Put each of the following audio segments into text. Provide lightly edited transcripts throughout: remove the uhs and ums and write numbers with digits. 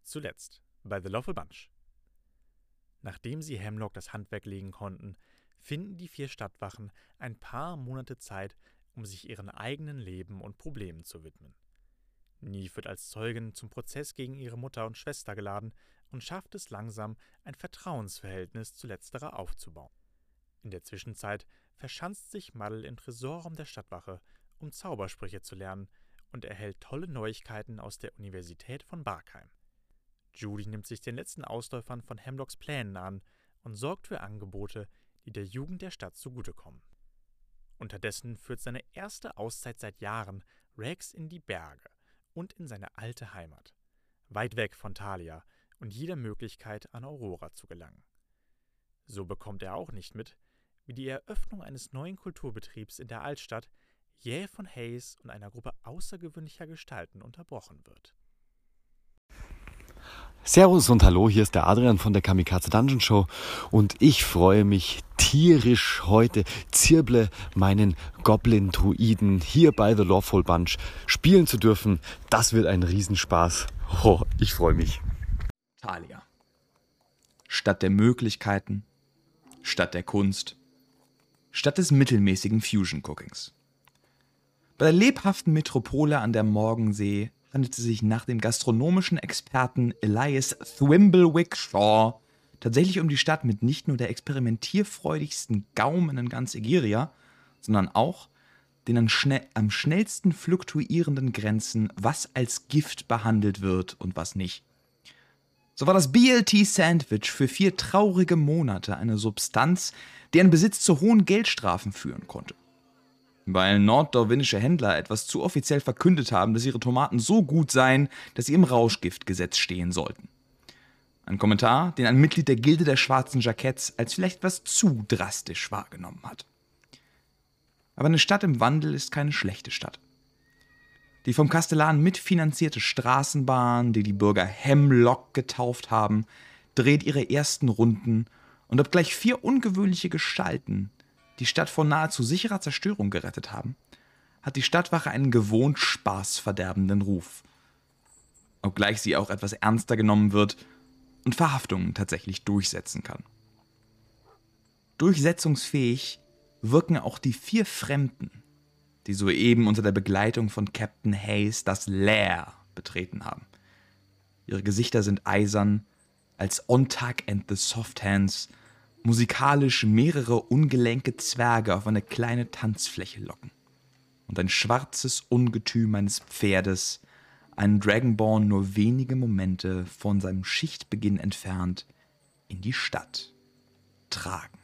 Zuletzt bei The Lawful Bunch. Nachdem sie Hemlock das Handwerk legen konnten, finden die 4 Stadtwachen ein paar Monate Zeit, um sich ihren eigenen Leben und Problemen zu widmen. Neve wird als Zeugin zum Prozess gegen ihre Mutter und Schwester geladen und schafft es langsam, ein Vertrauensverhältnis zu letzterer aufzubauen. In der Zwischenzeit verschanzt sich Muddle im Tresorraum der Stadtwache, um Zaubersprüche zu lernen, und erhält tolle Neuigkeiten aus der Universität von Barkheim. Judy nimmt sich den letzten Ausläufern von Hemlocks Plänen an und sorgt für Angebote, die der Jugend der Stadt zugutekommen. Unterdessen führt seine erste Auszeit seit Jahren Rex in die Berge und in seine alte Heimat, weit weg von Thalia und jeder Möglichkeit, an Aurora zu gelangen. So bekommt er auch nicht mit, wie die Eröffnung eines neuen Kulturbetriebs in der Altstadt jäh von Hayes und einer Gruppe außergewöhnlicher Gestalten unterbrochen wird. Servus und hallo, hier ist der Adrian von der Kamikaze Dungeon Show und ich freue mich tierisch heute Zirble, meinen Goblin-Druiden hier bei The Lawful Bunch spielen zu dürfen. Das wird ein Riesenspaß. Oh, ich freue mich. Thalia. Stadt der Möglichkeiten, Stadt der Kunst, Stadt des mittelmäßigen Fusion-Cookings. Bei der lebhaften Metropole an der Morgensee handelt es sich nach dem gastronomischen Experten Elias Thwimblewick Shaw tatsächlich um die Stadt mit nicht nur der experimentierfreudigsten Gaumen in ganz Egeria, sondern auch den am schnellsten fluktuierenden Grenzen, was als Gift behandelt wird und was nicht. So war das BLT-Sandwich für 4 traurige Monate eine Substanz, deren Besitz zu hohen Geldstrafen führen konnte. Weil norddarwinische Händler etwas zu offiziell verkündet haben, dass ihre Tomaten so gut seien, dass sie im Rauschgiftgesetz stehen sollten. Ein Kommentar, den ein Mitglied der Gilde der schwarzen Jacketts als vielleicht etwas zu drastisch wahrgenommen hat. Aber eine Stadt im Wandel ist keine schlechte Stadt. Die vom Kastellan mitfinanzierte Straßenbahn, die die Bürger Hemlock getauft haben, dreht ihre ersten Runden und obgleich 4 ungewöhnliche Gestalten die Stadt vor nahezu sicherer Zerstörung gerettet haben, hat die Stadtwache einen gewohnt spaßverderbenden Ruf. Obgleich sie auch etwas ernster genommen wird und Verhaftungen tatsächlich durchsetzen kann. Durchsetzungsfähig wirken auch die 4 Fremden, die soeben unter der Begleitung von Captain Hayes das Lair betreten haben. Ihre Gesichter sind eisern, als Ontag and the Soft Hands musikalisch mehrere ungelenke Zwerge auf eine kleine Tanzfläche locken und ein schwarzes Ungetüm eines Pferdes einen Dragonborn nur wenige Momente von seinem Schichtbeginn entfernt in die Stadt tragen.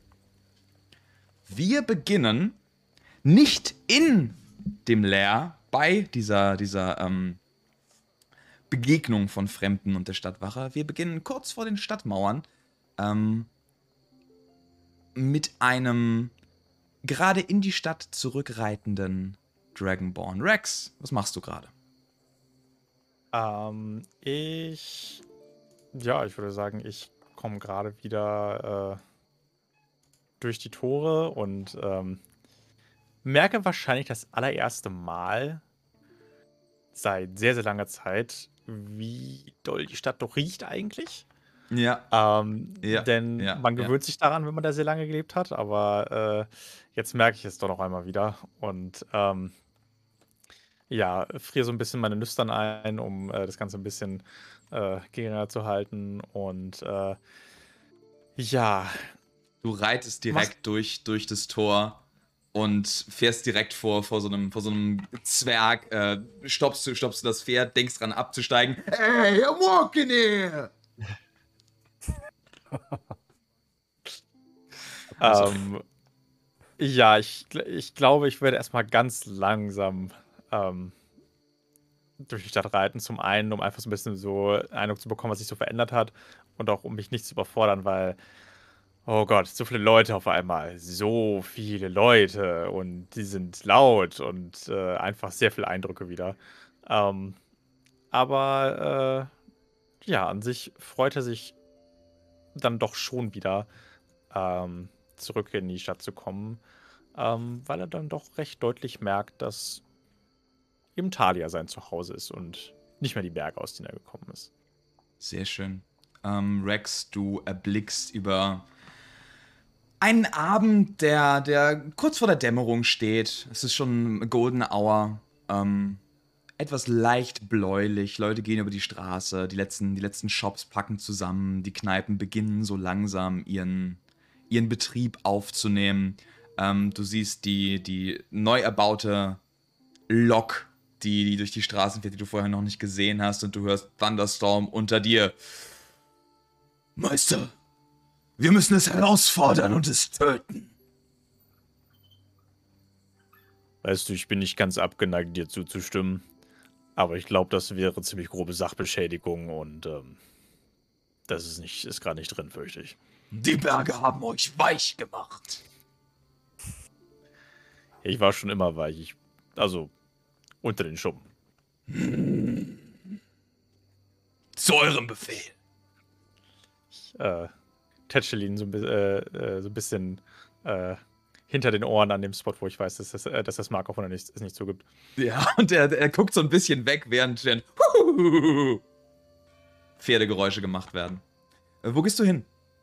Wir beginnen nicht in dem Lair bei dieser Begegnung von Fremden und der Stadtwache. Wir beginnen kurz vor den Stadtmauern mit einem gerade in die Stadt zurückreitenden Dragonborn. Rex, was machst du gerade? Ich würde sagen, ich komme gerade wieder durch die Tore und merke wahrscheinlich das allererste Mal seit sehr, sehr langer Zeit, wie doll die Stadt doch riecht eigentlich. Ja. Denn man gewöhnt sich daran, wenn man da sehr lange gelebt hat, aber jetzt merke ich es doch noch einmal wieder und friere so ein bisschen meine Nüstern ein, um das Ganze ein bisschen geringer zu halten und Du reitest direkt durch das Tor und fährst direkt vor so einem Zwerg, stoppst du das Pferd, denkst dran abzusteigen. Hey, I'm walking here! Ich glaube, ich werde erstmal ganz langsam durch die Stadt reiten. Zum einen, um einfach so ein bisschen so einen Eindruck zu bekommen, was sich so verändert hat. Und auch, um mich nicht zu überfordern, weil, oh Gott, so viele Leute auf einmal. So viele Leute. Und die sind laut und einfach sehr viele Eindrücke wieder. Aber an sich freut er sich dann doch schon wieder, zurück in die Stadt zu kommen, weil er dann doch recht deutlich merkt, dass eben Thalia sein Zuhause ist und nicht mehr die Berge, aus denen er gekommen ist. Sehr schön. Rex, du erblickst über einen Abend, der kurz vor der Dämmerung steht. Es ist schon Golden Hour. Etwas leicht bläulich. Leute gehen über die Straße. Die letzten Shops packen zusammen. Die Kneipen beginnen so langsam ihren Betrieb aufzunehmen. Du siehst die neu erbaute Lok, die durch die Straßen fährt, die du vorher noch nicht gesehen hast. Und du hörst Thunderstorm unter dir. Meister, wir müssen es herausfordern und es töten. Weißt du, ich bin nicht ganz abgeneigt, dir zuzustimmen. Aber ich glaube, das wäre ziemlich grobe Sachbeschädigung und das ist gerade nicht drin, fürchte ich. Die Berge haben euch weich gemacht. Ich war schon immer weich. Also unter den Schuppen. Zu eurem Befehl. Ich tätschel ihn so ein bisschen hinter den Ohren an dem Spot, wo ich weiß, dass das Mark auch es nicht zugibt. Ja, und er guckt so ein bisschen weg, während Pferdegeräusche gemacht werden. Wo gehst du hin?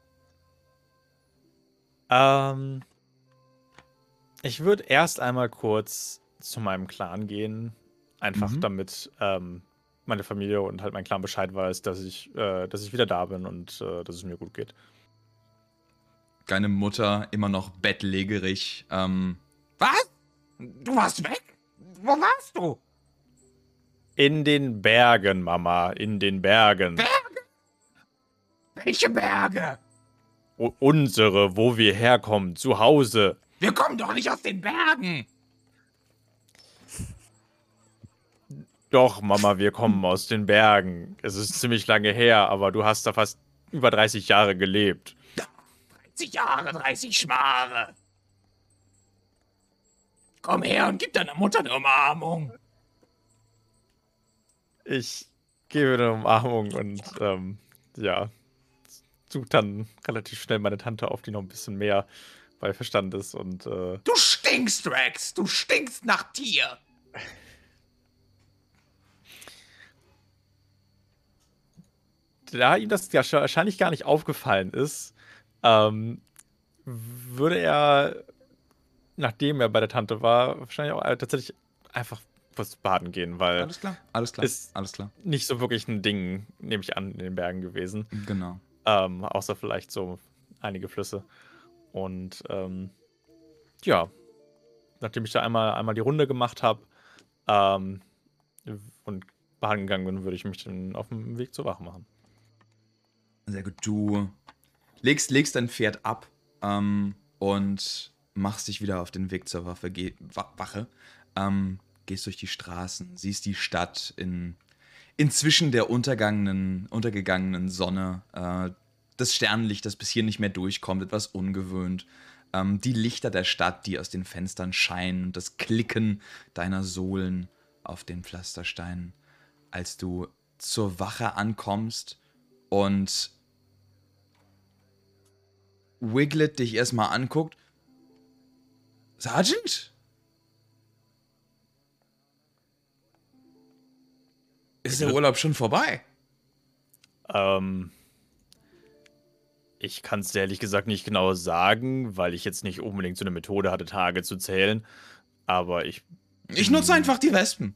Ich würde erst einmal kurz zu meinem Clan gehen. Einfach damit meine Familie und halt mein Clan Bescheid weiß, dass ich wieder da bin und dass es mir gut geht. Deine Mutter immer noch bettlägerig. Was? Du warst weg? Wo warst du? In den Bergen, Mama. In den Bergen. Berge? Welche Berge? Unsere, wo wir herkommen. Zu Hause. Wir kommen doch nicht aus den Bergen. Doch, Mama, wir kommen aus den Bergen. Es ist ziemlich lange her, aber du hast da fast über 30 Jahre gelebt. 30 Jahre, 30 Schmare. Komm her und gib deiner Mutter eine Umarmung. Ich gebe eine Umarmung und, suche dann relativ schnell meine Tante auf, die noch ein bisschen mehr bei Verstand ist und, Du stinkst, Rex! Du stinkst nach Tier! Da ihm das ja wahrscheinlich gar nicht aufgefallen ist, würde er, nachdem er bei der Tante war, wahrscheinlich auch tatsächlich einfach kurz baden gehen, weil Alles klar. ist nicht so wirklich ein Ding, nehme ich an, in den Bergen gewesen. Genau. Außer vielleicht so einige Flüsse. Und nachdem ich da einmal die Runde gemacht habe und baden gegangen bin, würde ich mich dann auf dem Weg zur Wache machen. Sehr gut. Du legst dein Pferd ab und machst dich wieder auf den Weg zur Wache. Gehst durch die Straßen, siehst die Stadt inzwischen der untergegangenen Sonne. Das Sternenlicht, das bis hier nicht mehr durchkommt, etwas ungewöhnt. Die Lichter der Stadt, die aus den Fenstern scheinen, das Klicken deiner Sohlen auf den Pflastersteinen. Als du zur Wache ankommst und Wiglet dich erstmal anguckt. Sergeant? Ist der Urlaub schon vorbei? Ich kann es ehrlich gesagt nicht genau sagen, weil ich jetzt nicht unbedingt so eine Methode hatte, Tage zu zählen. Aber ich nutze einfach die Wespen.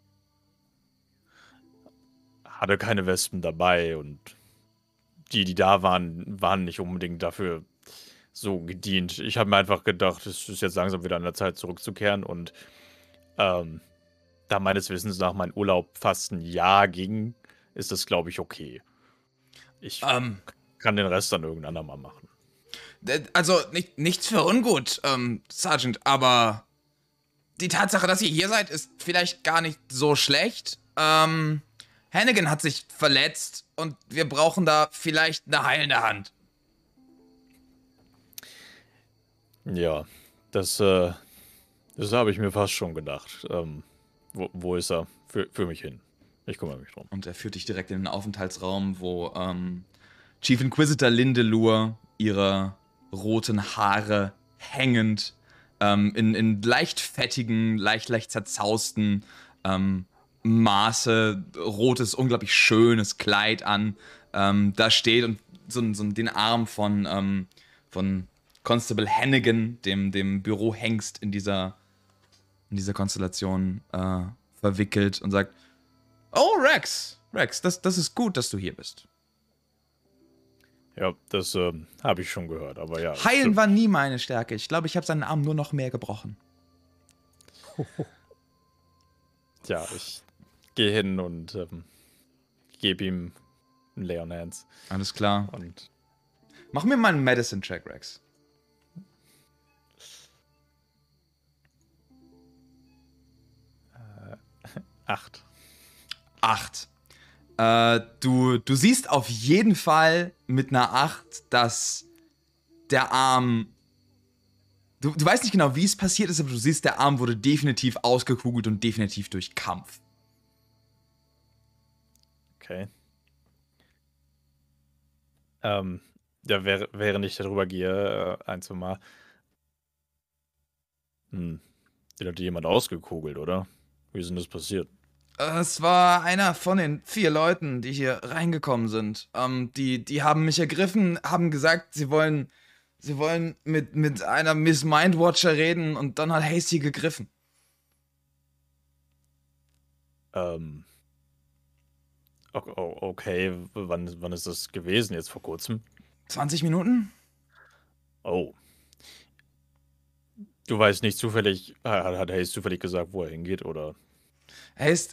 Hatte keine Wespen dabei und die da waren nicht unbedingt dafür so gedient. Ich habe mir einfach gedacht, es ist jetzt langsam wieder an der Zeit zurückzukehren und da meines Wissens nach mein Urlaub fast ein Jahr ging, ist das, glaube ich, okay. Ich kann den Rest dann irgendwann andermal machen. Also, nichts für ungut, Sergeant, aber die Tatsache, dass ihr hier seid, ist vielleicht gar nicht so schlecht. Hannigan hat sich verletzt und wir brauchen da vielleicht eine heilende Hand. Ja, das habe ich mir fast schon gedacht. Wo ist er? Für mich hin. Ich kümmere mich drum. Und er führt dich direkt in den Aufenthaltsraum, wo Chief Inquisitor Lindelur ihre roten Haare hängend in leicht fettigen, leicht zerzausten Maße, rotes, unglaublich schönes Kleid an, da steht und so den Arm von Constable Hannigan, dem Bürohengst in dieser Konstellation, verwickelt und sagt: Oh, Rex, das ist gut, dass du hier bist. Ja, das habe ich schon gehört, aber ja. Heilen war nie meine Stärke. Ich glaube, ich habe seinen Arm nur noch mehr gebrochen. Tja, ich gehe hin und gebe ihm einen Leon Hands. Alles klar. Und mach mir mal einen Medicine-Check, Rex. äh, 8. 8. Du siehst auf jeden Fall mit einer 8, dass der Arm... Du weißt nicht genau, wie es passiert ist, aber du siehst, der Arm wurde definitiv ausgekugelt und definitiv durch Kampf. Okay. Ja, während ich darüber gehe, ein, zwei Mal. Den hat jemand ausgekugelt, oder? Wie ist denn das passiert? Es war einer von den 4 Leuten, die hier reingekommen sind. Die haben mich ergriffen, haben gesagt, sie wollen mit einer Miss Mindwatcher reden und dann hat Hasty gegriffen. Okay, wann ist das gewesen? Jetzt vor kurzem? 20 Minuten? Oh. Du weißt nicht zufällig, hat Hayes zufällig gesagt, wo er hingeht, oder? Haste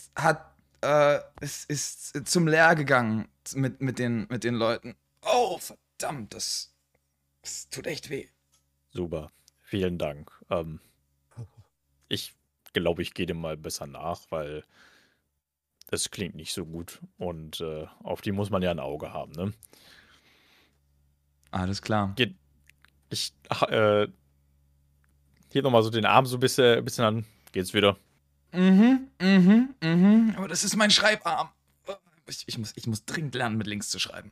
ist zum Leer gegangen mit den Leuten. Oh, verdammt, das tut echt weh. Super, vielen Dank. Ich glaube, ich gehe dem mal besser nach, weil das klingt nicht so gut. Und auf die muss man ja ein Auge haben, ne? Alles klar. Ich heb nochmal so den Arm so ein bisschen an. Geht's wieder? Aber das ist mein Schreibarm. Ich muss dringend lernen, mit links zu schreiben.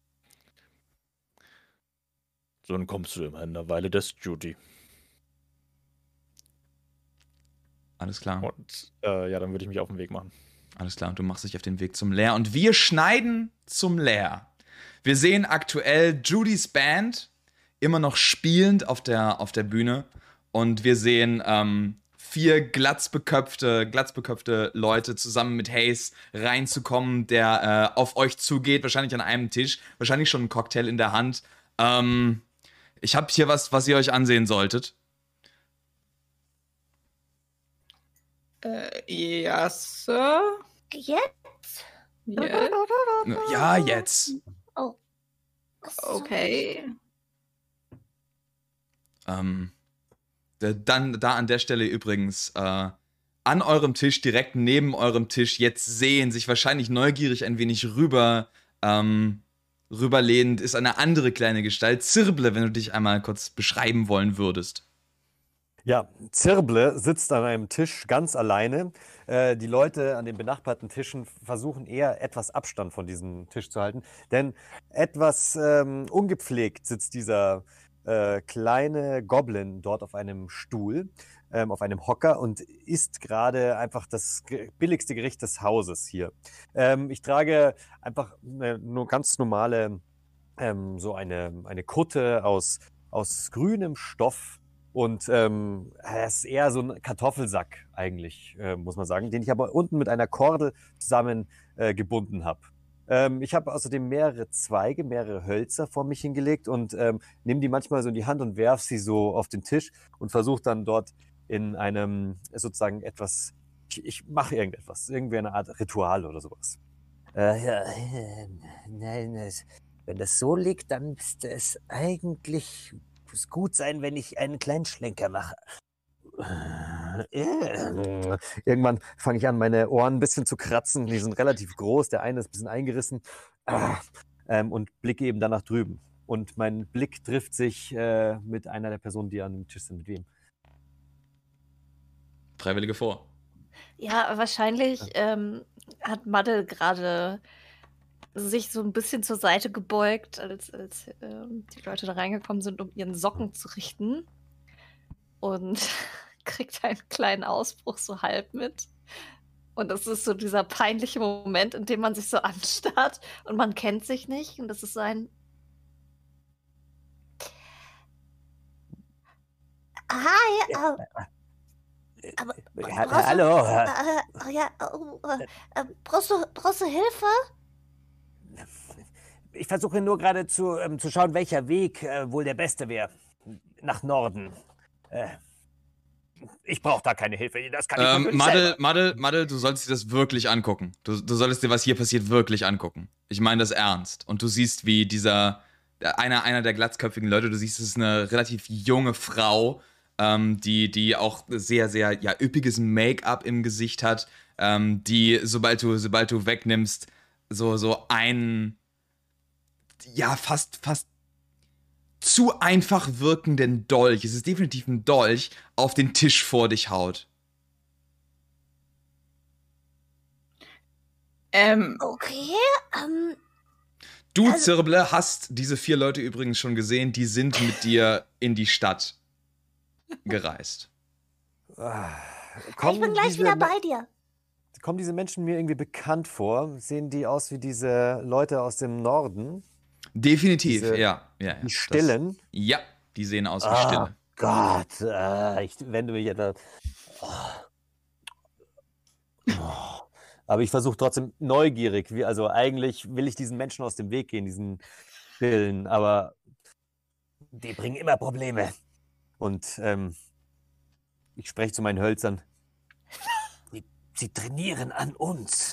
So, dann kommst du immer in einer Weile Desk Duty. Alles klar. Und ja, dann würde ich mich auf den Weg machen. Alles klar, und du machst dich auf den Weg zum Leer. Und wir schneiden zum Leer. Wir sehen aktuell Judys Band immer noch spielend auf der Bühne. Und wir sehen 4 glatzbeköpfte Leute zusammen mit Hayes reinzukommen, der auf euch zugeht, wahrscheinlich an einem Tisch, wahrscheinlich schon ein Cocktail in der Hand. Ich habe hier was ihr euch ansehen solltet. Ja, Sir. Jetzt? Yeah. Ja, jetzt. Oh. Okay. Dann da an der Stelle übrigens an eurem Tisch, direkt neben eurem Tisch, jetzt sehen, sich wahrscheinlich neugierig ein wenig rüberlehnend, ist eine andere kleine Gestalt. Zirble, wenn du dich einmal kurz beschreiben wollen würdest. Ja, Zirble sitzt an einem Tisch ganz alleine. Die Leute an den benachbarten Tischen versuchen eher etwas Abstand von diesem Tisch zu halten, denn etwas ungepflegt sitzt dieser kleine Goblin dort auf einem Stuhl, auf einem Hocker und isst gerade einfach das billigste Gericht des Hauses hier. Ich trage einfach nur ganz normale, so eine Kutte aus grünem Stoff. Und es ist eher so ein Kartoffelsack eigentlich, muss man sagen, den ich aber unten mit einer Kordel zusammen gebunden habe. Ich habe außerdem mehrere Zweige, mehrere Hölzer vor mich hingelegt und nehme die manchmal so in die Hand und werfe sie so auf den Tisch und versuche dann dort in einem sozusagen etwas, ich mache irgendetwas, irgendwie eine Art Ritual oder sowas. Ja, nein, wenn das so liegt, dann müsste es eigentlich gut sein, wenn ich einen kleinen Schlenker mache. Irgendwann fange ich an, meine Ohren ein bisschen zu kratzen. Die sind relativ groß, der eine ist ein bisschen eingerissen. Und blicke eben dann nach drüben. Und mein Blick trifft sich mit einer der Personen, die an dem Tisch sind. Mit wem? Freiwillige vor. Ja, wahrscheinlich hat Madde gerade sich so ein bisschen zur Seite gebeugt, als die Leute da reingekommen sind, um ihren Socken zu richten. Und kriegt einen kleinen Ausbruch so halb mit. Und das ist so dieser peinliche Moment, in dem man sich so anstarrt und man kennt sich nicht. Und das ist so ein... Hi, Hallo. brauchst du Hilfe? Ich versuche nur gerade zu schauen, welcher Weg wohl der beste wäre. Nach Norden. Ich brauche da keine Hilfe. Das kann ich natürlich selber. Madel, du solltest dir das wirklich angucken. Du solltest dir, was hier passiert, wirklich angucken. Ich meine das ernst. Und du siehst, wie einer der glatzköpfigen Leute, du siehst, es ist eine relativ junge Frau, die auch sehr, sehr üppiges Make-up im Gesicht hat, die, sobald du wegnimmst, so einen fast zu einfach wirkenden Dolch, es ist definitiv ein Dolch, auf den Tisch vor dich haut. Okay, Du, Zirble, hast diese 4 Leute übrigens schon gesehen, die sind mit dir in die Stadt gereist. ich bin gleich wieder bei dir. Kommen diese Menschen mir irgendwie bekannt vor? Sehen die aus wie diese Leute aus dem Norden? Definitiv, Diese- ja. Die Stillen? Die sehen aus wie Stille. Gott, ich wende mich jetzt. Aber ich versuche trotzdem neugierig. Also eigentlich will ich diesen Menschen aus dem Weg gehen, diesen Stillen. Aber Die bringen immer Probleme. und ich spreche zu meinen Hölzern. Sie trainieren an uns.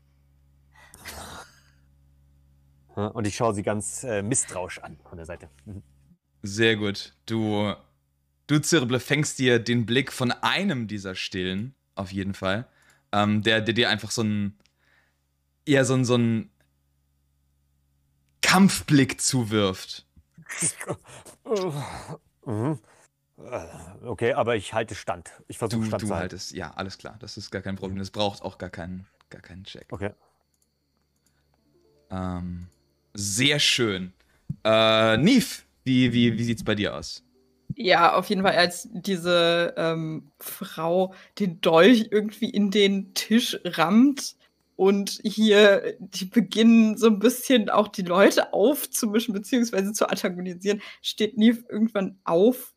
Und ich schaue sie ganz misstrauisch an von der Seite. Mhm. Sehr gut. Du, Zirble, fängst dir den Blick von einem dieser Stillen, auf jeden Fall, der dir einfach so ein Kampfblick zuwirft. Mhm. Okay, aber ich halte Stand. Ich versuche Stand Du zu halten. haltest, ja, alles klar. Das ist gar kein Problem. Das braucht auch gar keinen Check. Okay. Sehr schön. Neve, wie sieht's bei dir aus? Ja, auf jeden Fall, als diese Frau den Dolch irgendwie in den Tisch rammt und hier die beginnen so ein bisschen auch die Leute aufzumischen beziehungsweise zu antagonisieren, steht Neve irgendwann auf.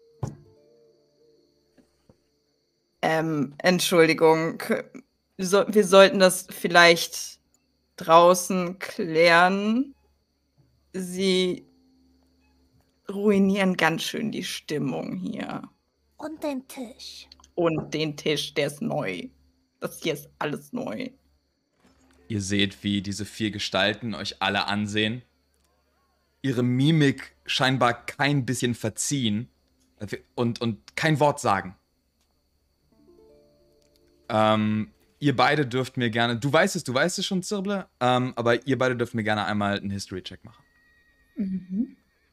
Entschuldigung, wir sollten das vielleicht draußen klären. Sie ruinieren ganz schön die Stimmung hier. Und den Tisch. Und den Tisch, der ist neu. Das hier ist alles neu. Ihr seht, wie diese 4 Gestalten euch alle ansehen. Ihre Mimik scheinbar kein bisschen verziehen und kein Wort sagen. Ihr beide dürft mir gerne, du weißt es schon, Zirble, aber ihr beide dürft mir gerne einmal einen History-Check machen. Mhm.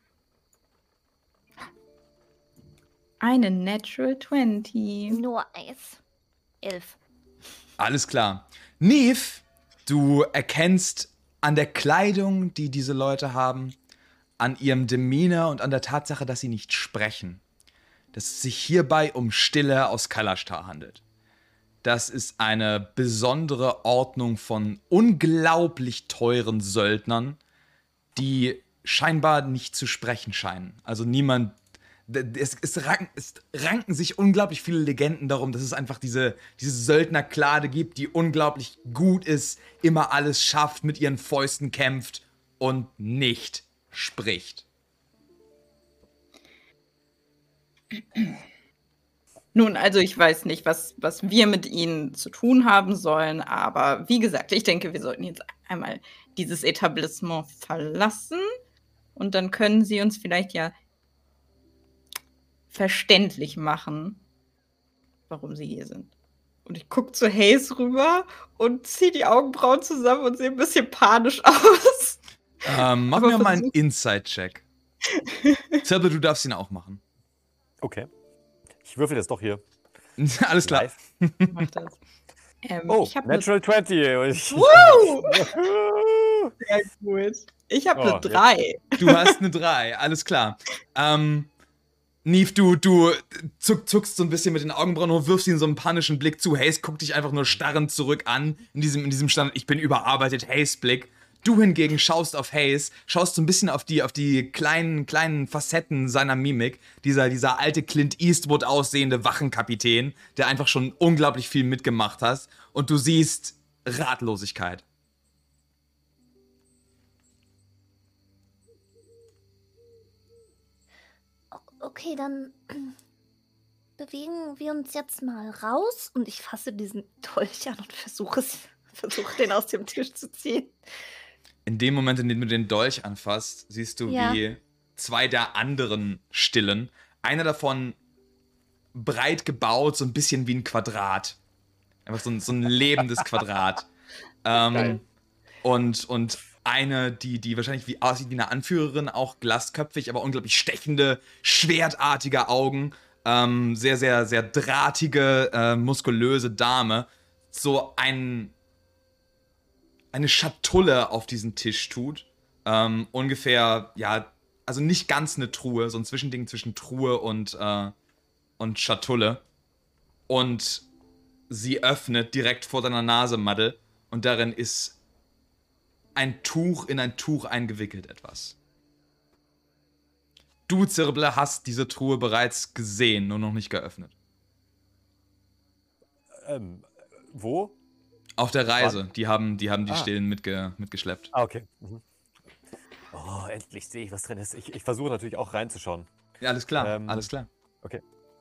Eine Natural 20. Nur 11. Alles klar. Neve, du erkennst an der Kleidung, die diese Leute haben, an ihrem Demeanor und an der Tatsache, dass sie nicht sprechen, dass es sich hierbei um Stille aus Kalashtar handelt. Das ist eine besondere Ordnung von unglaublich teuren Söldnern, die scheinbar nicht zu sprechen scheinen. Also niemand. Es ranken sich unglaublich viele Legenden darum, dass es einfach diese Söldnerklade gibt, die unglaublich gut ist, immer alles schafft, mit ihren Fäusten kämpft und nicht spricht. Nun, also ich weiß nicht, was wir mit ihnen zu tun haben sollen, aber wie gesagt, ich denke, wir sollten jetzt einmal dieses Etablissement verlassen und dann können sie uns vielleicht ja verständlich machen, warum sie hier sind. Und ich gucke zu Hayes rüber und ziehe die Augenbrauen zusammen und sehe ein bisschen panisch aus. Mach mir mal einen Inside-Check. Zirbe, du darfst ihn auch machen. Okay. Ich würfel das doch hier. Alles klar. Live. Mach das. Oh, ich hab Natural 20. Woo! Sehr gut. Ich habe Oh, eine 3. Du hast eine 3, alles klar. Neve, du zuckst so ein bisschen mit den Augenbrauen und wirfst ihm so einen panischen Blick zu. Haze guckt dich einfach nur starrend zurück an, in diesem Standard, ich bin überarbeitet, Haze-Blick. Du hingegen schaust auf Haze, schaust so ein bisschen auf die kleinen Facetten seiner Mimik. Dieser alte Clint Eastwood aussehende Wachenkapitän, der einfach schon unglaublich viel mitgemacht hat. Und du siehst Ratlosigkeit. Okay, dann bewegen wir uns jetzt mal raus und ich fasse diesen Dolch an und versuche den aus dem Tisch zu ziehen. In dem Moment, in dem du den Dolch anfasst, siehst du, wie zwei der anderen Stillen, einer davon breit gebaut, so ein bisschen wie ein Quadrat. Einfach so ein lebendes Quadrat. Und eine, die wahrscheinlich aussieht wie eine Anführerin, auch glasköpfig, aber unglaublich stechende, schwertartige Augen. Sehr, sehr, sehr drahtige, muskulöse Dame. So eine Schatulle auf diesen Tisch tut. Ungefähr, ja, also nicht ganz eine Truhe, so ein Zwischending zwischen Truhe und Schatulle. Und sie öffnet direkt vor deiner Nase, Madde, und darin ist ein Tuch in ein Tuch eingewickelt etwas. Du, Zirble, hast diese Truhe bereits gesehen, nur noch nicht geöffnet. Wo? Auf der Reise. Die haben die Stillen mitgeschleppt. Ah, okay. Mhm. Oh, endlich sehe ich, was drin ist. Ich versuche natürlich auch reinzuschauen. Ja, alles klar, alles klar. Okay.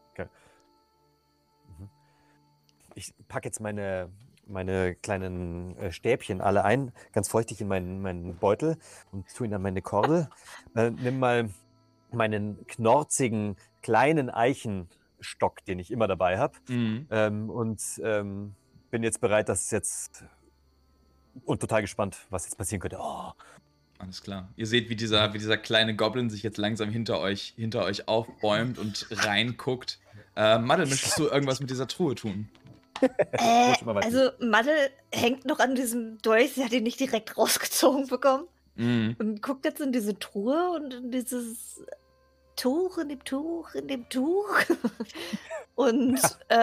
Mhm. Ich packe jetzt meine kleinen Stäbchen alle ein, ganz feuchtig in meinen Beutel und tue ihn an meine Kordel. Nimm mal meinen knorzigen, kleinen Eichenstock, den ich immer dabei habe. Und bin jetzt bereit, und total gespannt, was jetzt passieren könnte. Oh. Alles klar. Ihr seht, wie dieser kleine Goblin sich jetzt langsam hinter euch aufbäumt und reinguckt. Madde, möchtest du irgendwas mit dieser Truhe tun? Also Madde hängt noch an diesem Dolch, sie hat ihn nicht direkt rausgezogen bekommen. Und guckt jetzt in diese Truhe und in dieses Tuch, in dem Tuch. Und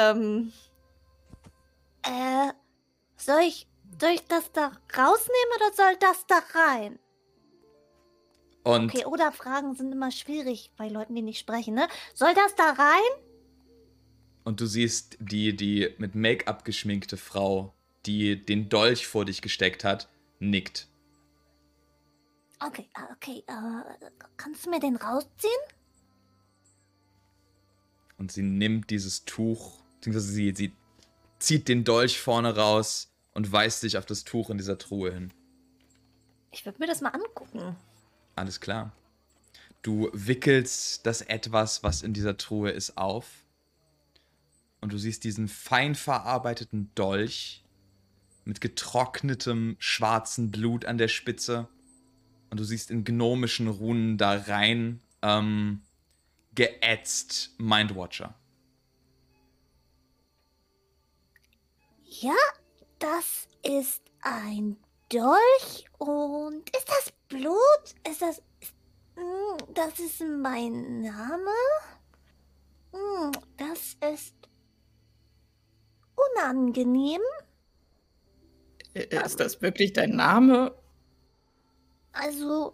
soll ich das da rausnehmen oder soll das da rein? Und okay, oder Fragen sind immer schwierig bei Leuten, die nicht sprechen, ne? Soll das da rein? Und du siehst die mit Make-up geschminkte Frau, die den Dolch vor dich gesteckt hat, nickt. Okay, kannst du mir den rausziehen? Und sie nimmt dieses Tuch, beziehungsweise sie zieht den Dolch vorne raus und weist dich auf das Tuch in dieser Truhe hin. Ich würde mir das mal angucken. Alles klar. Du wickelst das Etwas, was in dieser Truhe ist, auf. Und du siehst diesen fein verarbeiteten Dolch mit getrocknetem schwarzen Blut an der Spitze. Und du siehst in gnomischen Runen da rein geätzt Mindwatcher. Ja, das ist ein Dolch und ist das Blut? Das ist mein Name? Das ist unangenehm. Ist das wirklich dein Name? Also,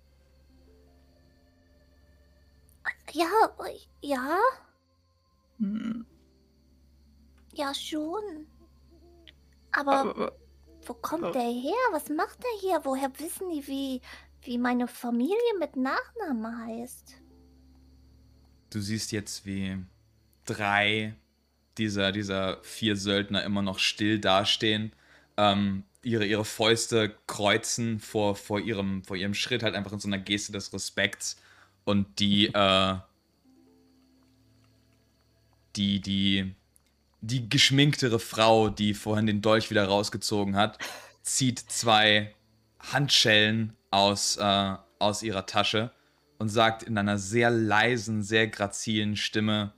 ja, ja schon. Aber wo kommt der her? Was macht er hier? Woher wissen die, wie meine Familie mit Nachnamen heißt? Du siehst jetzt, wie 3 dieser 4 Söldner immer noch still dastehen, ihre Fäuste kreuzen vor ihrem Schritt, halt einfach in so einer Geste des Respekts. Und die geschminktere Frau, die vorhin den Dolch wieder rausgezogen hat, zieht 2 Handschellen aus ihrer Tasche und sagt in einer sehr leisen, sehr grazilen Stimme: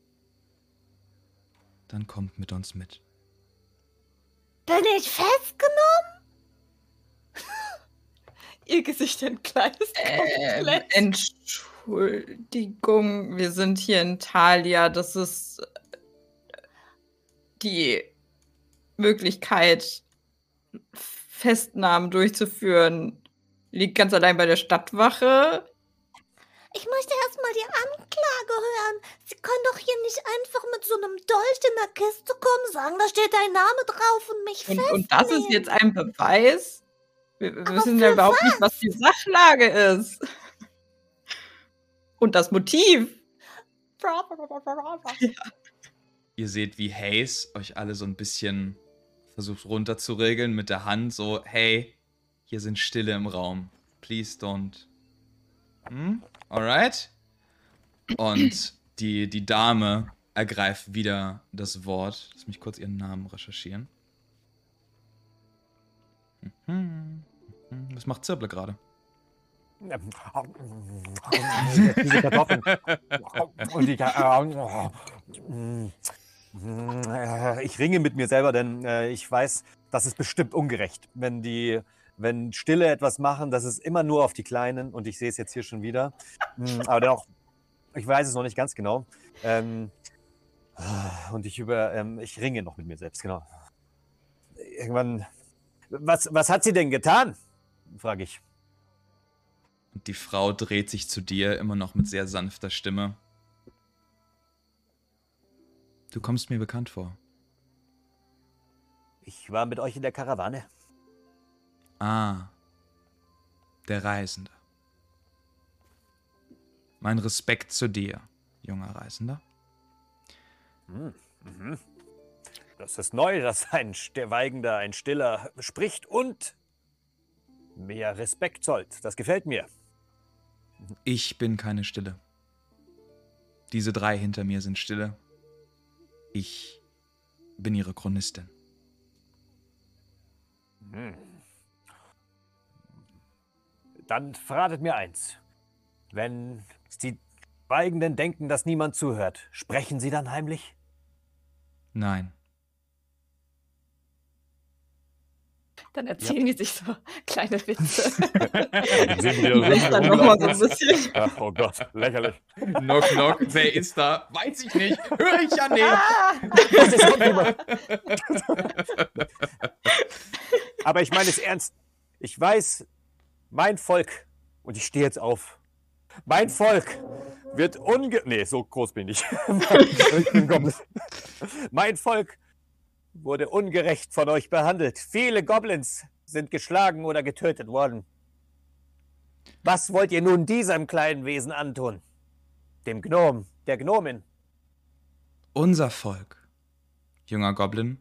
Dann kommt mit uns mit. Bin ich festgenommen? Ihr Gesicht ein kleines komplett. Entschuldigung, wir sind hier in Thalia. Das ist die Möglichkeit, Festnahmen durchzuführen, liegt ganz allein bei der Stadtwache. Ich möchte erstmal die Anklage hören. Sie können doch hier nicht einfach mit so einem Dolch in der Kiste kommen, sagen, da steht dein Name drauf und mich festnehmen. Und das ist jetzt ein Beweis? Wir Aber wissen ja für überhaupt nicht, was die Sachlage ist. Und das Motiv. Ihr seht, wie Hayes euch alle so ein bisschen versucht runterzuregeln mit der Hand. So, hey, hier sind Stille im Raum. Please don't. Alright? Und die Dame ergreift wieder das Wort. Lass mich kurz ihren Namen recherchieren. Was macht Zirble gerade? Diese Kartoffeln. Und ich ringe mit mir selber, denn ich weiß, das ist bestimmt ungerecht. Wenn Stille etwas machen, das ist immer nur auf die Kleinen und ich sehe es jetzt hier schon wieder. Aber dennoch, ich weiß es noch nicht ganz genau. Und ich ringe noch mit mir selbst, genau. Irgendwann, was hat sie denn getan? Frage ich. Und die Frau dreht sich zu dir, immer noch mit sehr sanfter Stimme. Du kommst mir bekannt vor. Ich war mit euch in der Karawane. Ah, der Reisende. Mein Respekt zu dir, junger Reisender. Das ist neu, dass ein Schweigender, ein Stiller spricht und mehr Respekt zollt. Das gefällt mir. Ich bin keine Stille. Diese 3 hinter mir sind Stille. Ich bin ihre Chronistin. Dann verratet mir eins. Wenn die Schweigenden denken, dass niemand zuhört, sprechen sie dann heimlich? Nein. Dann erzählen die sich so kleine Witze. Dann nochmal so ein bisschen. Ach, oh Gott, lächerlich. Knock, knock. Wer ist da? Weiß ich nicht. Höre ich ja nicht. Aber ich meine es ernst. Ich weiß, mein Volk, und ich stehe jetzt auf, mein Volk wird Nee, so groß bin ich. Ich bin Goblin. Mein Volk wurde ungerecht von euch behandelt. Viele Goblins sind geschlagen oder getötet worden. Was wollt ihr nun diesem kleinen Wesen antun? Dem Gnom, der Gnomin? Unser Volk, junger Goblin,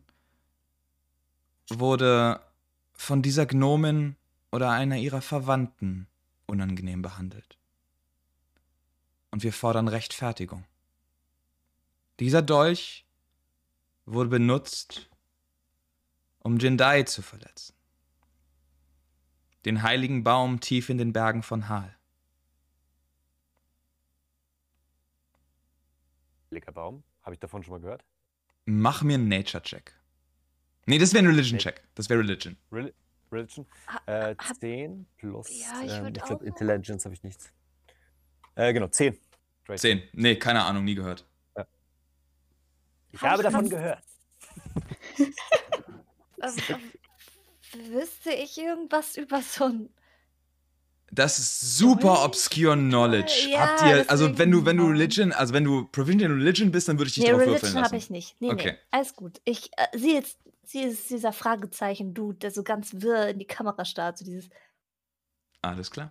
wurde von dieser Gnomin oder einer ihrer Verwandten unangenehm behandelt. Und wir fordern Rechtfertigung. Dieser Dolch wurde benutzt, um Jindai zu verletzen. Den heiligen Baum tief in den Bergen von Hal. Heiliger Baum? Habe ich davon schon mal gehört? Mach mir einen Nature-Check. Nee, das wäre ein Religion-Check. Das wäre Religion. Religion? 10 plus. Ja, ich würd ich auch glaube, mal- Intelligence habe ich nichts. Genau, 10. 10. Nee, keine Ahnung, nie gehört. Ich habe davon gehört. Wüsste ich irgendwas über so ein... Das ist super obscure Knowledge. Ja, Habt ihr, also wenn du deswegen- Religion, also wenn du Proficient in Religion bist, dann würde ich dich Nee, drauf würfeln Religion lassen. habe ich nicht. Nee, Okay. nee, alles gut. Sie ist dieser Fragezeichen-Dude, der so ganz wirr in die Kamera starrt. So dieses, Alles klar.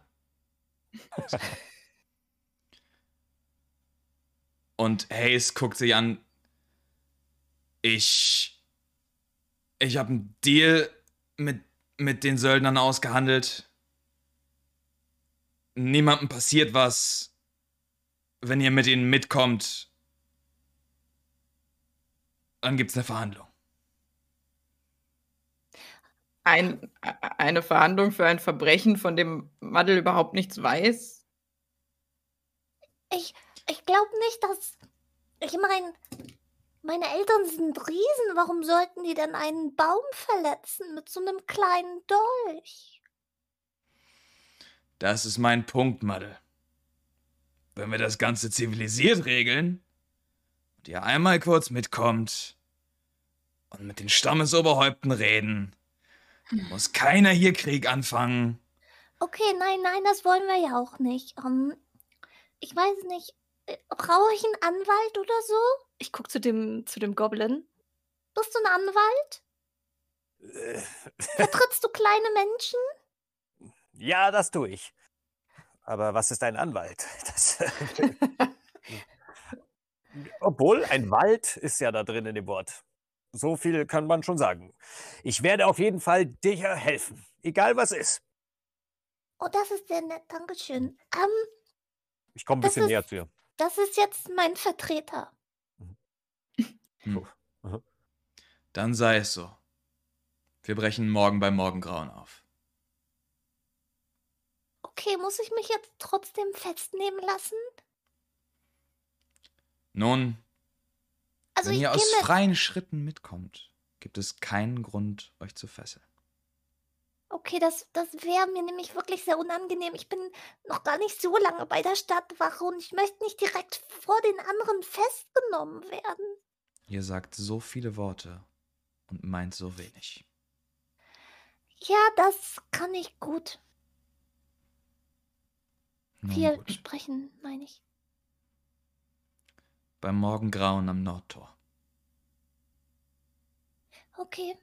Und Hayes guckt sich an. Ich habe einen Deal mit den Söldnern ausgehandelt. Niemandem passiert was, wenn ihr mit ihnen mitkommt. Dann gibt's eine Verhandlung. Eine Verhandlung für ein Verbrechen, von dem Madel überhaupt nichts weiß? Ich glaube nicht, dass... Ich meine, meine Eltern sind Riesen. Warum sollten die denn einen Baum verletzen mit so einem kleinen Dolch? Das ist mein Punkt, Madde. wenn wir das Ganze zivilisiert regeln und ihr einmal kurz mitkommt und mit den Stammesoberhäupten reden, muss keiner hier Krieg anfangen. Okay, nein, das wollen wir ja auch nicht. Ich weiß nicht, brauche ich einen Anwalt oder so? Ich gucke zu dem Goblin. Bist du ein Anwalt? Vertrittst du kleine Menschen? Ja, das tue ich. Aber was ist ein Anwalt? Obwohl, ein Wald ist ja da drin in dem Wort. So viel kann man schon sagen. Ich werde auf jeden Fall dir helfen. Egal was ist. Oh, das ist sehr nett, dankeschön. Ich komme ein Das bisschen ist- näher zu dir. Das ist jetzt mein Vertreter. Dann sei es so. Wir brechen morgen beim Morgengrauen auf. Okay, muss ich mich jetzt trotzdem festnehmen lassen? Nun, Also wenn ich ihr aus gehe mit. freien Schritten mitkommt, gibt es keinen Grund, euch zu fesseln. Okay, das wäre mir nämlich wirklich sehr unangenehm. Ich bin noch gar nicht so lange bei der Stadtwache und ich möchte nicht direkt vor den anderen festgenommen werden. Ihr sagt so viele Worte und meint so wenig. Ja, das kann ich gut. Nun Viel gut. sprechen, meine ich. Beim Morgengrauen am Nordtor. Okay.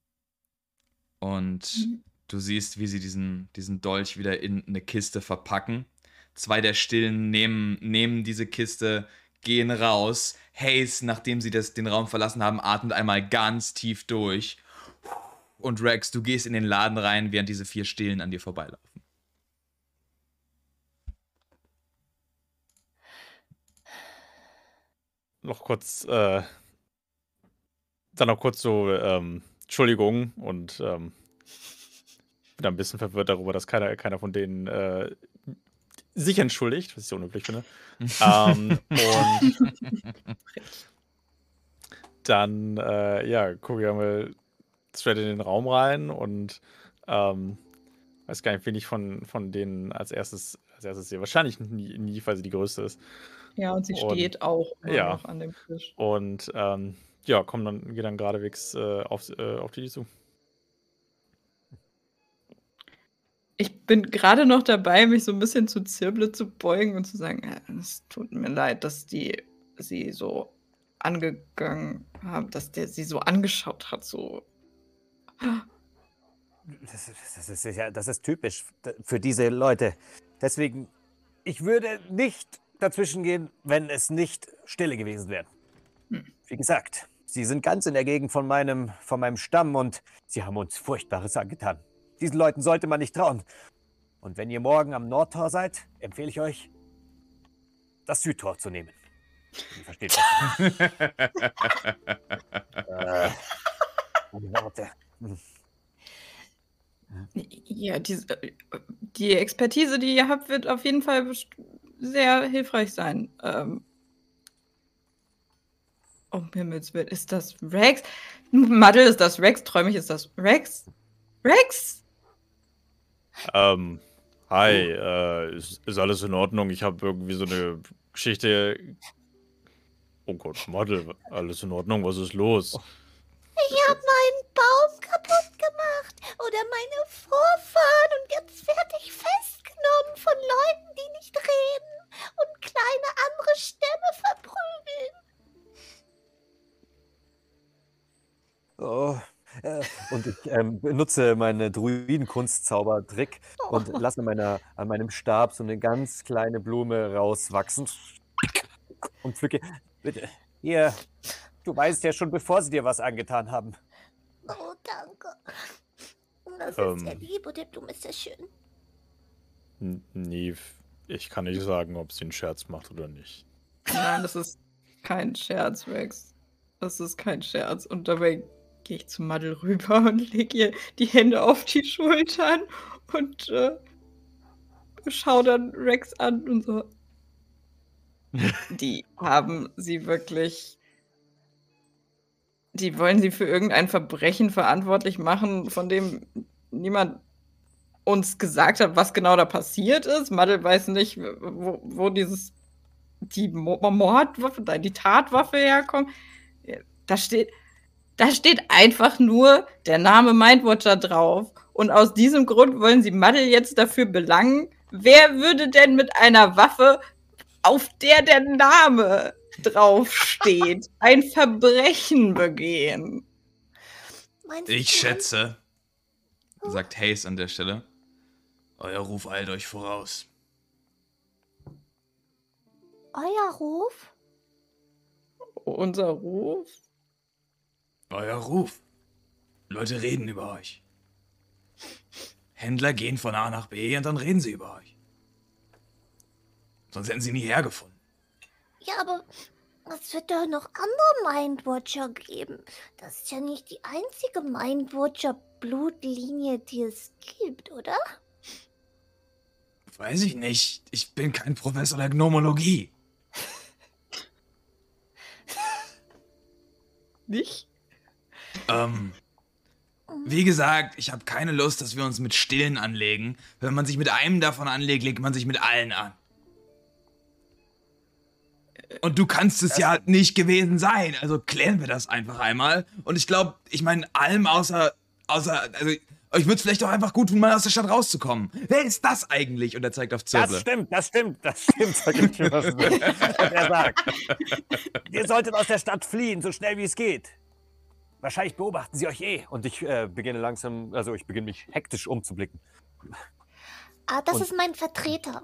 Und du siehst, wie sie diesen Dolch wieder in eine Kiste verpacken. 2 der Stillen nehmen diese Kiste, gehen raus. Hayes, nachdem sie den Raum verlassen haben, atmet einmal ganz tief durch. Und Rex, du gehst in den Laden rein, während diese 4 Stillen an dir vorbeilaufen. Noch kurz, dann noch kurz so, Entschuldigung und bin da ein bisschen verwirrt darüber, dass keiner von denen sich entschuldigt, was ich so unüblich finde. Und dann, gucke ich einmal straight in den Raum rein und weiß gar nicht, wen ich von denen als erstes sehe. Wahrscheinlich nie, weil sie die größte ist. Ja, und sie Und- steht auch immer ja. noch an dem Tisch. Und gehe dann geradewegs auf die zu. Ich bin gerade noch dabei, mich so ein bisschen zu Zirble zu beugen und zu sagen, es tut mir leid, dass die sie so angegangen haben, dass der sie so angeschaut hat, so. Das ist typisch für diese Leute. Deswegen, ich würde nicht dazwischen gehen, wenn es nicht Stille gewesen wäre. Wie gesagt, sie sind ganz in der Gegend von meinem Stamm und sie haben uns Furchtbares angetan. Diesen Leuten sollte man nicht trauen. Und wenn ihr morgen am Nordtor seid, empfehle ich euch, das Südtor zu nehmen. Ihr versteht das. Worte. Ja, die Expertise, die ihr habt, wird auf jeden Fall sehr hilfreich sein. Um Himmels Willen, ist das Rex? Muddle, ist das Rex? Träumig, ist das Rex? Rex? Hi, ist alles in Ordnung? Ich habe irgendwie so eine Geschichte. Oh Gott, Model, alles in Ordnung? Was ist los? Ich habe meinen Baum kaputt gemacht oder meine Vorfahren und jetzt werde ich festgenommen von Leuten, die nicht reden und kleine andere Stämme verprügeln. Oh, und ich benutze meine Druidenkunstzaubertrick und lasse an meinem Stab so eine ganz kleine Blume rauswachsen und pflücke. Bitte, hier, du weißt ja schon, bevor sie dir was angetan haben. Oh, danke. Das ist sehr lieb und die Blume ist sehr schön. Nee, ich kann nicht sagen, ob sie einen Scherz macht oder nicht. Nein, das ist kein Scherz, Rex. Das ist kein Scherz. Und dabei gehe ich zu Muddle rüber und lege ihr die Hände auf die Schultern und schaue dann Rex an und so. Die haben sie wirklich. Die wollen sie für irgendein Verbrechen verantwortlich machen, von dem niemand uns gesagt hat, was genau da passiert ist. Muddle weiß nicht, wo dieses die Mordwaffe, die Tatwaffe herkommt. Da steht einfach nur der Name Mindwatcher drauf. Und aus diesem Grund wollen sie Muddle jetzt dafür belangen. Wer würde denn mit einer Waffe, auf der der Name draufsteht, ein Verbrechen begehen? Ich schätze, sagt Hayes an der Stelle, euer Ruf eilt euch voraus. Euer Ruf? Unser Ruf? Euer Ruf. Leute reden über euch. Händler gehen von A nach B und dann reden sie über euch. Sonst hätten sie nie hergefunden. Ja, aber es wird doch noch andere Mindwatcher geben. Das ist ja nicht die einzige Mindwatcher-Blutlinie, die es gibt, oder? Weiß ich nicht. Ich bin kein Professor der Gnomologie. Nicht? Wie gesagt, ich habe keine Lust, dass wir uns mit Stillen anlegen. Wenn man sich mit einem davon anlegt, legt man sich mit allen an. Und du kannst es ja nicht gewesen sein. Also klären wir das einfach einmal. Und ich glaube, ich meine, allem außer, also, euch würde es vielleicht auch einfach gut tun, mal aus der Stadt rauszukommen. Wer ist das eigentlich? Und er zeigt auf Zirble. Das stimmt. Sag ich mir, was er sagt. Ihr solltet aus der Stadt fliehen, so schnell wie es geht. Wahrscheinlich beobachten sie euch eh. Und ich beginne mich hektisch umzublicken. Ah, das ist mein Vertreter.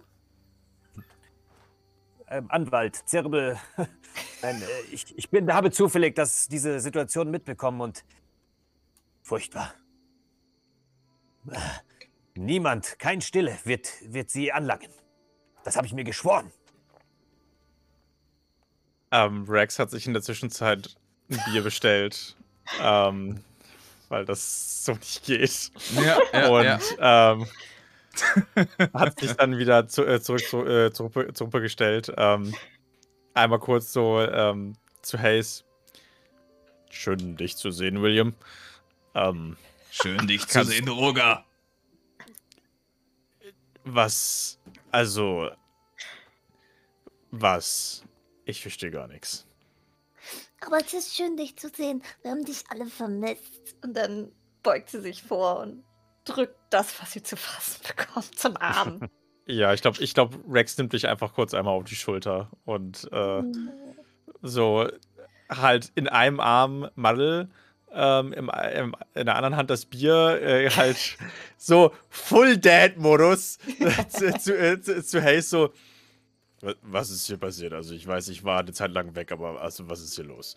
Anwalt, Zirbe. Nein, ich habe zufällig diese Situation mitbekommen und furchtbar. Niemand, kein Stille, wird sie anlangen. Das habe ich mir geschworen. Rex hat sich in der Zwischenzeit ein Bier bestellt, weil das so nicht geht. Hat sich dann wieder zurück zur Gruppe gestellt. Einmal kurz so zu Hayes. Schön, dich zu sehen, William. Schön, dich zu sehen, Roger. Was? Ich verstehe gar nichts. Aber es ist schön, dich zu sehen. Wir haben dich alle vermisst. Und dann beugt sie sich vor und drückt das, was sie zu fassen bekommt, zum Arm. Ja, ich glaube, Rex nimmt dich einfach kurz einmal auf die Schulter und so halt in einem Arm Muddle, in der anderen Hand das Bier, halt so Full Dad-Modus zu Hayes so, was ist hier passiert? Also ich weiß, ich war eine Zeit lang weg, aber also was ist hier los?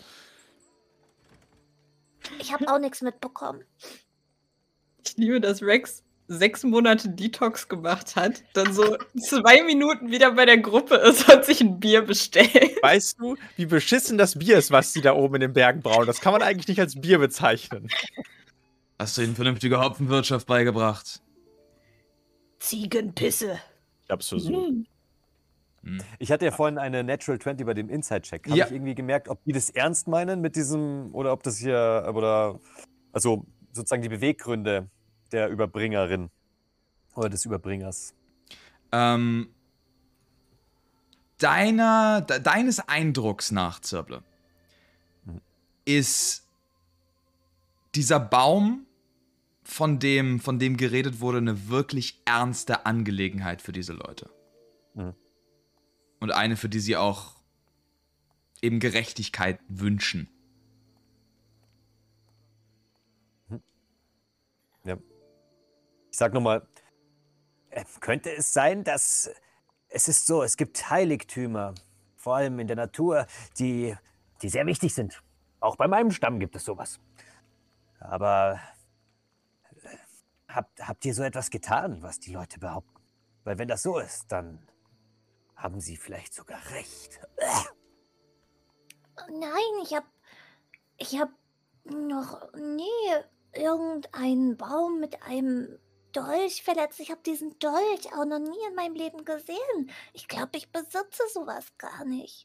Ich habe auch nichts mitbekommen. Ich liebe, dass Rex 6 Monate Detox gemacht hat, dann so 2 Minuten wieder bei der Gruppe ist und sich ein Bier bestellt. Weißt du, wie beschissen das Bier ist, was die da oben in den Bergen brauen? Das kann man eigentlich nicht als Bier bezeichnen. Hast du ihnen vernünftige Hopfenwirtschaft beigebracht? Ziegenpisse. Ich hab's versucht. Ich hatte ja vorhin eine Natural 20 bei dem Inside-Check. Habe ich irgendwie gemerkt, ob die das ernst meinen mit diesem, oder ob das hier, also sozusagen die Beweggründe der Überbringerin oder des Überbringers. Deines Eindrucks nach, Zirble, ist dieser Baum, von dem geredet wurde, eine wirklich ernste Angelegenheit für diese Leute. Mhm. Und eine, für die sie auch eben Gerechtigkeit wünschen. Ja. Ich sag nochmal, könnte es sein, dass es gibt Heiligtümer, vor allem in der Natur, die sehr wichtig sind. Auch bei meinem Stamm gibt es sowas. Aber habt ihr so etwas getan, was die Leute behaupten? Weil wenn das so ist, dann haben sie vielleicht sogar recht. Nein, ich hab noch nie irgendeinen Baum mit einem Dolch verletzt. Ich habe diesen Dolch auch noch nie in meinem Leben gesehen. Ich glaube, ich besitze sowas gar nicht.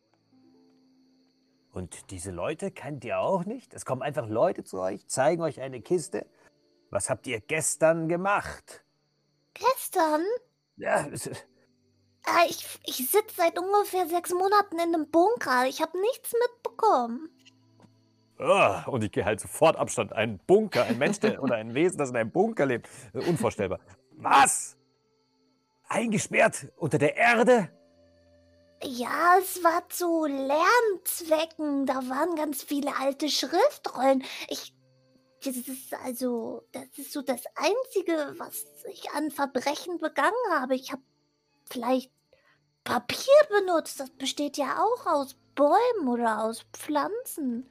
Und diese Leute kennt ihr auch nicht? Es kommen einfach Leute zu euch, zeigen euch eine Kiste. Was habt ihr gestern gemacht? Gestern? Ja, Ich sitze seit ungefähr 6 Monaten in einem Bunker. Ich habe nichts mitbekommen. Und ich gehe halt sofort Abstand. Ein Bunker, ein Mensch oder ein Wesen, das in einem Bunker lebt. Unvorstellbar. Was? Eingesperrt unter der Erde? Ja, es war zu Lernzwecken. Da waren ganz viele alte Schriftrollen. Das ist so das Einzige, was ich an Verbrechen begangen habe. Ich habe vielleicht Papier benutzt. Das besteht ja auch aus Bäumen oder aus Pflanzen.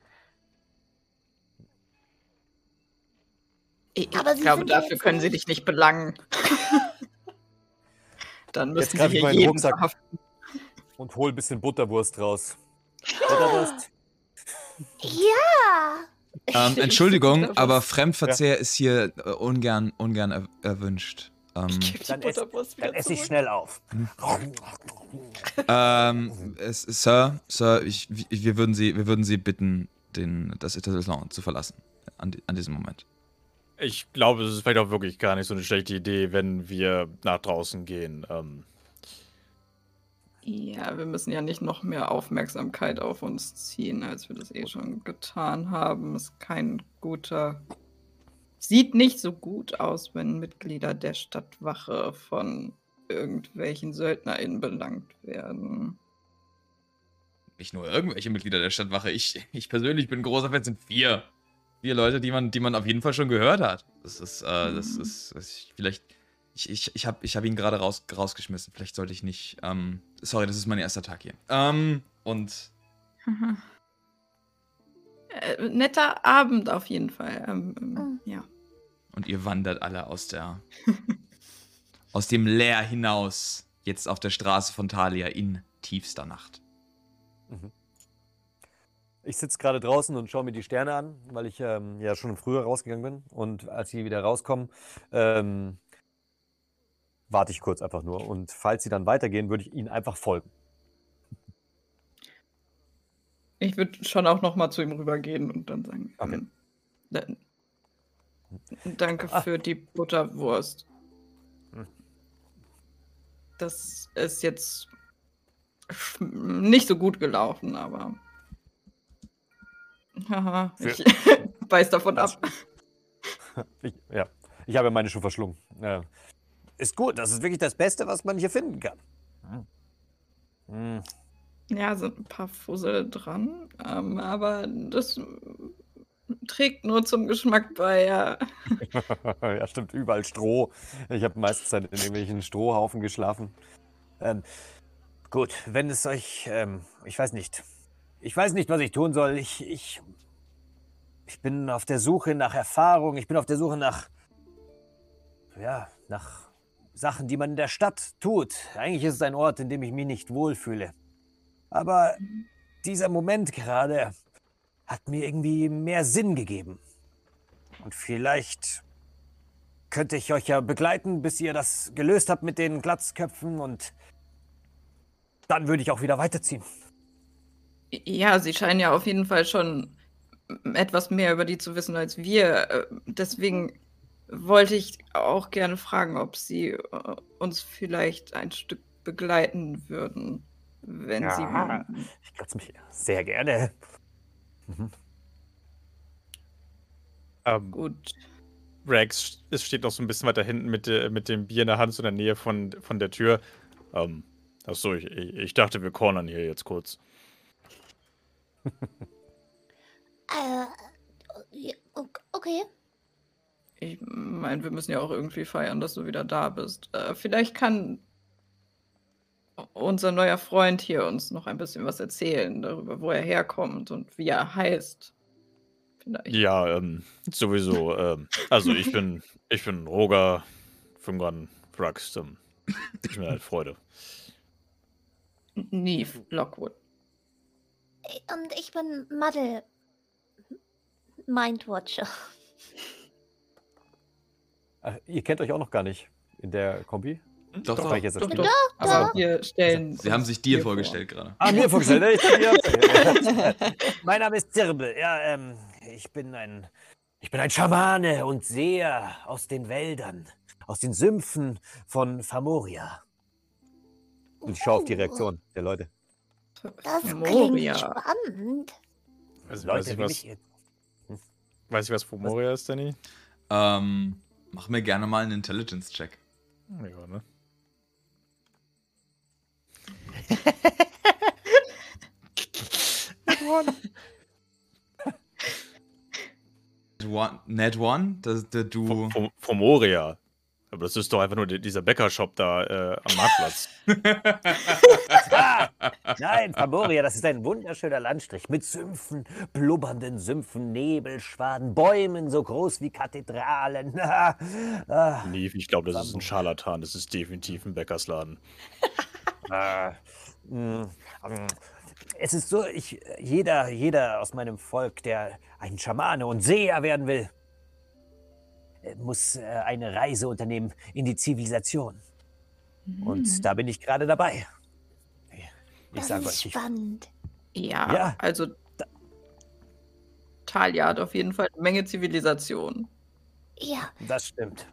Ich Aber Sie glaube, sind ja dafür jetzt können Sie dich nicht belangen. Dann Jetzt müssen greife Sie ich hier meinen jeden Rucksack verhaften. und hol ein bisschen Butterwurst raus. Butterwurst? Ja. Entschuldigung, Butterwurst. aber Fremdverzehr ist hier ungern erwünscht. Ich gebe die Dann Butterwurst wieder Dann esse ich zurück. schnell auf. Sir, wir würden Sie bitten, das Etablissement zu verlassen. An diesem Moment. Ich glaube, es ist vielleicht auch wirklich gar nicht so eine schlechte Idee, wenn wir nach draußen gehen. Ja, wir müssen ja nicht noch mehr Aufmerksamkeit auf uns ziehen, als wir das eh schon getan haben. Ist kein guter. Sieht nicht so gut aus, wenn Mitglieder der Stadtwache von irgendwelchen SöldnerInnen belangt werden. Nicht nur irgendwelche Mitglieder der Stadtwache. Ich persönlich bin großer Fan, sind 4 Leute, die man auf jeden Fall schon gehört hat. Ich hab ihn gerade rausgeschmissen. Vielleicht sollte ich nicht. Sorry, das ist mein erster Tag hier. Netter Abend auf jeden Fall. Ja. Und ihr wandert alle aus dem Leer hinaus, jetzt auf der Straße von Thalia in tiefster Nacht. Ich sitze gerade draußen und schaue mir die Sterne an, weil ich ja schon früher rausgegangen bin. Und als sie wieder rauskommen, warte ich kurz einfach nur. Und falls sie dann weitergehen, würde ich ihnen einfach folgen. Ich würde schon auch noch mal zu ihm rübergehen und dann sagen, Okay. Danke für die Butterwurst. Das ist jetzt nicht so gut gelaufen, aber haha, ich beiß davon ab. Ich habe ja meine schon verschlungen. Ist gut, das ist wirklich das Beste, was man hier finden kann. Ja, sind ein paar Fussel dran, aber das trägt nur zum Geschmack bei, ja. Ja, stimmt, überall Stroh. Ich habe meistens in irgendwelchen Strohhaufen geschlafen. Gut, wenn es euch, ich weiß nicht, was ich tun soll. Ich bin auf der Suche nach Erfahrung. Ich bin auf der Suche nach Sachen, die man in der Stadt tut. Eigentlich ist es ein Ort, in dem ich mich nicht wohlfühle. Aber dieser Moment gerade hat mir irgendwie mehr Sinn gegeben. Und vielleicht könnte ich euch ja begleiten, bis ihr das gelöst habt mit den Glatzköpfen und dann würde ich auch wieder weiterziehen. Ja, sie scheinen ja auf jeden Fall schon etwas mehr über die zu wissen als wir. Deswegen wollte ich auch gerne fragen, ob sie uns vielleicht ein Stück begleiten würden, wenn sie mögen. Ich kratze mich sehr gerne. Gut. Rex steht noch so ein bisschen weiter hinten mit dem Bier in der Hand, so in der Nähe von der Tür. Achso, ich dachte, wir cornern hier jetzt kurz. Okay. Ich meine, wir müssen ja auch irgendwie feiern, dass du wieder da bist. Vielleicht kann unser neuer Freund hier uns noch ein bisschen was erzählen darüber, wo er herkommt und wie er heißt. Vielleicht. Ja, sowieso. Also ich bin Roger Fungran Vrax. Ich bin halt Freude. Neve Lockwood. Und ich bin Muddle Mindwatcher. Ihr kennt euch auch noch gar nicht in der Kombi? Doch. Weil ich jetzt Doch, das doch. Aber wir stellen. Sie haben sich dir vorgestellt gerade. mir vorgestellt. Ne? Ich bin hier. Mein Name ist Zirbel. Ja, ich bin ein Schamane und Seher aus den Wäldern, aus den Sümpfen von Famoria. Und ich schaue auf die Reaktion der Leute. Das klingt Moria. spannend. Also, Leute, will ich... weiß ich, was Fumoria ist, Danny? Mach mir gerne mal einen Intelligence-Check. Ja, ne? Net One? Du... Fumoria. Aber das ist doch einfach nur dieser Bäckershop da am Marktplatz. Nein, Famoria, das ist ein wunderschöner Landstrich mit Sümpfen, blubbernden Sümpfen, Nebelschwaden, Bäumen so groß wie Kathedralen. Nee, ich glaube, das ist ein Scharlatan. Das ist definitiv ein Bäckersladen. Es ist so, jeder aus meinem Volk, der ein Schamane und Seher werden will, muss eine Reise unternehmen in die Zivilisation. Und da bin ich gerade dabei. Ich Das sage ist euch, spannend. Ja, Ja. also Talia hat auf jeden Fall eine Menge Zivilisation. Ja, das stimmt.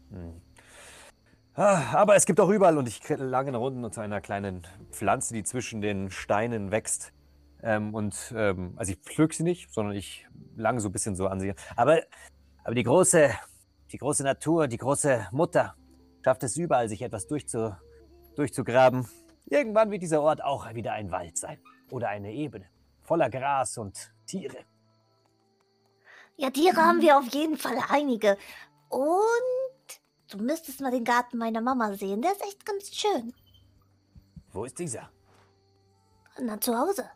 Aber es gibt auch überall, und ich lange nach unten zu einer kleinen Pflanze, die zwischen den Steinen wächst. Also ich pflück sie nicht, sondern ich lange so ein bisschen so an sie. Aber die große Natur, die große Mutter schafft es überall, sich etwas durchzugraben. Irgendwann wird dieser Ort auch wieder ein Wald sein oder eine Ebene voller Gras und Tiere. ja, Tiere haben wir auf jeden Fall einige. Und du müsstest mal den Garten meiner Mama sehen. Der ist echt ganz schön. Wo ist dieser? Na, zu Hause.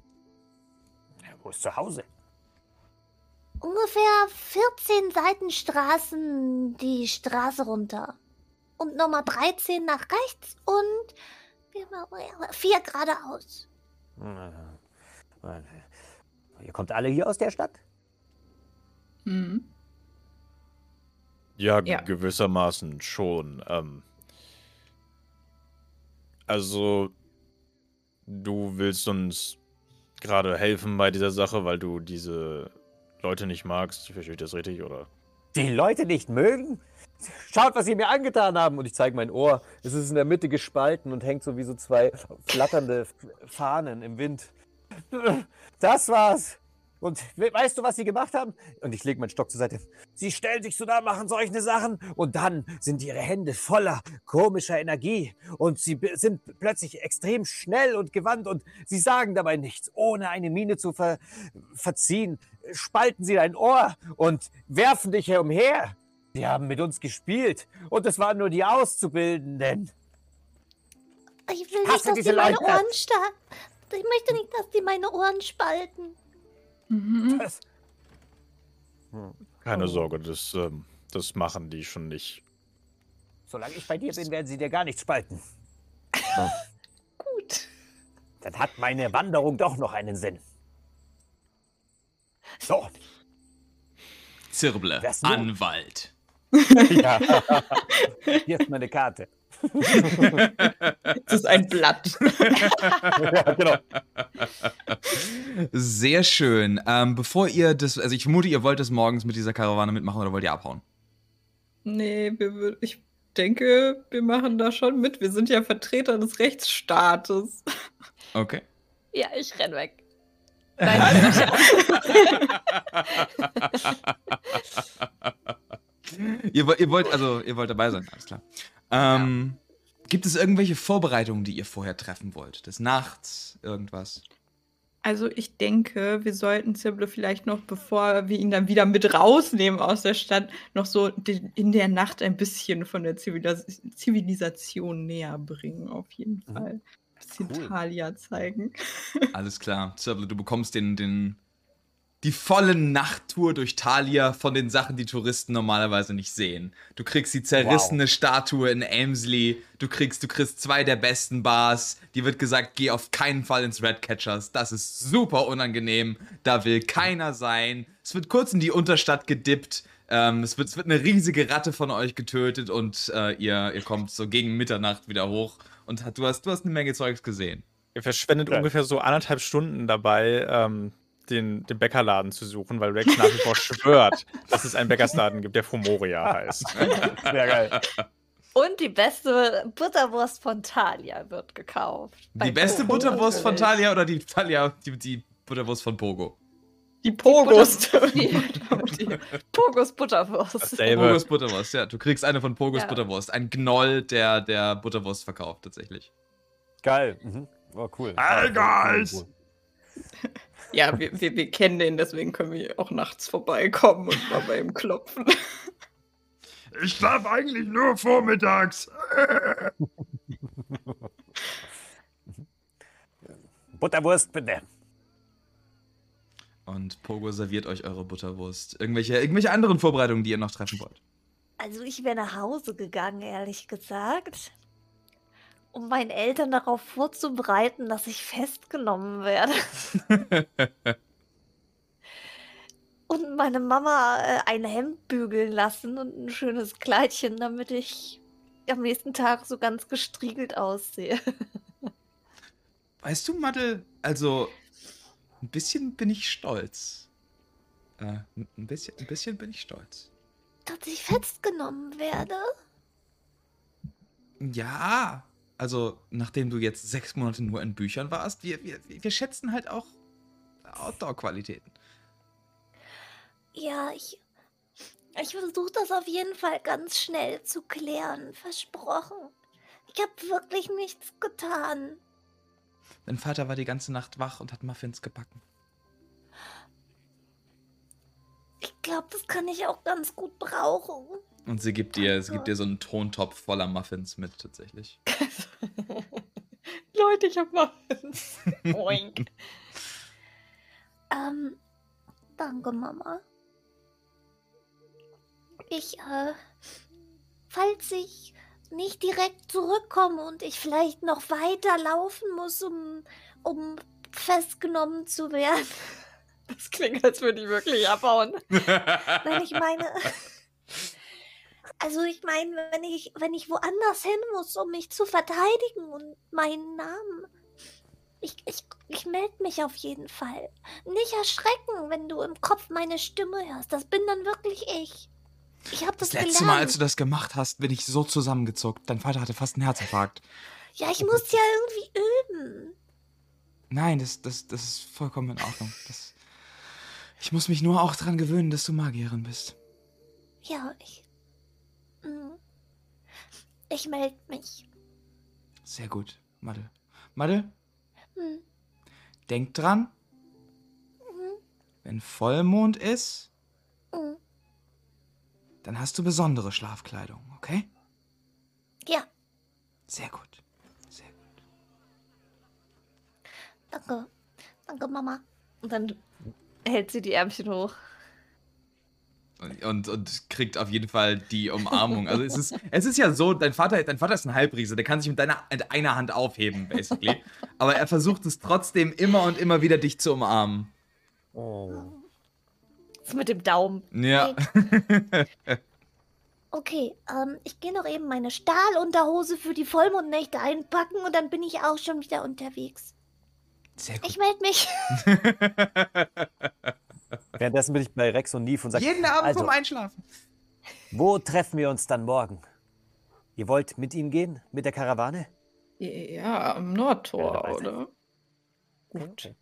Wo ist zu Hause? Ungefähr 14 Seitenstraßen die Straße runter. Und Nummer 13 nach rechts und 4 geradeaus. Ihr kommt alle hier aus der Stadt? Mhm. Ja, Ja. gewissermaßen schon. Also, du willst uns gerade helfen bei dieser Sache, weil du diese Leute nicht magst. Verstehe ich das richtig, oder? Die Leute nicht mögen? Schaut, was sie mir angetan haben. Und ich zeige mein Ohr. Es ist in der Mitte gespalten und hängt so wie so zwei flatternde Fahnen im Wind. Das war's. Und weißt du, was sie gemacht haben? Und ich lege meinen Stock zur Seite. Sie stellen sich so da, machen solche Sachen. Und dann sind ihre Hände voller komischer Energie. Und sie sind plötzlich extrem schnell und gewandt. Und sie sagen dabei nichts. Ohne eine Miene zu verziehen, spalten sie dein Ohr und werfen dich umher. Sie haben mit uns gespielt. Und es waren nur die Auszubildenden. Ich will Hasse nicht, dass diese die meine Leute. Ohren Ich möchte nicht, dass die meine Ohren spalten. Mhm. Das, Keine Sorge, das machen die schon nicht. solange ich bei dir bin, werden sie dir gar nichts spalten. Gut. Dann hat meine Wanderung doch noch einen Sinn. So. Zirble, Was nun? Anwalt. Ja. Hier ist meine Karte. Das ist ein Blatt. Ja, genau. Sehr schön. Bevor ihr das, also ich vermute, ihr wollt das morgens mit dieser Karawane mitmachen oder wollt ihr abhauen? Nee, ich denke, wir machen da schon mit. Wir sind ja Vertreter des Rechtsstaates. Okay. Ja, ich renn weg. Nein, Ihr wollt dabei sein, alles klar. Gibt es irgendwelche Vorbereitungen, die ihr vorher treffen wollt? Des Nachts, irgendwas? Also ich denke, wir sollten Zirble vielleicht noch, bevor wir ihn dann wieder mit rausnehmen aus der Stadt, noch so in der Nacht ein bisschen von der Zivilisation näher bringen, auf jeden Fall. Ein bisschen Cool. Talia zeigen. Alles klar. Zirble, du bekommst die volle Nachttour durch Thalia von den Sachen, die Touristen normalerweise nicht sehen. Du kriegst die zerrissene Statue in Elmsley, du kriegst 2 der besten Bars, dir wird gesagt, geh auf keinen Fall ins Redcatchers, das ist super unangenehm, da will keiner sein. Es wird kurz in die Unterstadt gedippt, es wird eine riesige Ratte von euch getötet und ihr kommt so gegen Mitternacht wieder hoch und du hast eine Menge Zeugs gesehen. Ihr verschwendet ungefähr so 1,5 Stunden dabei, den Bäckerladen zu suchen, weil Rex nach wie vor schwört, dass es einen Bäckerladen gibt, der Fumoria heißt. Sehr geil. Und die beste Butterwurst von Thalia wird gekauft. Die beste Pogo. Butterwurst von Thalia oder die Butterwurst von Pogo? Die Pogos. Die Pogos Butterwurst. Dasselbe. Pogos Butterwurst, ja. Du kriegst eine von Pogos Ja. Butterwurst. Ein Gnoll, der Butterwurst verkauft, tatsächlich. Geil. Mhm. Oh, cool. Hey, guys! Ja, wir kennen den, deswegen können wir auch nachts vorbeikommen und mal bei ihm klopfen. Ich schlaf eigentlich nur vormittags. Butterwurst, bitte. Und Pogo serviert euch eure Butterwurst. Irgendwelche anderen Vorbereitungen, die ihr noch treffen wollt. Also ich wäre nach Hause gegangen, ehrlich gesagt. Um meinen Eltern darauf vorzubereiten, dass ich festgenommen werde. Und meine Mama ein Hemd bügeln lassen und ein schönes Kleidchen, damit ich am nächsten Tag so ganz gestriegelt aussehe. Weißt du, Madel, also ein bisschen bin ich stolz. Ein bisschen bin ich stolz. Dass ich festgenommen werde? Ja, also nachdem du jetzt 6 Monate nur in Büchern warst, wir schätzen halt auch Outdoor-Qualitäten. Ja, ich versuche das auf jeden Fall ganz schnell zu klären. Versprochen. Ich habe wirklich nichts getan. Dein Vater war die ganze Nacht wach und hat Muffins gebacken. Ich glaube, das kann ich auch ganz gut brauchen. Und sie gibt dir so einen Tontopf voller Muffins mit, tatsächlich. Leute, ich hab Muffins. Oink. Danke, Mama. Falls ich nicht direkt zurückkomme und ich vielleicht noch weiter laufen muss, um festgenommen zu werden. Das klingt, als würde ich wirklich abhauen. Nein, ich meine, wenn ich woanders hin muss, um mich zu verteidigen und meinen Namen. Ich melde mich auf jeden Fall. Nicht erschrecken, wenn du im Kopf meine Stimme hörst. Das bin dann wirklich ich. Ich habe das Das letzte gelernt. Mal, als du das gemacht hast, bin ich so zusammengezuckt. Dein Vater hatte fast einen Herzinfarkt. Ja, ich muss ja irgendwie üben. Nein, das ist vollkommen in Ordnung. Ich muss mich nur auch dran gewöhnen, dass du Magierin bist. Ja, ich melde mich. Sehr gut, Madel. Madel, Hm. denk dran, wenn Vollmond ist, Hm. dann hast du besondere Schlafkleidung, okay? Ja, Sehr gut. Sehr gut. danke. Danke, Mama. Und dann hält sie die Ärmchen hoch. Und kriegt auf jeden Fall die Umarmung. Also es ist ja so, dein Vater ist ein Halbriese, der kann sich mit einer Hand aufheben, basically. Aber er versucht es trotzdem immer und immer wieder, dich zu umarmen. Oh. So mit dem Daumen. Ja. Okay, ich gehe noch eben meine Stahlunterhose für die Vollmondnächte einpacken und dann bin ich auch schon wieder unterwegs. Sehr gut. Ich melde mich. Währenddessen bin ich bei Rex und Neve und sage, Jeden Abend also, vorm Einschlafen. wo treffen wir uns dann morgen? Ihr wollt mit ihm gehen? Mit der Karawane? Ja, am Nordtor, Ja, dabei sein. oder? Gut.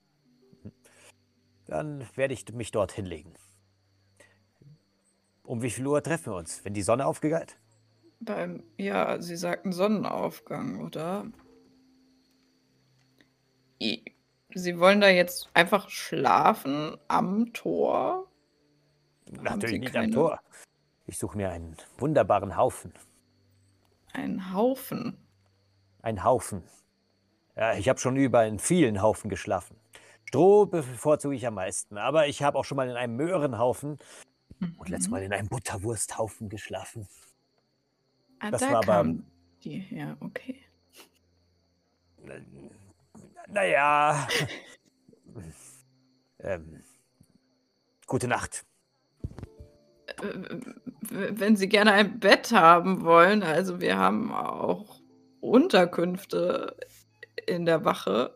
Dann werde ich mich dort hinlegen. Um wie viel Uhr treffen wir uns? Wenn die Sonne aufgeht? Ja, Sie sagten Sonnenaufgang, oder? Sie wollen da jetzt einfach schlafen am Tor? Haben Natürlich Sie nicht am keine- Tor. Ich suche mir einen wunderbaren Haufen. Ein Haufen. Ein Haufen. Ja, ich habe schon über in vielen Haufen geschlafen. Stroh bevorzuge ich am meisten, aber ich habe auch schon mal in einem Möhrenhaufen und letztes Mal in einem Butterwursthaufen geschlafen. Ah, das da war aber- kam die her, okay. Naja. Gute Nacht. Wenn Sie gerne ein Bett haben wollen, also wir haben auch Unterkünfte in der Wache.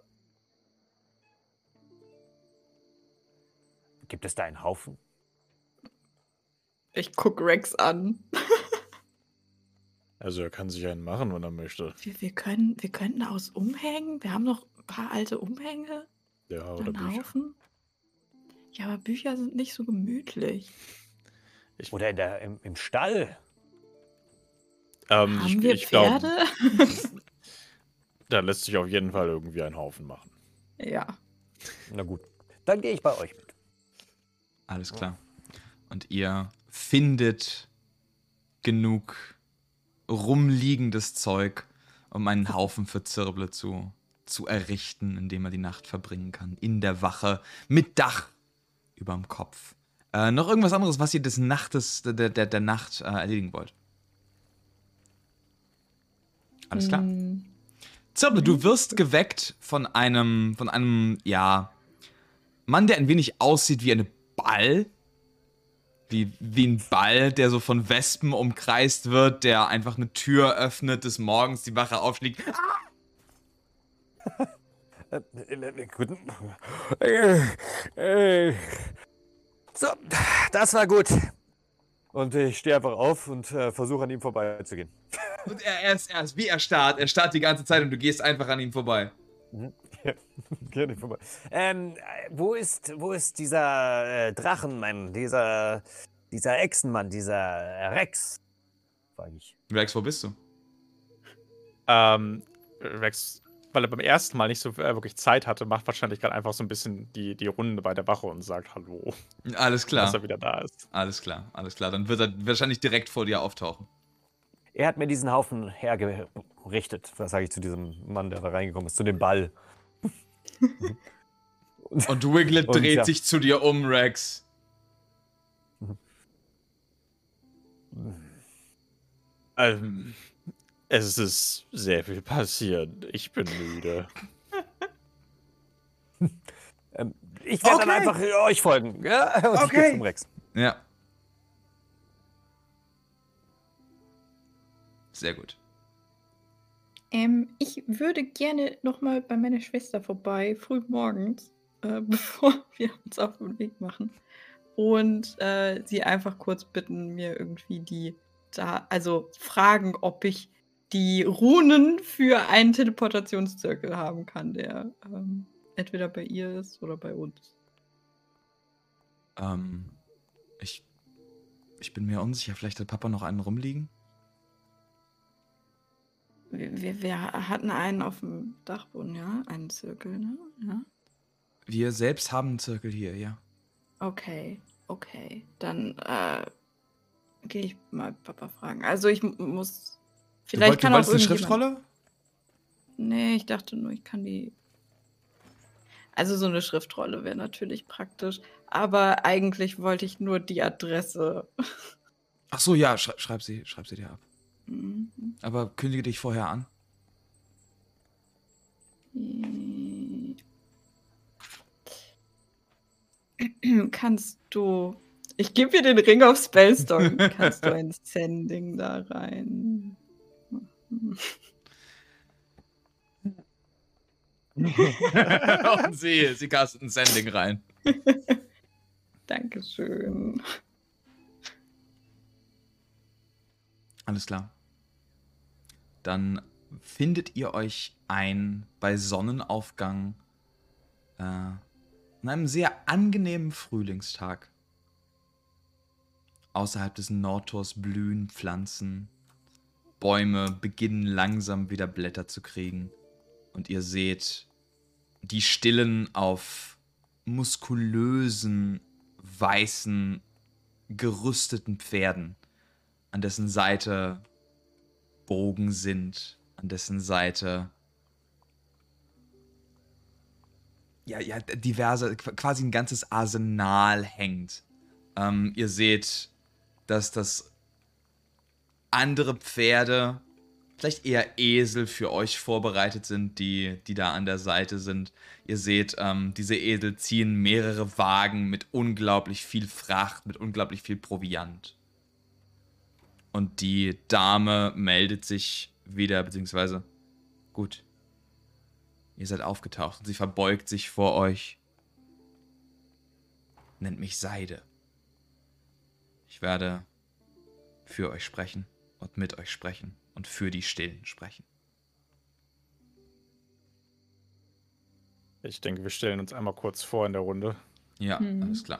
Gibt es da einen Haufen? Ich guck Rex an. Also er kann sich einen machen, wenn er möchte. Wir könnten aus Umhängen, wir haben noch ein paar alte Umhänge. Ja, Oder oder einen Bücher. Haufen. Ja, aber Bücher sind nicht so gemütlich. Oder im Stall. Haben wir ich glaube, Pferde? da lässt sich auf jeden Fall irgendwie ein Haufen machen. Ja. Na gut, dann gehe ich bei euch mit. Alles klar. Und ihr findet genug rumliegendes Zeug, um einen Haufen für Zirble zu errichten, in dem er die Nacht verbringen kann. In der Wache, mit Dach überm Kopf. Noch irgendwas anderes, was ihr der Nacht erledigen wollt? Alles klar. Zirble, du wirst geweckt von einem, ja, Mann, der ein wenig aussieht wie eine Ball. Wie ein Ball, der so von Wespen umkreist wird, der einfach eine Tür öffnet, des Morgens die Wache aufschlägt. Guten. So, das war gut. Und ich stehe einfach auf und versuche an ihm vorbeizugehen. Und er ist wie erstarrt. Er starrt die ganze Zeit und du gehst einfach an ihm vorbei. Ja, geh nicht vorbei. Wo ist dieser Drachenmann, dieser Echsenmann, dieser Rex? Frag ich. Rex, wo bist du? Rex, weil er beim ersten Mal nicht so wirklich Zeit hatte, macht wahrscheinlich gerade einfach so ein bisschen die Runde bei der Wache und sagt Hallo, Alles klar. dass er wieder da ist. Alles klar. Dann wird er wahrscheinlich direkt vor dir auftauchen. Er hat mir diesen Haufen hergerichtet. Was sage ich zu diesem Mann, der da reingekommen ist? Zu dem Ball. Und Wiglet Und dreht ja. sich zu dir um, Rex. Es ist sehr viel passiert. Ich bin müde. Ich werde dann Okay. einfach euch folgen. Ja? Und ich gehe zum Rex. Ja. Sehr gut. Ich würde gerne nochmal bei meiner Schwester vorbei, früh morgens, bevor wir uns auf den Weg machen. Und sie einfach kurz bitten, mir irgendwie also fragen, ob ich die Runen für einen Teleportationszirkel haben kann, der entweder bei ihr ist oder bei uns. Ich bin mir unsicher. Vielleicht hat Papa noch einen rumliegen? Wir hatten einen auf dem Dachboden, ja? Einen Zirkel, ne? Ja. Wir selbst haben einen Zirkel hier, ja. Okay. Dann gehe ich mal Papa fragen. Also ich muss. Vielleicht kann du auch wolltest eine irgendjemand. Schriftrolle? Nee, ich dachte nur, ich kann die. Also so eine Schriftrolle wäre natürlich praktisch. Aber eigentlich wollte ich nur die Adresse. Ach so, ja, schreib sie dir ab. Mhm. Aber kündige dich vorher an. Kannst du. Ich gebe dir den Ring auf Spellstone. Kannst du ein Sending da rein? Und sie castet ein Sending rein. Dankeschön. Alles klar. Dann findet ihr euch ein bei Sonnenaufgang an einem sehr angenehmen Frühlingstag. Außerhalb des Nordtors blühen Pflanzen. Bäume beginnen langsam wieder Blätter zu kriegen. Und ihr seht die Stillen auf muskulösen, weißen, gerüsteten Pferden, an dessen Seite Bogen sind, an dessen Seite ja diverse, quasi ein ganzes Arsenal hängt. Ihr seht, dass das andere Pferde, vielleicht eher Esel für euch vorbereitet sind, die da an der Seite sind. Ihr seht, diese Esel ziehen mehrere Wagen mit unglaublich viel Fracht, mit unglaublich viel Proviant. Und die Dame meldet sich wieder, beziehungsweise, gut, ihr seid aufgetaucht und sie verbeugt sich vor euch. Nennt mich Seide. Ich werde für euch sprechen und mit euch sprechen. und für die Stillen sprechen. Ich denke, wir stellen uns einmal kurz vor in der Runde. Ja, alles klar.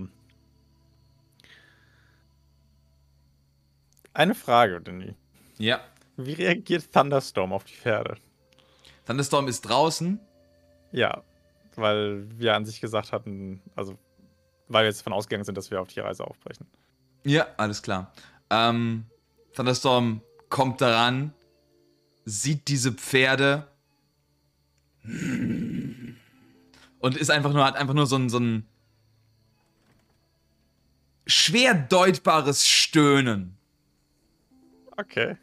Eine Frage, Danny. Ja. Wie reagiert Thunderstorm auf die Pferde? Thunderstorm ist draußen. Ja, weil wir an sich gesagt hatten, also weil wir jetzt davon ausgegangen sind, dass wir auf die Reise aufbrechen. Ja, alles klar. Thunderstorm kommt daran, sieht diese Pferde und ist hat einfach nur so ein schwer deutbares Stöhnen. Okay.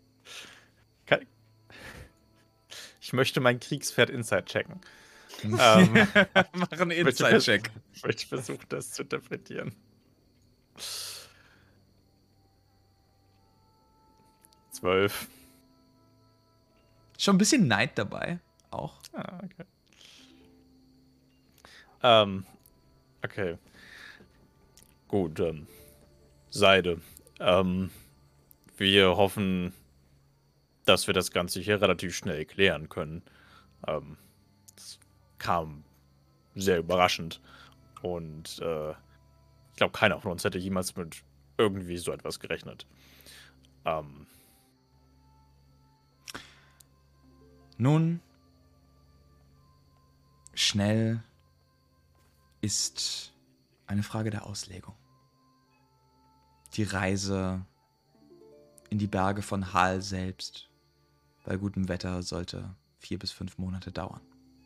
Ich möchte mein Kriegspferd Inside checken. Mach einen Inside-Check. Ich möchte versuchen, das zu interpretieren. 12. Schon ein bisschen Neid dabei, auch. Ah, okay. Okay. Gut, Seide. Wir hoffen, dass wir das Ganze hier relativ schnell klären können. Das kam sehr überraschend. Und ich glaube, keiner von uns hätte jemals mit irgendwie so etwas gerechnet. Nun, schnell ist eine Frage der Auslegung. Die Reise in die Berge von Hal selbst bei gutem Wetter sollte 4 bis 5 Monate dauern.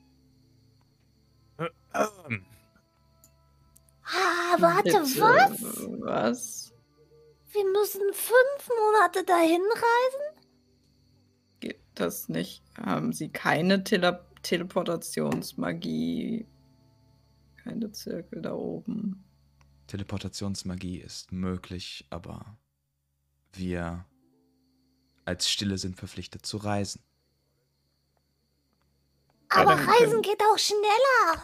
Warte, was? Was? Wir müssen 5 Monate dahin reisen? Geht das nicht? Haben Sie keine Teleportationsmagie? Keine Zirkel da oben? Teleportationsmagie ist möglich, aber wir als Stille sind verpflichtet zu reisen. Aber dann Reisen geht auch schneller.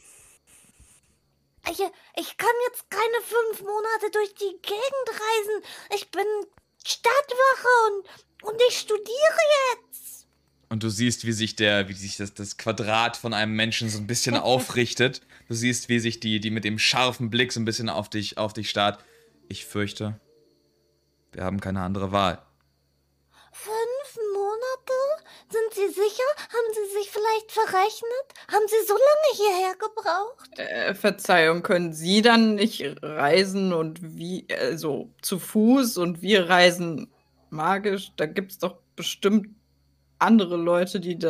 Ich kann jetzt keine 5 Monate durch die Gegend reisen. Ich bin Stadtwache und ich studiere jetzt. Und du siehst, wie sich das Quadrat von einem Menschen so ein bisschen aufrichtet. Du siehst, wie sich die mit dem scharfen Blick so ein bisschen auf dich starrt. Ich fürchte, wir haben keine andere Wahl. 5 Monate? Sind Sie sicher? Haben Sie sich vielleicht verrechnet? Haben Sie so lange hierher gebraucht? Verzeihung, können Sie dann nicht reisen und also zu Fuß und wir reisen magisch? Da gibt's doch bestimmt andere Leute, die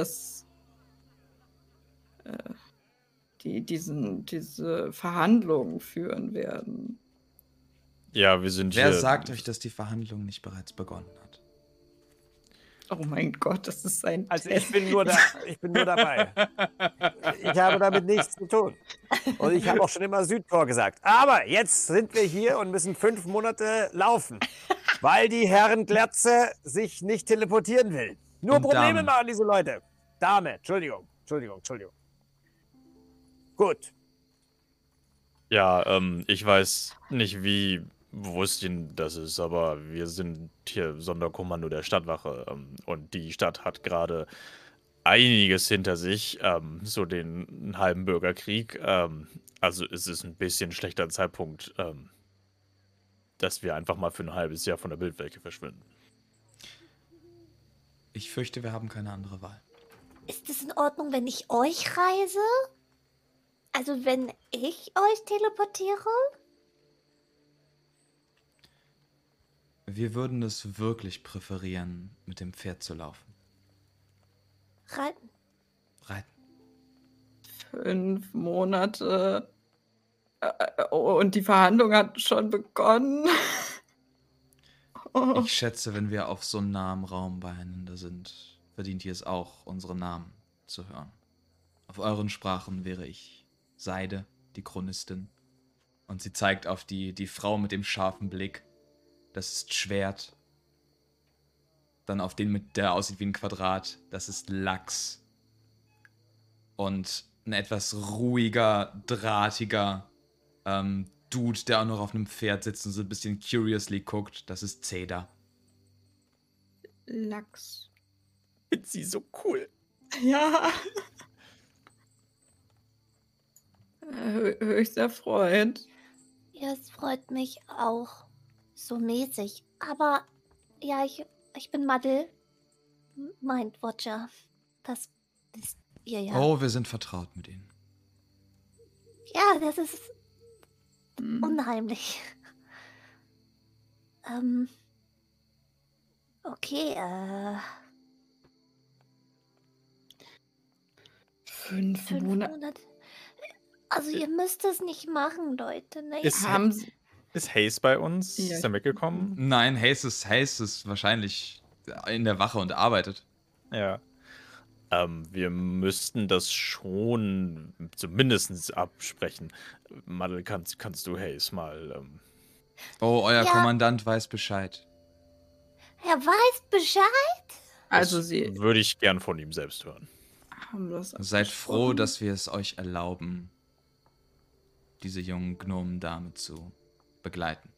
diese Verhandlungen führen werden. Ja, wir sind Wer hier. sagt euch, dass die Verhandlung nicht bereits begonnen hat? Oh mein Gott, das ist ein Also ich bin nur dabei. Ich habe damit nichts zu tun. Und ich habe auch schon immer Südtor gesagt. Aber jetzt sind wir hier und müssen 5 Monate laufen, weil die Herren Glatze sich nicht teleportieren will. Nur Und Probleme Dame. machen diese Leute. Dame, Entschuldigung. Gut. Ja, ich weiß nicht, wie bewusst Ihnen das ist, aber wir sind hier Sonderkommando der Stadtwache und die Stadt hat gerade einiges hinter sich, so den halben Bürgerkrieg. Also es ist ein bisschen schlechter Zeitpunkt, dass wir einfach mal für ein halbes Jahr von der Bildfläche verschwinden. Ich fürchte, wir haben keine andere Wahl. Ist es in Ordnung, wenn ich euch reise? Also wenn ich euch teleportiere? Wir würden es wirklich präferieren, mit dem Pferd zu laufen. Reiten. 5 Monate. Und die Verhandlung hat schon begonnen. Oh. Ich schätze, wenn wir auf so einem nahen Raum beieinander sind, verdient ihr es auch, unsere Namen zu hören. Auf euren Sprachen wäre ich Seide, die Chronistin. Und sie zeigt auf die Frau mit dem scharfen Blick. Das ist Schwert. Dann auf den, der aussieht wie ein Quadrat. Das ist Lachs. Und ein etwas ruhiger, drahtiger Dude, der auch noch auf einem Pferd sitzt und so ein bisschen curiously guckt. Das ist Zeder. Lachs. Sind sie so cool. Ja. Höchst erfreut. Ja, es freut mich auch. So mäßig. Aber ja, ich bin Madel. Mindwatcher. Das ist ihr ja. Oh, wir sind vertraut mit ihnen. Ja, das ist Hm. unheimlich. Okay, 5 5 Monate. Monate. Also ihr müsst es nicht machen, Leute. Ne? Ist, Haben sie. ist Hayes bei uns? Ja, Ist er mitgekommen? Nein, Hayes ist wahrscheinlich in der Wache und arbeitet. Ja. Wir müssten das schon zumindest absprechen. Madel, kannst du Hayes mal. Oh, euer Ja. Kommandant weiß Bescheid. Er weiß Bescheid. Also das sie würde ich gern von ihm selbst hören. haben das Seid froh, abgesprochen. dass wir es euch erlauben, diese jungen Gnomendame zu begleiten.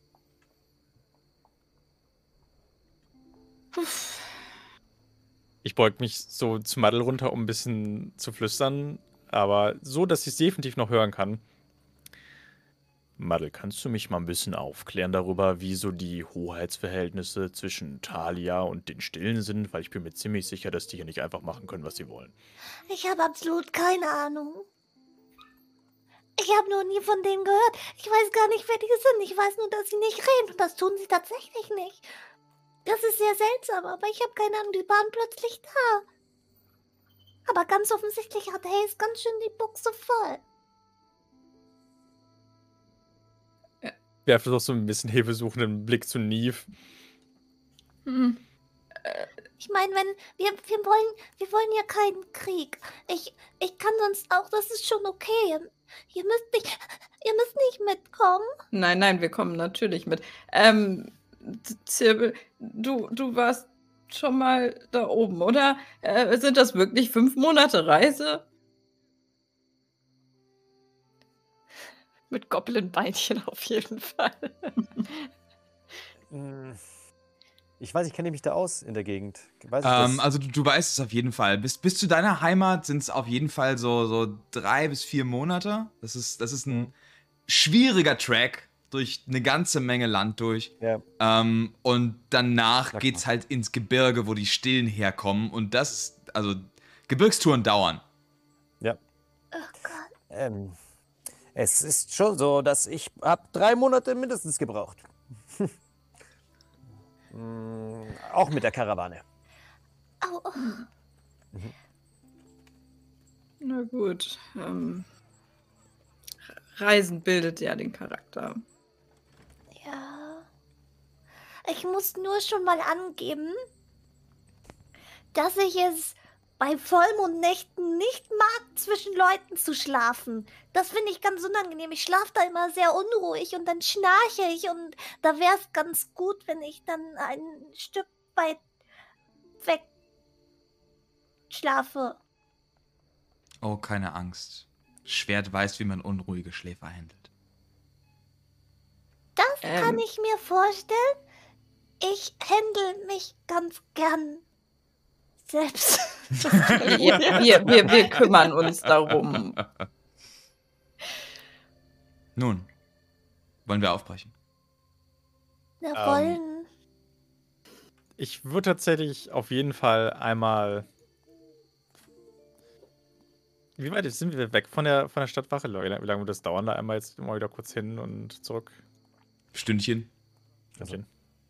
Ich beug mich so zu Madel runter, um ein bisschen zu flüstern, aber so, dass ich es definitiv noch hören kann. Madel, kannst du mich mal ein bisschen aufklären darüber, wie so die Hoheitsverhältnisse zwischen Thalia und den Stillen sind? Weil ich bin mir ziemlich sicher, dass die hier nicht einfach machen können, was sie wollen. Ich habe absolut keine Ahnung. Ich habe noch nie von denen gehört. Ich weiß gar nicht, wer die sind. Ich weiß nur, dass sie nicht reden. Und das tun sie tatsächlich nicht. Das ist sehr seltsam, aber ich habe keine Ahnung. Die waren plötzlich da. Aber ganz offensichtlich hat Hayes ganz schön die Buchse voll. Werfe doch so ein bisschen hilfesuchenden Blick zu Neve. Hm. Ich meine, wenn wir wollen ja keinen Krieg. Ich kann sonst auch, das ist schon okay. Ihr müsst nicht mitkommen. Nein, wir kommen natürlich mit. Zirbel, du warst schon mal da oben, oder? Sind das wirklich 5 Monate Reise? Mit Goblin-Beinchen auf jeden Fall. Ich weiß, ich kenne mich da aus in der Gegend. Weiß ich das? Also du weißt es auf jeden Fall. Bis zu deiner Heimat sind es auf jeden Fall so 3 bis 4 Monate. Das ist ein schwieriger Track durch eine ganze Menge Land durch. Ja. Und danach Sag geht's mal. halt ins Gebirge, wo die Stillen herkommen. Und das ist, also Gebirgstouren dauern. Ja. Oh Gott. Es ist schon so, dass ich habe 3 Monate mindestens gebraucht. Auch mit der Karawane. Au, oh. Na gut. Reisen bildet ja den Charakter. Ja. Ich muss nur schon mal angeben, dass ich es bei Vollmondnächten nicht mag, zwischen Leuten zu schlafen. Das finde ich ganz unangenehm. Ich schlafe da immer sehr unruhig und dann schnarche ich und da wäre es ganz gut, wenn ich dann ein Stück weit weg schlafe. Oh, keine Angst. Schwert weiß, wie man unruhige Schläfer handelt. Das kann ich mir vorstellen. Ich handle mich ganz gern selbst. Wir kümmern uns darum. Nun, wollen wir aufbrechen? Wir wollen. Ich würde tatsächlich auf jeden Fall einmal. Wie weit sind wir weg von der Stadtwache? Wie lange wird das dauern? Da einmal jetzt mal wieder kurz hin und zurück. Stündchen. Stündchen.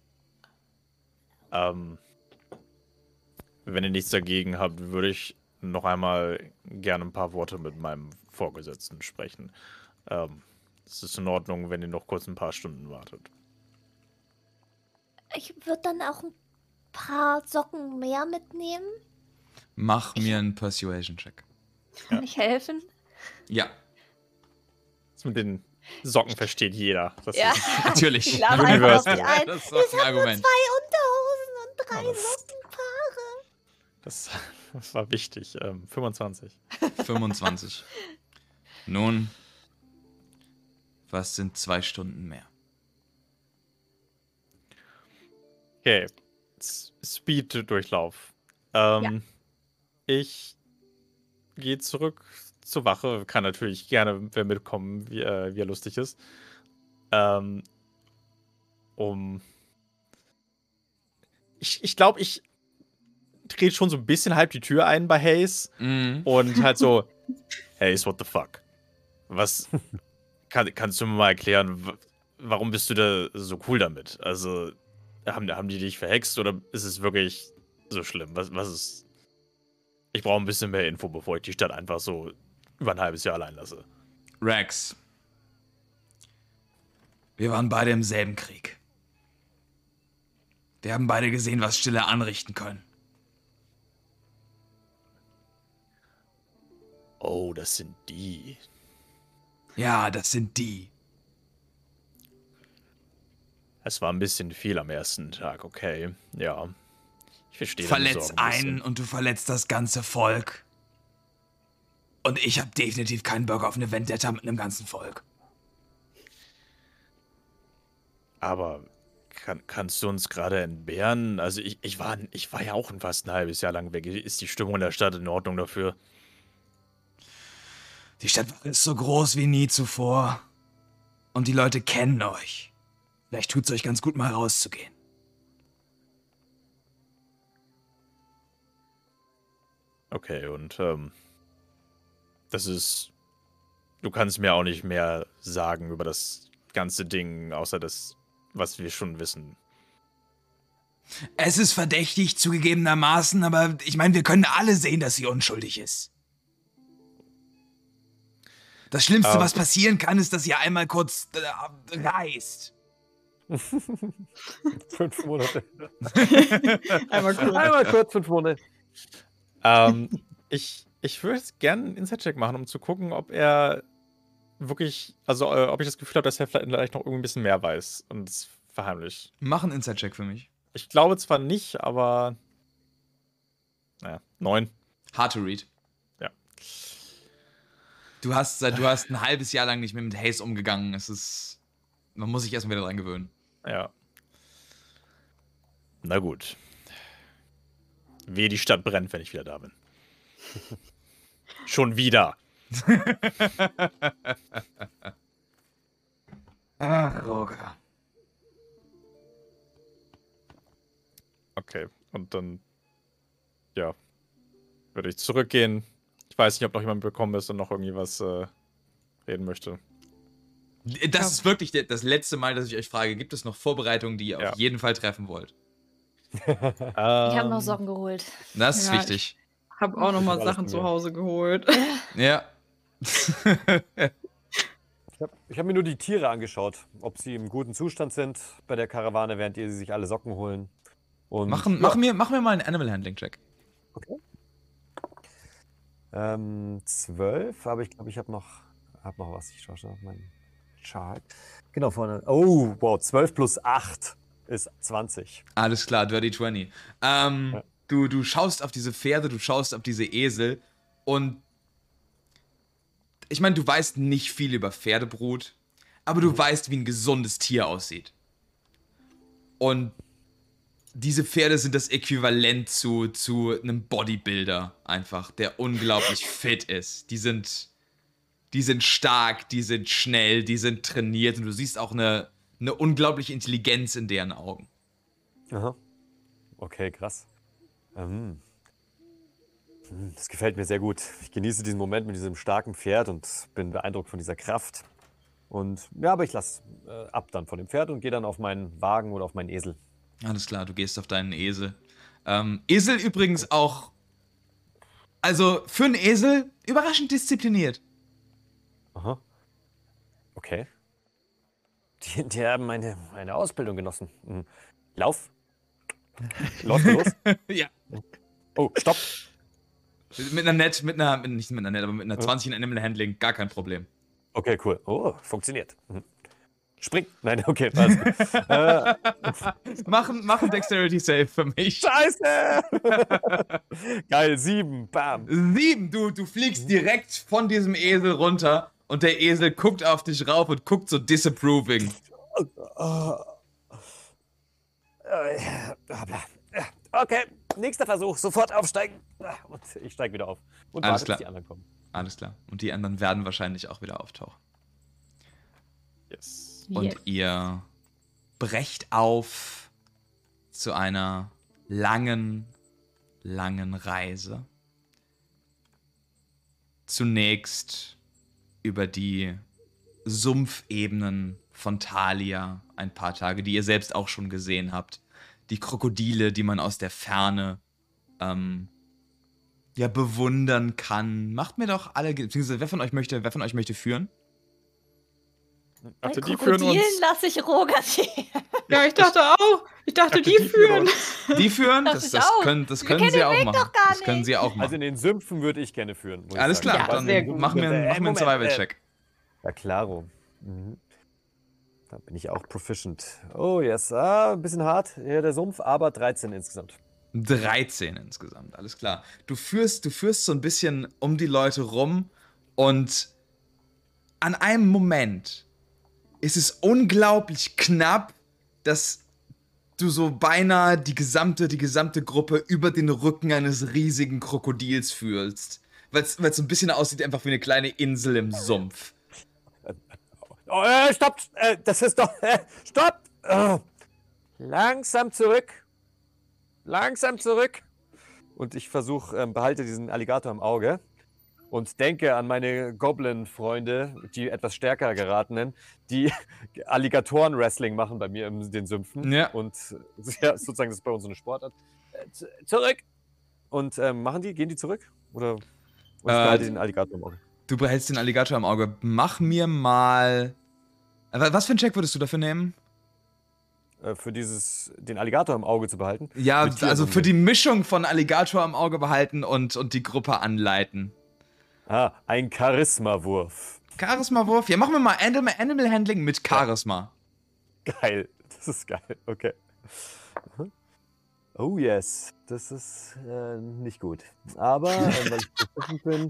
Wenn ihr nichts dagegen habt, würde ich noch einmal gerne ein paar Worte mit meinem Vorgesetzten sprechen. Es ist in Ordnung, wenn ihr noch kurz ein paar Stunden wartet. Ich würde dann auch ein paar Socken mehr mitnehmen. Mach mir einen Persuasion-Check. Kann ich helfen? Ja, Das mit den Socken versteht jeder. Das Ja. ist, natürlich. Lade einfach auf die ein. Das ist doch ein Argument. 2 Unterhosen und 3 Oh, das- Sockenpaare. das war wichtig. 25. 25. Nun, was sind 2 Stunden mehr? Okay. Speed-Durchlauf. Ich gehe zurück zur Wache. Kann natürlich gerne wer mitkommen, wie er lustig ist. Ich glaube, ich drehe schon so ein bisschen halb die Tür ein bei Hayes. Und halt so, Hayes, what the fuck? Was kannst du mir mal erklären, warum bist du da so cool damit? Also, haben die dich verhext oder ist es wirklich so schlimm? Was ist. Ich brauche ein bisschen mehr Info, bevor ich die Stadt einfach so über ein halbes Jahr allein lasse. Rex. Wir waren beide im selben Krieg. Wir haben beide gesehen, was Stille anrichten können. Oh, das sind die. Ja, das sind die. Es war ein bisschen viel am ersten Tag, okay. Ja. Ich verstehe. Verletz einen und du verletzt das ganze Volk. Und ich habe definitiv keinen Bock auf eine Vendetta mit einem ganzen Volk. Aber kannst du uns gerade entbehren? Also ich war ja auch fast ein halbes Jahr lang weg. Ist die Stimmung in der Stadt in Ordnung dafür? Die Stadt ist so groß wie nie zuvor. Und die Leute kennen euch. Vielleicht tut's euch ganz gut, mal rauszugehen. Okay, und das ist. Du kannst mir auch nicht mehr sagen über das ganze Ding, außer das, was wir schon wissen. Es ist verdächtig zugegebenermaßen, aber ich meine, wir können alle sehen, dass sie unschuldig ist. Das Schlimmste, was passieren kann, ist, dass ihr einmal kurz reist. 5 Monate. Einmal kurz 5 Monate. Ich würde gerne einen Inside-Check machen, um zu gucken, ob er wirklich, also ob ich das Gefühl habe, dass er vielleicht noch irgendwie ein bisschen mehr weiß und es verheimlicht. Mach einen Inside-Check für mich. Ich glaube zwar nicht, aber naja, 9. Hard to read. Ja. Du hast ein halbes Jahr lang nicht mehr mit Hayes umgegangen. Man muss sich erstmal wieder dran gewöhnen. Ja. Na gut. Wehe, die Stadt brennt, wenn ich wieder da bin. Schon wieder. Ach, Roger. Okay, und dann, ja, würde ich zurückgehen. Ich weiß nicht, ob noch jemand bekommen ist und noch irgendwie was reden möchte. Das ist wirklich das letzte Mal, dass ich euch frage, gibt es noch Vorbereitungen, die ihr auf jeden Fall treffen wollt? Ich habe noch Socken geholt. Das ist wichtig. Ich habe auch noch mal Sachen zu Hause geholt. Ja. Ich hab mir nur die Tiere angeschaut, ob sie im guten Zustand sind bei der Karawane, während ihr sie sich alle Socken holen. Und Mach mir mal einen Animal Handling Check. Okay. 12, aber ich glaube, ich habe noch was. Ich schaue schon auf meinen Chart. Genau, vorne. Oh, wow, 12 plus 8 ist 20. Alles klar, Dirty 20. Du schaust auf diese Pferde, du schaust auf diese Esel und ich meine, du weißt nicht viel über Pferdebrut, aber du weißt, wie ein gesundes Tier aussieht. Und diese Pferde sind das Äquivalent zu einem Bodybuilder einfach, der unglaublich fit ist. Die sind stark, die sind schnell, die sind trainiert und du siehst auch eine unglaubliche Intelligenz in deren Augen. Aha. Okay, krass. Das gefällt mir sehr gut. Ich genieße diesen Moment mit diesem starken Pferd und bin beeindruckt von dieser Kraft. Und ja, aber ich lasse ab dann von dem Pferd und gehe dann auf meinen Wagen oder auf meinen Esel. Alles klar, du gehst auf deinen Esel. Esel übrigens auch, also für einen Esel überraschend diszipliniert. Aha. Okay. Die haben eine Ausbildung genossen. Lauf. Läuft los? Ja. Oh, stopp. Mit einer 20 in Animal Handling, gar kein Problem. Okay, cool. Oh, funktioniert. Spring. Nein, okay, alles gut. Mach ein Dexterity Save für mich. Scheiße! Geil, 7, bam. 7, du fliegst direkt von diesem Esel runter und der Esel guckt auf dich rauf und guckt so disapproving. Okay, nächster Versuch, sofort aufsteigen. Und ich steige wieder auf. Und Alles warte, klar. bis die anderen kommen. Alles klar. Und die anderen werden wahrscheinlich auch wieder auftauchen. Yes. Und ihr brecht auf zu einer langen, langen Reise. Zunächst über die Sumpfebenen von Thalia ein paar Tage, die ihr selbst auch schon gesehen habt. Die Krokodile, die man aus der Ferne bewundern kann. Macht mir doch alle, beziehungsweise wer von euch möchte führen? Also Bei die führen Krokodilen uns. lasse ich Roger sehen. Ja, ich dachte auch. Ich dachte, die die führen führen. Die führen? Das Das ich auch. können Wir sie kennen den auch Weg machen. doch gar Das können nicht. sie auch Also machen. in den Sümpfen würde ich gerne führen. muss ich Alles sagen. klar, Ja, dann sehr gut. machen wir einen Moment, Survival-Check. Ja, klaro. Da bin ich auch proficient. Oh, yes. Ein bisschen hart, ja, der Sumpf, aber 13 insgesamt. 13 insgesamt, alles klar. Du führst so ein bisschen um die Leute rum und an einem Moment ist es unglaublich knapp, dass du so beinahe die gesamte Gruppe über den Rücken eines riesigen Krokodils fühlst. Weil es so ein bisschen aussieht einfach wie eine kleine Insel im Sumpf. Oh, stopp! Das ist doch... stopp! Langsam zurück. Langsam zurück. Und ich behalte diesen Alligator im Auge und denke an meine Goblin-Freunde, die etwas stärker geratenen, die Alligatoren-Wrestling machen bei mir in den Sümpfen. Ja. Und ja, sozusagen, das ist bei uns so eine Sportart. Zurück! Und gehen die zurück? Oder ich behalte den Alligator im Auge? Du behältst den Alligator im Auge. Mach mir mal... Was für einen Check würdest du dafür nehmen? Für den Alligator im Auge zu behalten. Ja, Mit also Tierwunde. für die Mischung von Alligator im Auge behalten und die Gruppe anleiten. Ein Charisma-Wurf. Charisma-Wurf? Ja, machen wir mal Animal Handling mit Charisma. Geil. Das ist geil. Okay. Oh yes. Das ist nicht gut. Aber, weil ich proficient bin,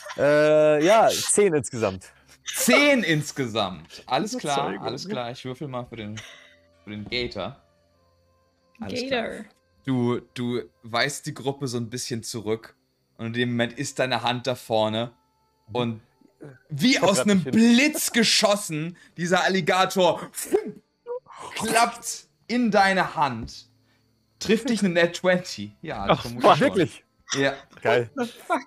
10 insgesamt. 10 insgesamt. Alles klar, Überzeugung. alles klar. Ich würfel mal für den Gator. Alles klar. Gator. Du weist die Gruppe so ein bisschen zurück und in dem Moment ist deine Hand da vorne und wie aus grad einem nicht hin. Blitz geschossen, dieser Alligator klappt in deine Hand. Trifft dich eine Net 20. Ja, das vermute ich schon. Wirklich? Ja. Geil. Fuck.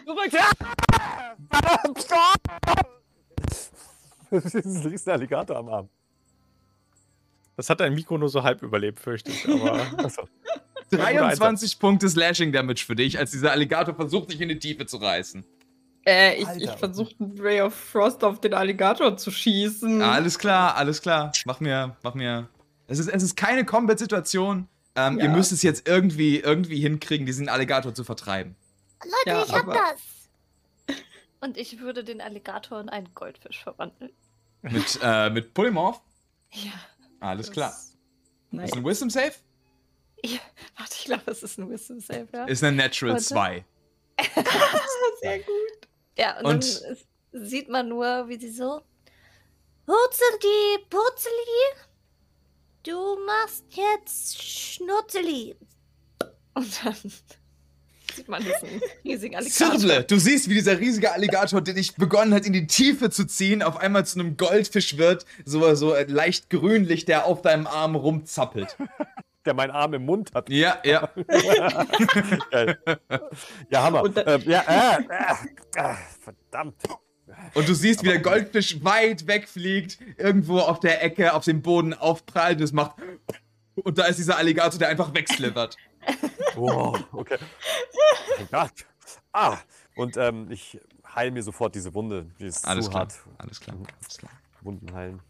Das ist ein riesen Alligator am Arm. Das hat dein Mikro nur so halb überlebt, fürchte ich. Aber Achso. 23 Punkte Slashing Damage für dich, als dieser Alligator versucht, dich in die Tiefe zu reißen. Ich Alter. versuche einen Ray of Frost auf den Alligator zu schießen. Alles klar, alles klar. Mach mir. Es ist keine Combat-Situation. Ihr müsst es jetzt irgendwie hinkriegen, diesen Alligator zu vertreiben. Leute, Ja, ich hab aber- das. Und ich würde den Alligator in einen Goldfisch verwandeln. Mit Polymorph? Ja. Alles klar. Nice. Ist ein Wisdom Save? Warte, ich glaube, es ist ein Wisdom Save, ja? Ist eine Natural Warte. 2. Sehr gut. Ja, und Und- dann sieht man nur, wie sie so. Hutzeli, Putzeli, du machst jetzt Schnutzeli. Und dann sieht man diesen riesigen Alligator. Zirble! Du siehst, wie dieser riesige Alligator, der dich begonnen hat, in die Tiefe zu ziehen, auf einmal zu einem Goldfisch wird, so leicht grünlich, der auf deinem Arm rumzappelt. Der meinen Arm im Mund hat. Ja. Geil. Ja, Hammer. Und Verdammt. Und du siehst, wie der Goldfisch weit wegfliegt, irgendwo auf der Ecke, auf dem Boden aufprallt und es macht. Und da ist dieser Alligator, der einfach wegslivert. Wow, okay. Oh Gott. Und ich heile mir sofort diese Wunde. Die ist Alles zu klar. hart. Alles klar. Wunden heilen.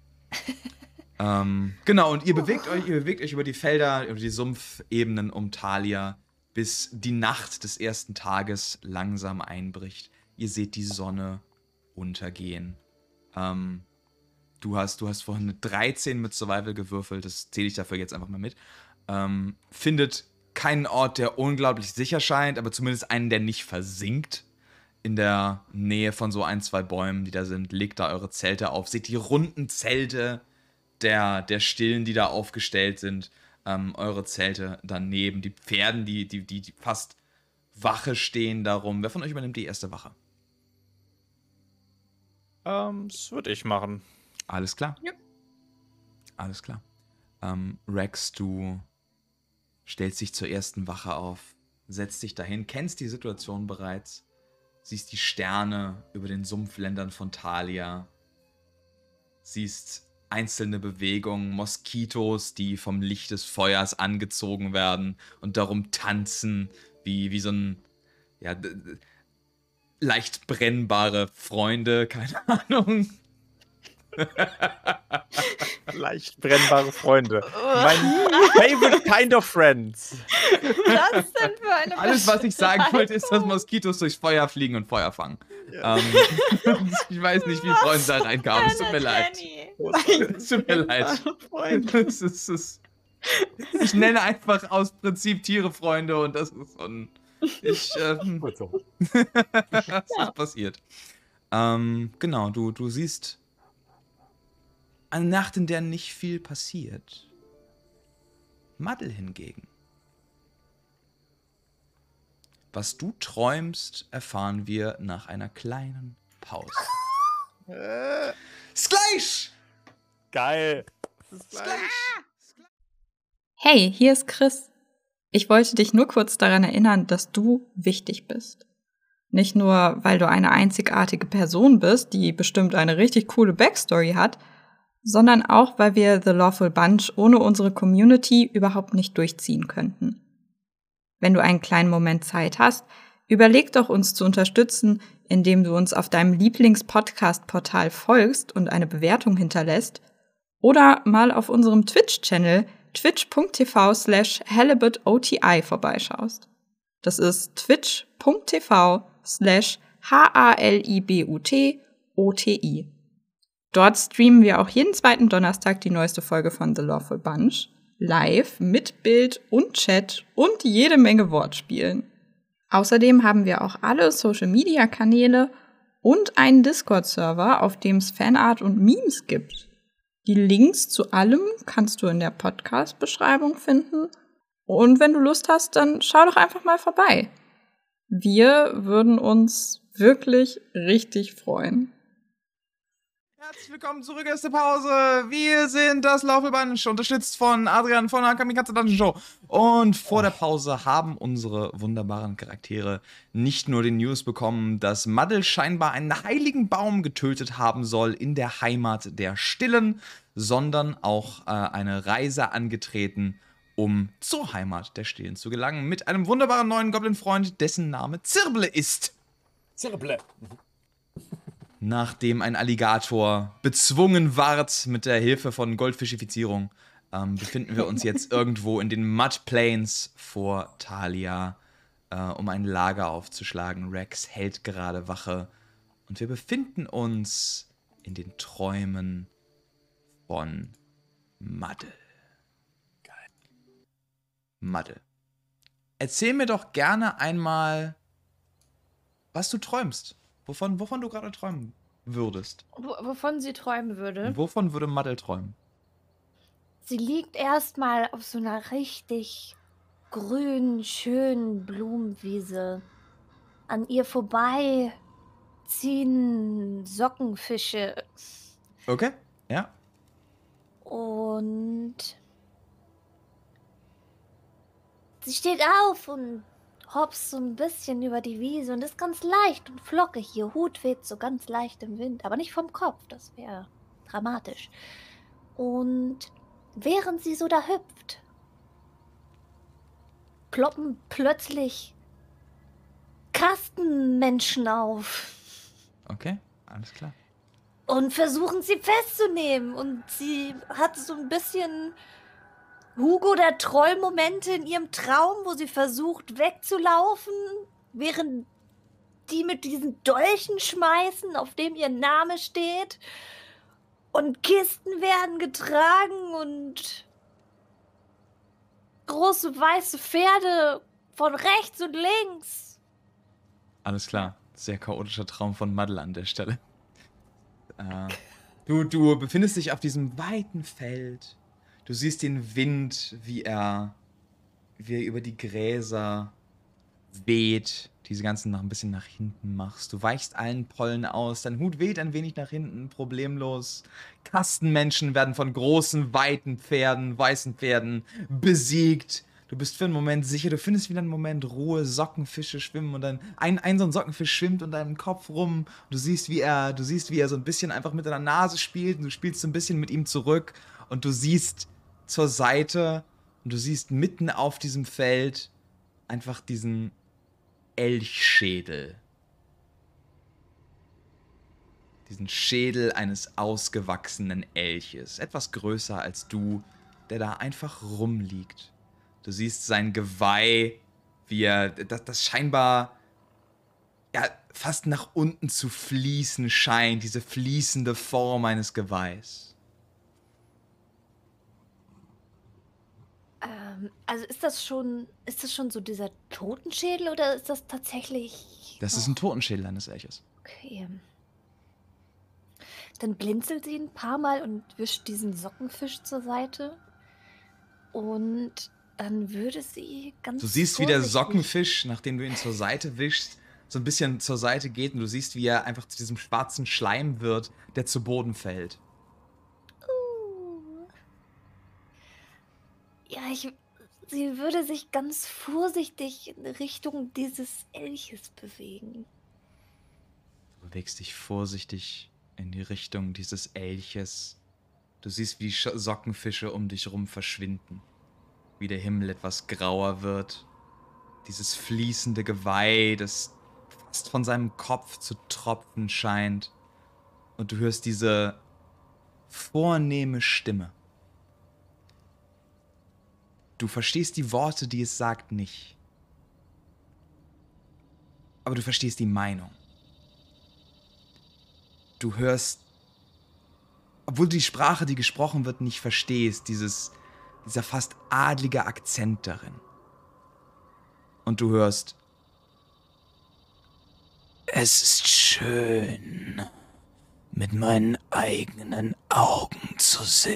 Genau, und ihr bewegt euch über die Felder, über die Sumpfebenen um Thalia, bis die Nacht des ersten Tages langsam einbricht. Ihr seht die Sonne untergehen. Du hast vorhin eine 13 mit Survival gewürfelt, das zähle ich dafür jetzt einfach mal mit. Findet keinen Ort, der unglaublich sicher scheint, aber zumindest einen, der nicht versinkt. In der Nähe von so 1, 2 Bäumen, die da sind, legt da eure Zelte auf. Seht die runden Zelte der Stillen, die da aufgestellt sind. eure Zelte daneben, die Pferden, die fast Wache stehen darum. Wer von euch übernimmt die erste Wache? Das würde ich machen. Alles klar. Ja. Alles klar. Rex, du stellst dich zur ersten Wache auf, setzt dich dahin, kennst die Situation bereits, siehst die Sterne über den Sumpfländern von Thalia, siehst einzelne Bewegungen, Moskitos, die vom Licht des Feuers angezogen werden und darum tanzen, wie so ein, ja, leicht brennbare Freunde, keine Ahnung. Leicht brennbare Freunde. Mein favorite kind of friends. Was denn für eine Alles, was ich sagen wollte, ist, dass Beschreibung? Moskitos durchs Feuer fliegen und Feuer fangen. Ja. Ich weiß nicht, wie Freunde da reinkamen. Es tut mir leid. Es tut mir leid. Ich nenne einfach aus Prinzip Tiere Freunde und das ist so ein... Gut so. Das ist passiert. Genau, du siehst eine Nacht, in der nicht viel passiert. Muddle hingegen. Was du träumst, erfahren wir nach einer kleinen Pause. Sklash! Geil. Hey, hier ist Chris. Ich wollte dich nur kurz daran erinnern, dass du wichtig bist. Nicht nur, weil du eine einzigartige Person bist, die bestimmt eine richtig coole Backstory hat, sondern auch, weil wir The Lawful Bunch ohne unsere Community überhaupt nicht durchziehen könnten. Wenn du einen kleinen Moment Zeit hast, überleg doch, uns zu unterstützen, indem du uns auf deinem Lieblings-Podcast-Portal folgst und eine Bewertung hinterlässt oder mal auf unserem Twitch-Channel twitch.tv/halibutoti vorbeischaust. Das ist twitch.tv/halibutoti. Dort streamen wir auch jeden zweiten Donnerstag die neueste Folge von The Lawful Bunch, live mit Bild und Chat und jede Menge Wortspielen. Außerdem haben wir auch alle Social-Media-Kanäle und einen Discord-Server, auf dem es Fanart und Memes gibt. Die Links zu allem kannst du in der Podcast-Beschreibung finden. Und wenn du Lust hast, dann schau doch einfach mal vorbei. Wir würden uns wirklich richtig freuen. Herzlich willkommen zurück aus der Pause. Wir sind das Lawful Bunch, unterstützt von Adrian von der Kamikaze Dungeon Show. Und vor der Pause haben unsere wunderbaren Charaktere nicht nur den News bekommen, dass Muddle scheinbar einen heiligen Baum getötet haben soll in der Heimat der Stillen, sondern auch eine Reise angetreten, um zur Heimat der Stillen zu gelangen, mit einem wunderbaren neuen Goblin-Freund, dessen Name Zirble ist. Zirble. Nachdem ein Alligator bezwungen ward mit der Hilfe von Goldfischifizierung, befinden wir uns jetzt irgendwo in den Mud Plains vor Thalia, um ein Lager aufzuschlagen. Rex hält gerade Wache und wir befinden uns in den Träumen von Muddle. Geil. Muddle. Erzähl mir doch gerne einmal, was du träumst. Wovon du gerade träumen würdest. Wovon sie träumen würde? Wovon würde Muddle träumen? Sie liegt erstmal auf so einer richtig grünen, schönen Blumenwiese. An ihr vorbei ziehen Sockenfische. Okay, ja. Und sie steht auf und hoppst so ein bisschen über die Wiese und ist ganz leicht und flockig. Ihr Hut weht so ganz leicht im Wind, aber nicht vom Kopf, das wäre dramatisch. Und während sie so da hüpft, ploppen plötzlich Kastenmenschen auf Okay, alles klar. und versuchen sie festzunehmen. Und sie hat so ein bisschen Hugo der Troll-Momente in ihrem Traum, wo sie versucht wegzulaufen, während die mit diesen Dolchen schmeißen, auf dem ihr Name steht. Und Kisten werden getragen und große weiße Pferde von rechts und links. Alles klar. Sehr chaotischer Traum von Muddle an der Stelle. Du befindest dich auf diesem weiten Feld. Du siehst den Wind, wie er über die Gräser weht. Diese ganzen noch ein bisschen nach hinten machst. Du weichst allen Pollen aus. Dein Hut weht ein wenig nach hinten, problemlos. Kastenmenschen werden von großen, weiten Pferden, weißen Pferden besiegt. Du bist für einen Moment sicher, du findest wieder einen Moment Ruhe, Sockenfische schwimmen und dann ein so ein Sockenfisch schwimmt unter deinem Kopf rum. Du siehst, wie er so ein bisschen einfach mit deiner Nase spielt und du spielst so ein bisschen mit ihm zurück und du siehst zur Seite und du siehst mitten auf diesem Feld einfach diesen Elchschädel. Diesen Schädel eines ausgewachsenen Elches, etwas größer als du, der da einfach rumliegt. Du siehst sein Geweih, wie er das scheinbar ja fast nach unten zu fließen scheint, diese fließende Form eines Geweihs. Also ist das schon so dieser Totenschädel oder ist das tatsächlich... Das ist ein Totenschädel eines Elches. Okay. Dann blinzelt sie ein paar Mal und wischt diesen Sockenfisch zur Seite. Und dann würde sie ganz Du siehst, wie der vorsichtig- Sockenfisch, nachdem du ihn zur Seite wischst, so ein bisschen zur Seite geht und du siehst, wie er einfach zu diesem schwarzen Schleim wird, der zu Boden fällt. Ja, sie würde sich ganz vorsichtig in Richtung dieses Elches bewegen. Du bewegst dich vorsichtig in die Richtung dieses Elches. Du siehst, wie die Sockenfische um dich rum verschwinden. Wie der Himmel etwas grauer wird. Dieses fließende Geweih, das fast von seinem Kopf zu tropfen scheint. Und du hörst diese vornehme Stimme. Du verstehst die Worte, die es sagt, nicht. Aber du verstehst die Meinung. Du hörst, obwohl du die Sprache, die gesprochen wird, nicht verstehst, dieser fast adlige Akzent darin. Und du hörst, es ist schön, mit meinen eigenen Augen zu sehen.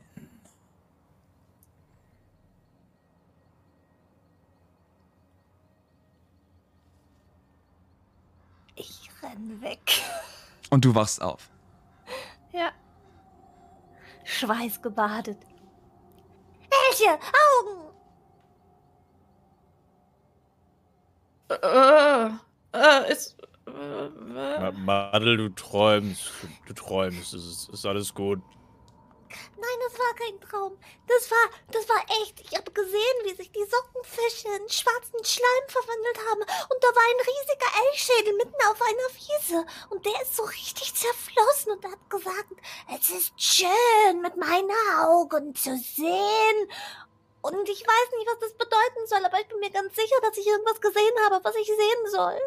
Ich renn weg. Und du wachst auf. Ja. Schweißgebadet. Elche, Augen! Madel, du träumst. Es ist alles gut. Nein, das war kein Traum. Das war echt. Ich habe gesehen, wie sich die Sockenfische in schwarzen Schleim verwandelt haben. Und da war ein riesiger Elchschädel mitten auf einer Wiese. Und der ist so richtig zerflossen und hat gesagt, es ist schön, mit meinen Augen zu sehen. Und ich weiß nicht, was das bedeuten soll, aber ich bin mir ganz sicher, dass ich irgendwas gesehen habe, was ich sehen soll.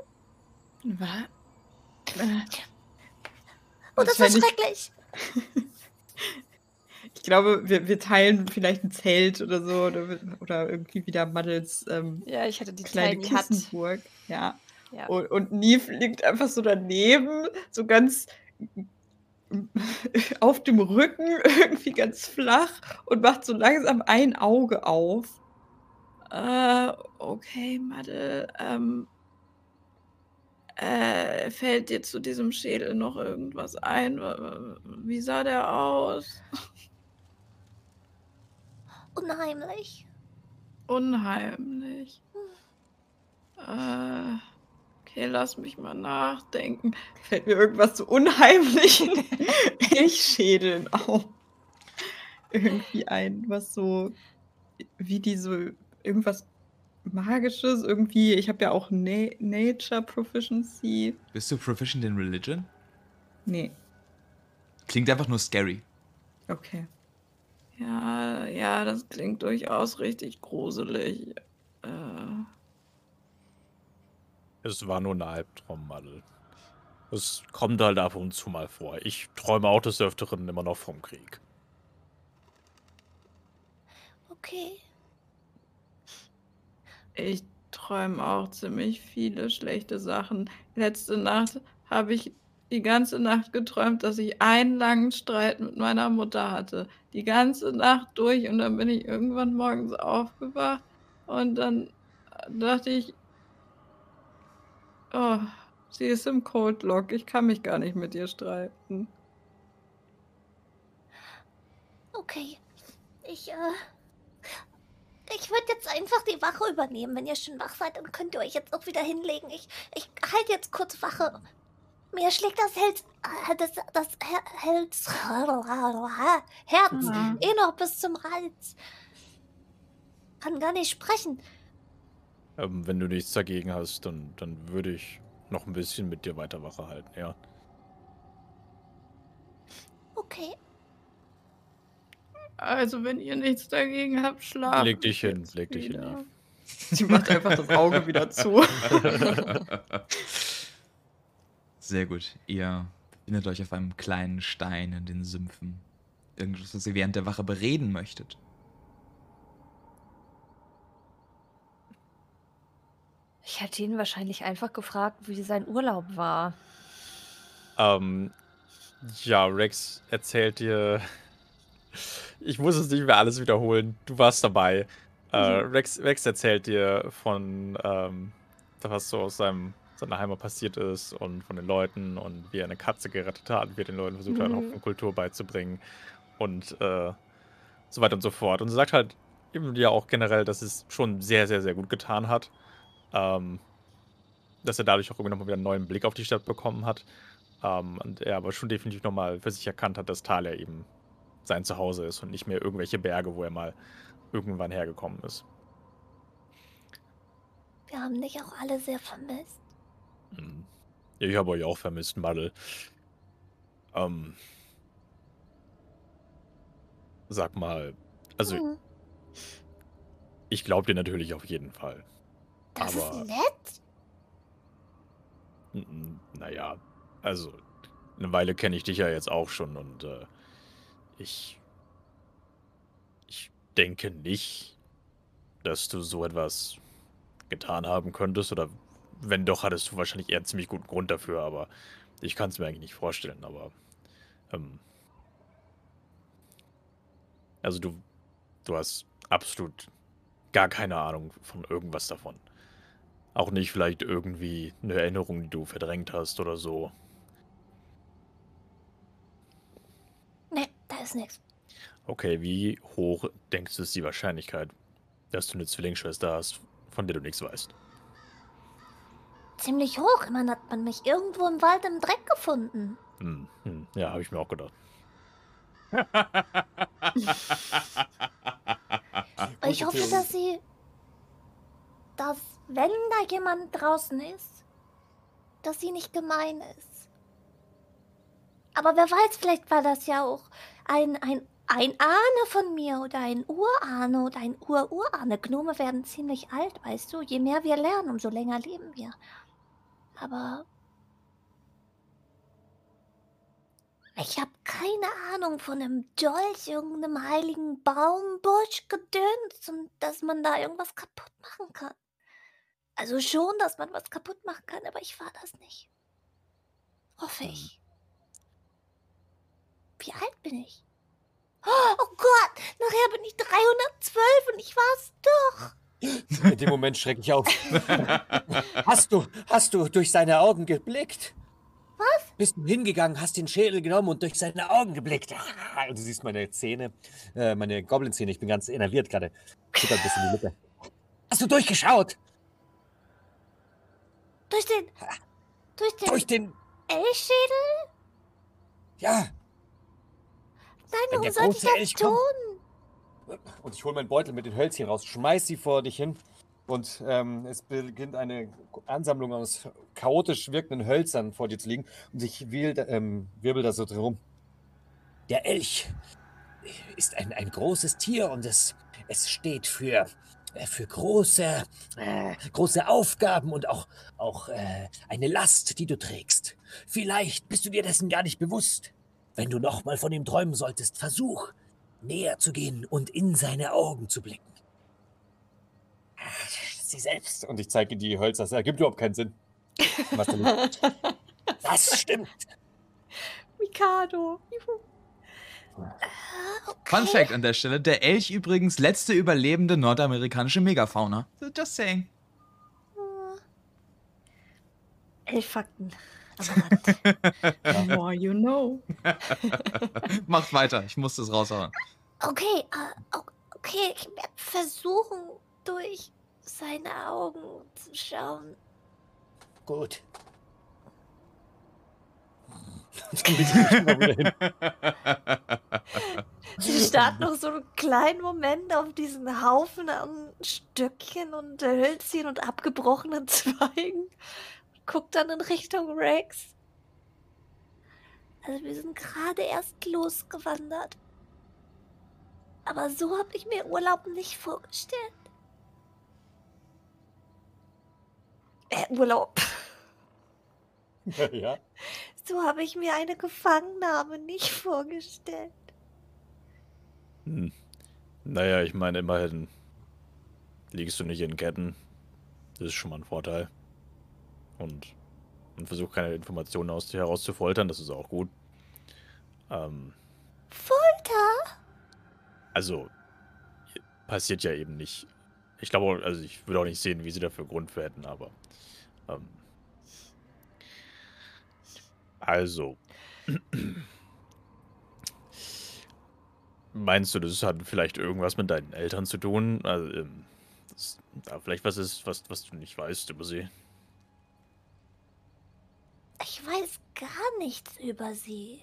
Und das war schrecklich. Ich glaube, wir teilen vielleicht ein Zelt oder so oder irgendwie wieder Maddels Ja, ich hatte die kleine Tiny Hut. Kissenburg. Ja. Ja. Und Neve liegt einfach so daneben, so ganz auf dem Rücken, irgendwie ganz flach und macht so langsam ein Auge auf. Okay, Maddel, fällt dir zu diesem Schädel noch irgendwas ein? Wie sah der aus? Unheimlich. Unheimlich. Okay, lass mich mal nachdenken. Fällt mir irgendwas so unheimlichen Elchschädeln auf? Irgendwie ein, was so, wie die so, irgendwas Magisches, irgendwie, ich habe ja auch Nature Proficiency. Bist du proficient in Religion? Nee, Klingt einfach nur scary. okay. Ja, das klingt durchaus richtig gruselig. Es war nur ein Albtraum, Madel. Es kommt halt ab und zu mal vor. Ich träume auch des Öfteren immer noch vom Krieg. Okay. Ich träume auch ziemlich viele schlechte Sachen. Letzte Nacht habe ich die ganze Nacht geträumt, dass ich einen langen Streit mit meiner Mutter hatte. Die ganze Nacht durch und dann bin ich irgendwann morgens aufgewacht und dann dachte ich, oh, sie ist im Cold Lock, ich kann mich gar nicht mit ihr streiten. Okay. Ich würde jetzt einfach die Wache übernehmen. Wenn ihr schon wach seid, dann könnt ihr euch jetzt auch wieder hinlegen. Ich halte jetzt kurz Wache. Mir schlägt das Herz eh noch bis zum Hals. Kann gar nicht sprechen. Wenn du nichts dagegen hast, dann würde ich noch ein bisschen mit dir weiter Wache halten, ja. Okay. Also, wenn ihr nichts dagegen habt, schlafen. Leg dich hin, jetzt leg dich hin. wieder. Eve. Sie macht einfach das Auge wieder zu. Sehr gut. Ihr befindet euch auf einem kleinen Stein in den Sümpfen. Irgendwas, was ihr während der Wache bereden möchtet. Ich hätte ihn wahrscheinlich einfach gefragt, wie sein Urlaub war. Ja, Rex erzählt dir. Ich muss es nicht mehr alles wiederholen. Du warst dabei. Rex erzählt dir von, was so aus seiner Heimat passiert ist und von den Leuten und wie er eine Katze gerettet hat, wie er den Leuten versucht hat, Hopfenkultur beizubringen und so weiter und so fort. Und sie sagt halt eben ja auch generell, dass es schon sehr, sehr, sehr gut getan hat. Dass er dadurch auch irgendwie nochmal wieder einen neuen Blick auf die Stadt bekommen hat. Und er aber schon definitiv nochmal für sich erkannt hat, dass Thalia eben sein Zuhause ist und nicht mehr irgendwelche Berge, wo er mal irgendwann hergekommen ist. Wir haben dich auch alle sehr vermisst. Ja, ich habe euch auch vermisst, Madel. Sag mal, also ich glaube dir natürlich auf jeden Fall. Das Aber ist nett. naja, also eine Weile kenne ich dich ja jetzt auch schon und ich denke nicht, dass du so etwas getan haben könntest. Oder wenn doch, hattest du wahrscheinlich eher einen ziemlich guten Grund dafür. Aber ich kann es mir eigentlich nicht vorstellen. Aber also du hast absolut gar keine Ahnung von irgendwas davon. Auch nicht vielleicht irgendwie eine Erinnerung, die du verdrängt hast oder so. Nee, da ist nichts. Okay, wie hoch denkst du ist die Wahrscheinlichkeit, dass du eine Zwillingsschwester hast, von der du nichts weißt? Ziemlich hoch. Immerhin hat man mich irgendwo im Wald im Dreck gefunden. Ja, habe ich mir auch gedacht. Ich hoffe, dass wenn da jemand draußen ist, dass sie nicht gemein ist. Aber wer weiß, vielleicht war das ja auch ein Ahne von mir oder ein Urahne oder ein Urahne. Gnome werden ziemlich alt, weißt du. Je mehr wir lernen, umso länger leben wir. Aber ich habe keine Ahnung von einem Dolch, irgendeinem heiligen Baumbusch gedöns und dass man da irgendwas kaputt machen kann. Also schon, dass man was kaputt machen kann, aber ich war das nicht. Hoffe ich. Wie alt bin ich? Oh Gott, nachher bin ich 312 und ich war's doch. In dem Moment schrecke ich auf. Hast du durch seine Augen geblickt? Was? Bist du hingegangen, hast den Schädel genommen und durch seine Augen geblickt. Und du siehst meine Zähne, meine Goblin-Zähne. Ich bin ganz innerviert gerade. Zittert ein bisschen die Lippe. Hast du durchgeschaut? Durch den Elchschädel? Ja. Nein, Wenn warum der sollte ich große das Elch tun? Und ich hole meinen Beutel mit den Hölzchen raus, schmeiß sie vor dich hin und es beginnt eine Ansammlung aus chaotisch wirkenden Hölzern vor dir zu liegen und sich wirbelt da so drin rum. Der Elch ist ein großes Tier und es steht für große Aufgaben und auch eine Last, die du trägst. Vielleicht bist du dir dessen gar nicht bewusst. Wenn du nochmal von ihm träumen solltest, versuch, näher zu gehen und in seine Augen zu blicken. Sie selbst. Und ich zeige die Hölzer. Das ergibt überhaupt keinen Sinn. Was denn? Das stimmt. Mikado. Juhu. Fun Fact an der Stelle, der Elch übrigens letzte überlebende nordamerikanische Megafauna. So, just saying. Elffakten. More you know. Macht weiter, ich muss das raushauen. Okay, okay, ich werde versuchen, durch seine Augen zu schauen. Gut. Jetzt geht sie schon mal wieder hin. Sie starrt noch so einen kleinen Moment auf diesen Haufen an Stöckchen und Hölzchen und abgebrochenen Zweigen. Guckt dann in Richtung Rex. Also wir sind gerade erst losgewandert. Aber so habe ich mir Urlaub nicht vorgestellt. Urlaub. Ja. So habe ich mir eine Gefangennahme nicht vorgestellt. Naja, ich meine, immerhin liegst du nicht in Ketten. Das ist schon mal ein Vorteil. Und versuch keine Informationen aus dir herauszufoltern, das ist auch gut. Folter? Also, passiert ja eben nicht. Ich glaube, also ich würde auch nicht sehen, wie sie dafür Grund hätten, aber. Also. Meinst du, das hat vielleicht irgendwas mit deinen Eltern zu tun? Also, da vielleicht was ist, was du nicht weißt über sie? Ich weiß gar nichts über sie.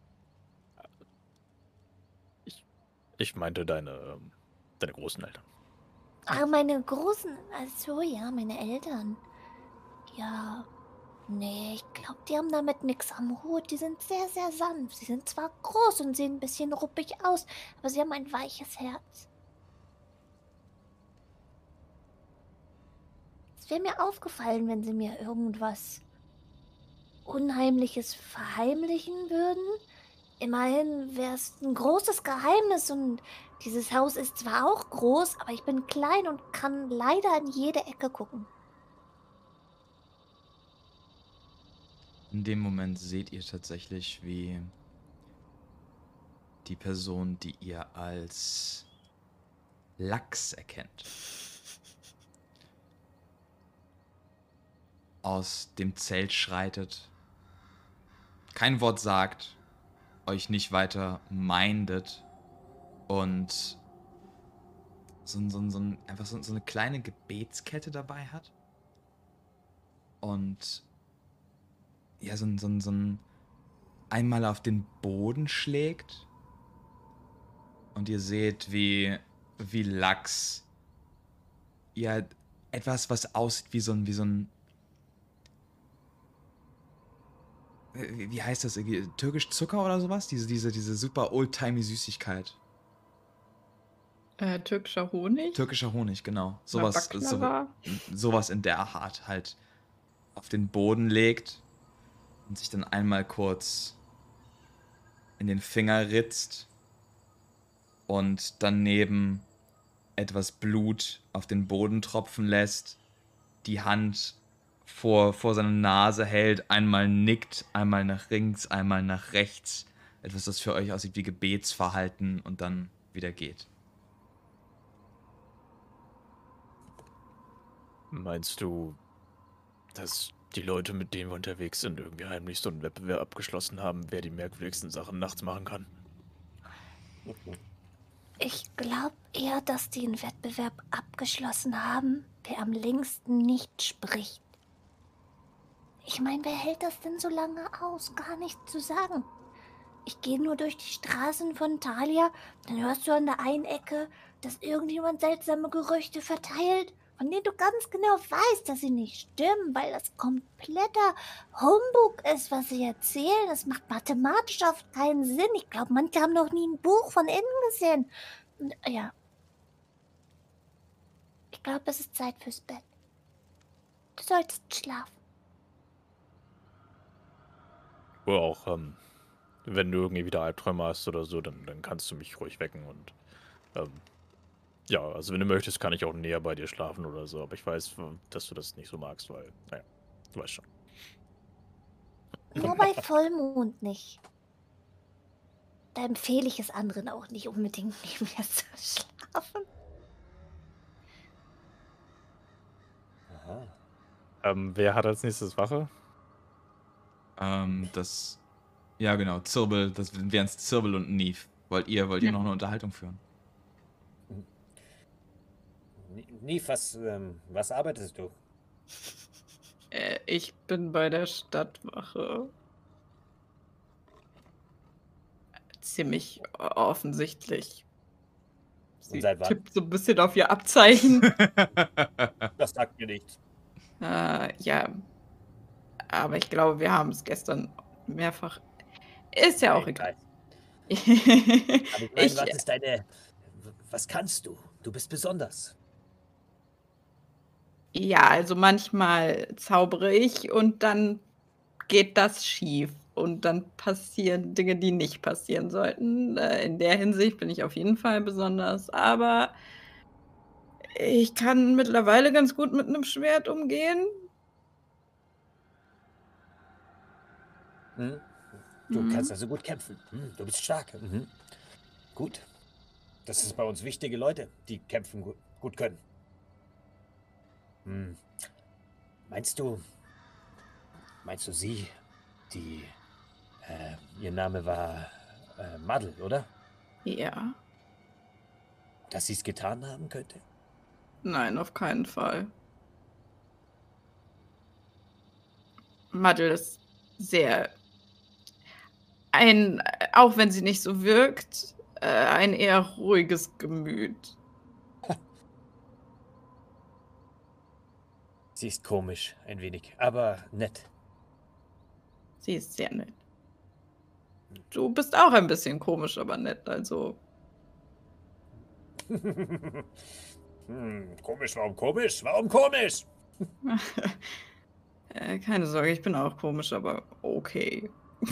Ich meinte deine großen Eltern. Ah, meine Großen. Also ja, meine Eltern. Ja. Nee, ich glaube, die haben damit nichts am Hut. Die sind sehr, sehr sanft. Sie sind zwar groß und sehen ein bisschen ruppig aus, aber sie haben ein weiches Herz. Es wäre mir aufgefallen, wenn sie mir irgendwas Unheimliches verheimlichen würden. Immerhin wäre es ein großes Geheimnis und dieses Haus ist zwar auch groß, aber ich bin klein und kann leider in jede Ecke gucken. In dem Moment seht ihr tatsächlich, wie die Person, die ihr als Lachs erkennt, aus dem Zelt schreitet, kein Wort sagt, euch nicht weiter mindet und einfach so eine kleine Gebetskette dabei hat und ja, so ein einmal auf den Boden schlägt und ihr seht, wie Lachs ja etwas, was aussieht wie so ein wie heißt das? Türkisch Zucker oder sowas? Diese super oldtimey Süßigkeit. Türkischer Honig? Türkischer Honig, genau. Oder Sowas Baklava? sowas in der Art halt auf den Boden legt und sich dann einmal kurz in den Finger ritzt und daneben etwas Blut auf den Boden tropfen lässt, die Hand vor seine Nase hält, einmal nickt, einmal nach links, einmal nach rechts. Etwas, das für euch aussieht wie Gebetsverhalten und dann wieder geht. Meinst du, dass die Leute, mit denen wir unterwegs sind, irgendwie heimlich so einen Wettbewerb abgeschlossen haben, wer die merkwürdigsten Sachen nachts machen kann? Ich glaube eher, dass die einen Wettbewerb abgeschlossen haben, wer am längsten nicht spricht. Ich meine, wer hält das denn so lange aus? Gar nichts zu sagen. Ich gehe nur durch die Straßen von Thalia, dann hörst du an der einen Ecke, dass irgendjemand seltsame Gerüchte verteilt, von denen du ganz genau weißt, dass sie nicht stimmen, weil das kompletter Humbug ist, was sie erzählen. Das macht mathematisch oft keinen Sinn. Ich glaube, manche haben noch nie ein Buch von innen gesehen. Und, ja. Ich glaube, es ist Zeit fürs Bett. Du solltest schlafen. Oder auch, wenn du irgendwie wieder Albträume hast oder so, dann kannst du mich ruhig wecken und, ja, also wenn du möchtest, kann ich auch näher bei dir schlafen oder so, aber ich weiß, dass du das nicht so magst, weil, naja, du weißt schon. Nur bei Vollmond nicht. Da empfehle ich es anderen auch nicht unbedingt, neben mir zu schlafen. Aha. Wer hat als nächstes Wache? Ja genau, Zirbel, das wären Zirbel und Neve. Wollt ihr noch eine Unterhaltung führen? Nief, was arbeitest du? Ich bin bei der Stadtwache. Ziemlich offensichtlich. Sie Und seit wann? tippt so ein bisschen auf ihr Abzeichen. Das sagt mir nichts. Ja. Aber ich glaube, wir haben es gestern mehrfach. Ist ja auch egal. Aber ich meine, was kannst du? Du bist besonders. Ja, also manchmal zaubere ich und dann geht das schief. Und dann passieren Dinge, die nicht passieren sollten. In der Hinsicht bin ich auf jeden Fall besonders. Aber ich kann mittlerweile ganz gut mit einem Schwert umgehen. Du kannst also gut kämpfen. Du bist stark. Gut. Das ist bei uns wichtige Leute, die kämpfen gut können. Meinst du sie, die, ihr Name war Madel, oder? Ja. Dass sie es getan haben könnte? Nein, auf keinen Fall. Madel ist auch wenn sie nicht so wirkt, ein eher ruhiges Gemüt. Sie ist komisch, ein wenig, aber nett. Sie ist sehr nett. Du bist auch ein bisschen komisch, aber nett, also. Komisch, warum komisch? Warum komisch? Keine Sorge, ich bin auch komisch, aber okay.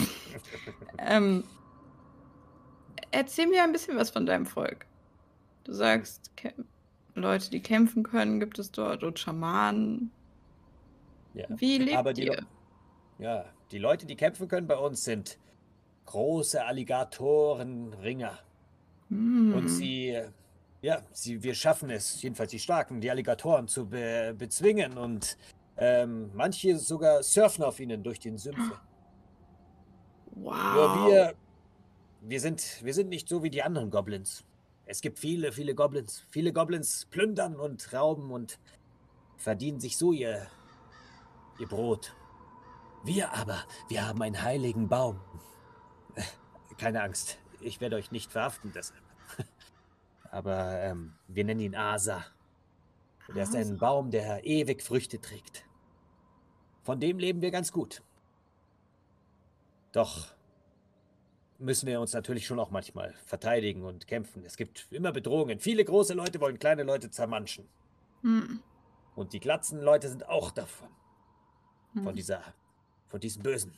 Erzähl mir ein bisschen was von deinem Volk. Du sagst, Leute, die kämpfen können, gibt es dort und Schamanen. Ja. Wie lebt Aber ihr? Die Leute, die kämpfen können bei uns, sind große Alligatorenringer. Und wir schaffen es, jedenfalls die Starken, die Alligatoren zu bezwingen und manche sogar surfen auf ihnen durch den Sümpfe. Wow. Nur wir sind nicht so wie die anderen Goblins. Es gibt viele, viele Goblins. Viele Goblins plündern und rauben und verdienen sich so ihr Brot. Wir haben einen heiligen Baum. Keine Angst, ich werde euch nicht verhaften deshalb. Aber wir nennen ihn Asa. Der ist ein Baum, der ewig Früchte trägt. Von dem leben wir ganz gut. Doch müssen wir uns natürlich schon auch manchmal verteidigen und kämpfen. Es gibt immer Bedrohungen. Viele große Leute wollen kleine Leute zermanschen. Und die glatzen Leute sind auch davon. Von diesem Bösen.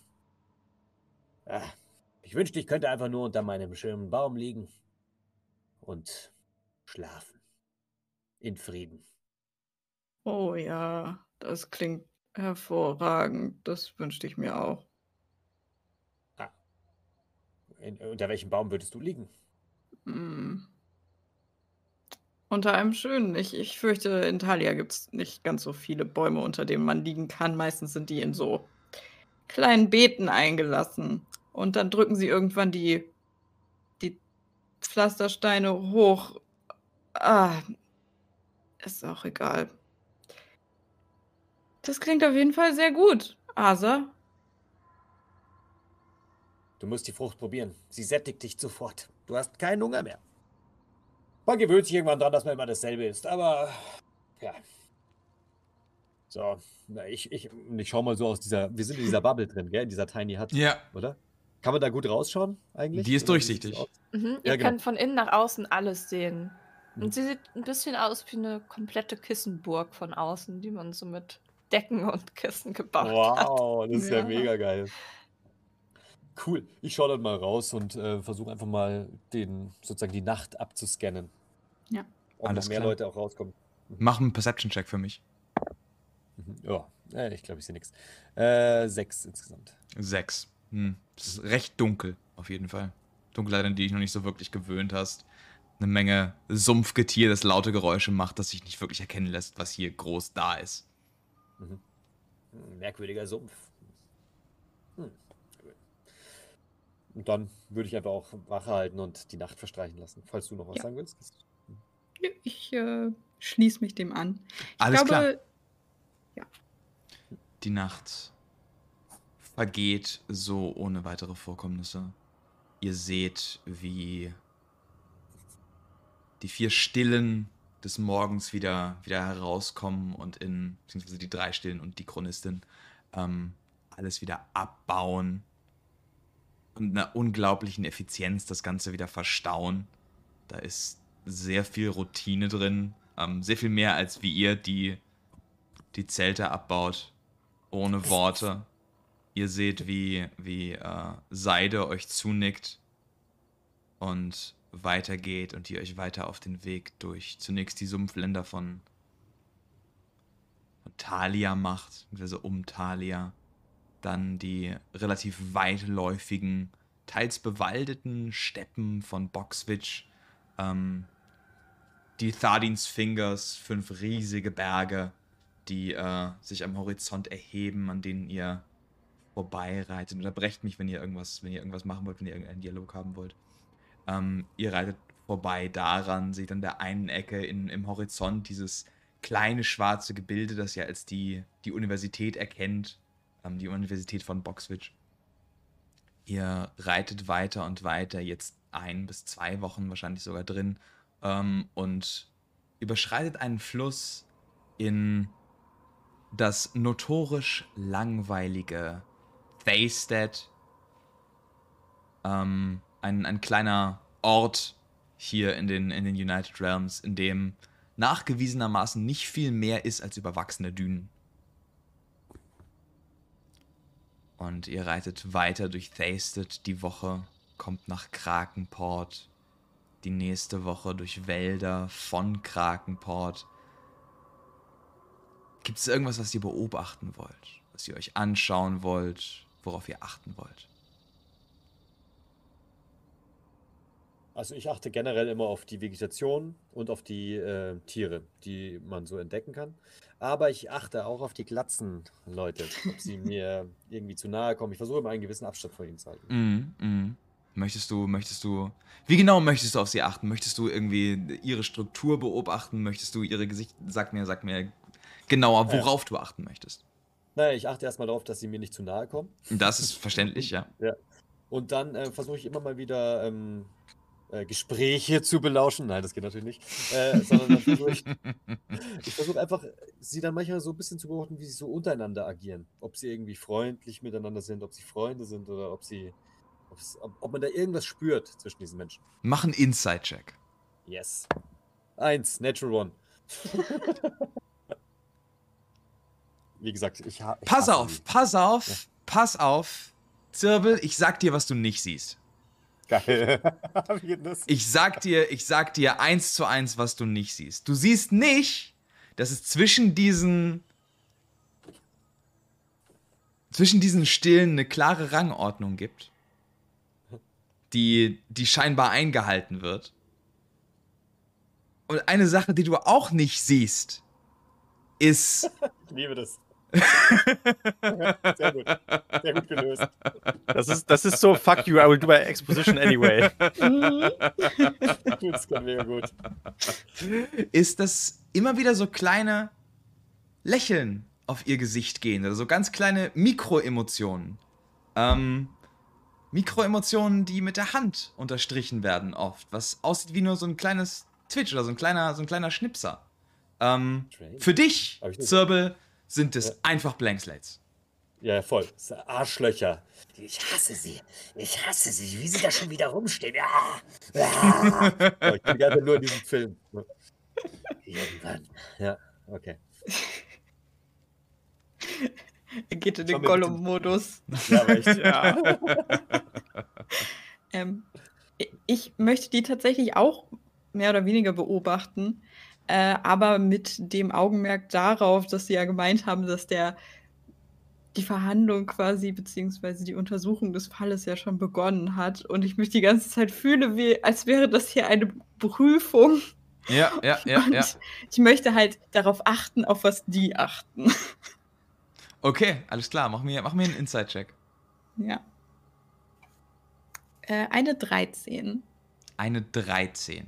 Ich wünschte, ich könnte einfach nur unter meinem schönen Baum liegen und schlafen. In Frieden. Oh ja, das klingt hervorragend. Das wünschte ich mir auch. Unter welchem Baum würdest du liegen? Unter einem schönen. Ich fürchte, in Thalia gibt es nicht ganz so viele Bäume, unter denen man liegen kann. Meistens sind die in so kleinen Beeten eingelassen. Und dann drücken sie irgendwann die Pflastersteine hoch. Ist auch egal. Das klingt auf jeden Fall sehr gut, Asa. Du musst die Frucht probieren. Sie sättigt dich sofort. Du hast keinen Hunger mehr. Man gewöhnt sich irgendwann dran, dass man immer dasselbe ist, aber ja. So, ich schau mal so aus wir sind in dieser Bubble drin, gell? In dieser Tiny Hut, Ja. oder? Kann man da gut rausschauen eigentlich? Die ist Oder wie sieht's durchsichtig. aus? Ihr Ja, genau. könnt von innen nach außen alles sehen. Und sie sieht ein bisschen aus wie eine komplette Kissenburg von außen, die man so mit Decken und Kissen gebaut hat. Wow, das ist ja Ja. mega geil. Cool. Ich schaue dann mal raus und versuche einfach mal sozusagen die Nacht abzuscannen. Ja. Ob Alles noch mehr klar. Leute auch rauskommen. Mach einen Perception-Check für mich. Ja, Ich glaube, ich sehe nichts. 6 insgesamt. 6. Das ist recht dunkel, auf jeden Fall. Dunkelheit, an die dich noch nicht so wirklich gewöhnt hast. Eine Menge Sumpfgetier, das laute Geräusche macht, das sich nicht wirklich erkennen lässt, was hier groß da ist. Merkwürdiger Sumpf. Und dann würde ich einfach auch Wache halten und die Nacht verstreichen lassen, falls du noch was sagen willst. Ich schließe mich dem an. Alles klar. Die Nacht vergeht so ohne weitere Vorkommnisse. Ihr seht, wie die 4 Stillen des Morgens wieder herauskommen und beziehungsweise die 3 Stillen und die Chronistin, alles wieder abbauen und einer unglaublichen Effizienz das Ganze wieder verstauen. Da ist sehr viel Routine drin, sehr viel mehr als wie ihr die Zelte abbaut, ohne Worte. Ihr seht, wie Seide euch zunickt und weitergeht und ihr euch weiter auf den Weg durch zunächst die Sumpfländer von Thalia macht, beziehungsweise um Thalia, dann die relativ weitläufigen, teils bewaldeten Steppen von Boxwitch, die Thardins Fingers, 5 riesige Berge, die sich am Horizont erheben, an denen ihr vorbeireitet. Unterbrecht mich, wenn ihr irgendwas machen wollt, wenn ihr irgendeinen Dialog haben wollt. Ihr reitet vorbei daran, seht an der einen Ecke im Horizont dieses kleine schwarze Gebilde, das ihr als die Universität erkennt, die Universität von Boxwitch. Ihr reitet weiter und weiter, jetzt 1 bis 2 Wochen wahrscheinlich sogar drin, und überschreitet einen Fluss in das notorisch langweilige Thastead, ein kleiner Ort hier in den United Realms, in dem nachgewiesenermaßen nicht viel mehr ist als überwachsene Dünen. Und ihr reitet weiter durch Thastead, die Woche kommt nach Krakenport, die nächste Woche durch Wälder von Krakenport. Gibt es irgendwas, was ihr beobachten wollt, was ihr euch anschauen wollt, worauf ihr achten wollt? Also ich achte generell immer auf die Vegetation und auf die Tiere, die man so entdecken kann. Aber ich achte auch auf die Glatzen, Leute, ob sie mir irgendwie zu nahe kommen. Ich versuche immer einen gewissen Abstand von ihnen zu halten. Möchtest du, wie genau möchtest du auf sie achten? Möchtest du irgendwie ihre Struktur beobachten? Möchtest du ihre Gesicht, sag mir genauer, worauf du achten möchtest. Naja, ich achte erstmal darauf, dass sie mir nicht zu nahe kommen. Das ist verständlich, ja. Ja. Und dann versuche ich immer mal wieder Gespräche zu belauschen. Nein, das geht natürlich nicht. Sondern dann versuche ich versuche einfach, sie dann manchmal so ein bisschen zu beobachten, wie sie so untereinander agieren. Ob sie irgendwie freundlich miteinander sind, ob sie Freunde sind oder ob man da irgendwas spürt zwischen diesen Menschen. Mach einen Inside-Check. Yes. 1, Natural One. Wie gesagt, Pass auf. Zirbel, ich sag dir, was du nicht siehst. Geil. Wie geht das? Ich sag dir 1:1, was du nicht siehst. Du siehst nicht, dass es zwischen diesen Stillen eine klare Rangordnung gibt, die scheinbar eingehalten wird. Und eine Sache, die du auch nicht siehst, ist... Ich liebe das. Sehr gut. Sehr gut gelöst. Das ist so, fuck you, I will do my exposition anyway. Das kann mega gut. Ist, dass immer wieder so kleine Lächeln auf ihr Gesicht gehen, also so ganz kleine Mikroemotionen. Mikroemotionen, die mit der Hand unterstrichen werden oft, was aussieht wie nur so ein kleines Twitch oder so ein kleiner Schnipser. Für dich, Zirbel, sind es einfach Blank Slates. Ja, voll. Arschlöcher. Ich hasse sie, wie sie da schon wieder rumstehen. Ja. Oh, ich bin gerne nur in diesem Film. Irgendwann. Ja, okay. Er geht in den Gollum-Modus. Ja, aber echt. Ja. Ich möchte die tatsächlich auch mehr oder weniger beobachten, aber mit dem Augenmerk darauf, dass sie ja gemeint haben, dass der die Verhandlung quasi, beziehungsweise die Untersuchung des Falles ja schon begonnen hat. Und ich mich die ganze Zeit fühle, wie, als wäre das hier eine Prüfung. Ja. Und ich möchte halt darauf achten, auf was die achten. Okay, alles klar. Mach mir einen Inside-Check. Ja. Eine 13. Eine 13.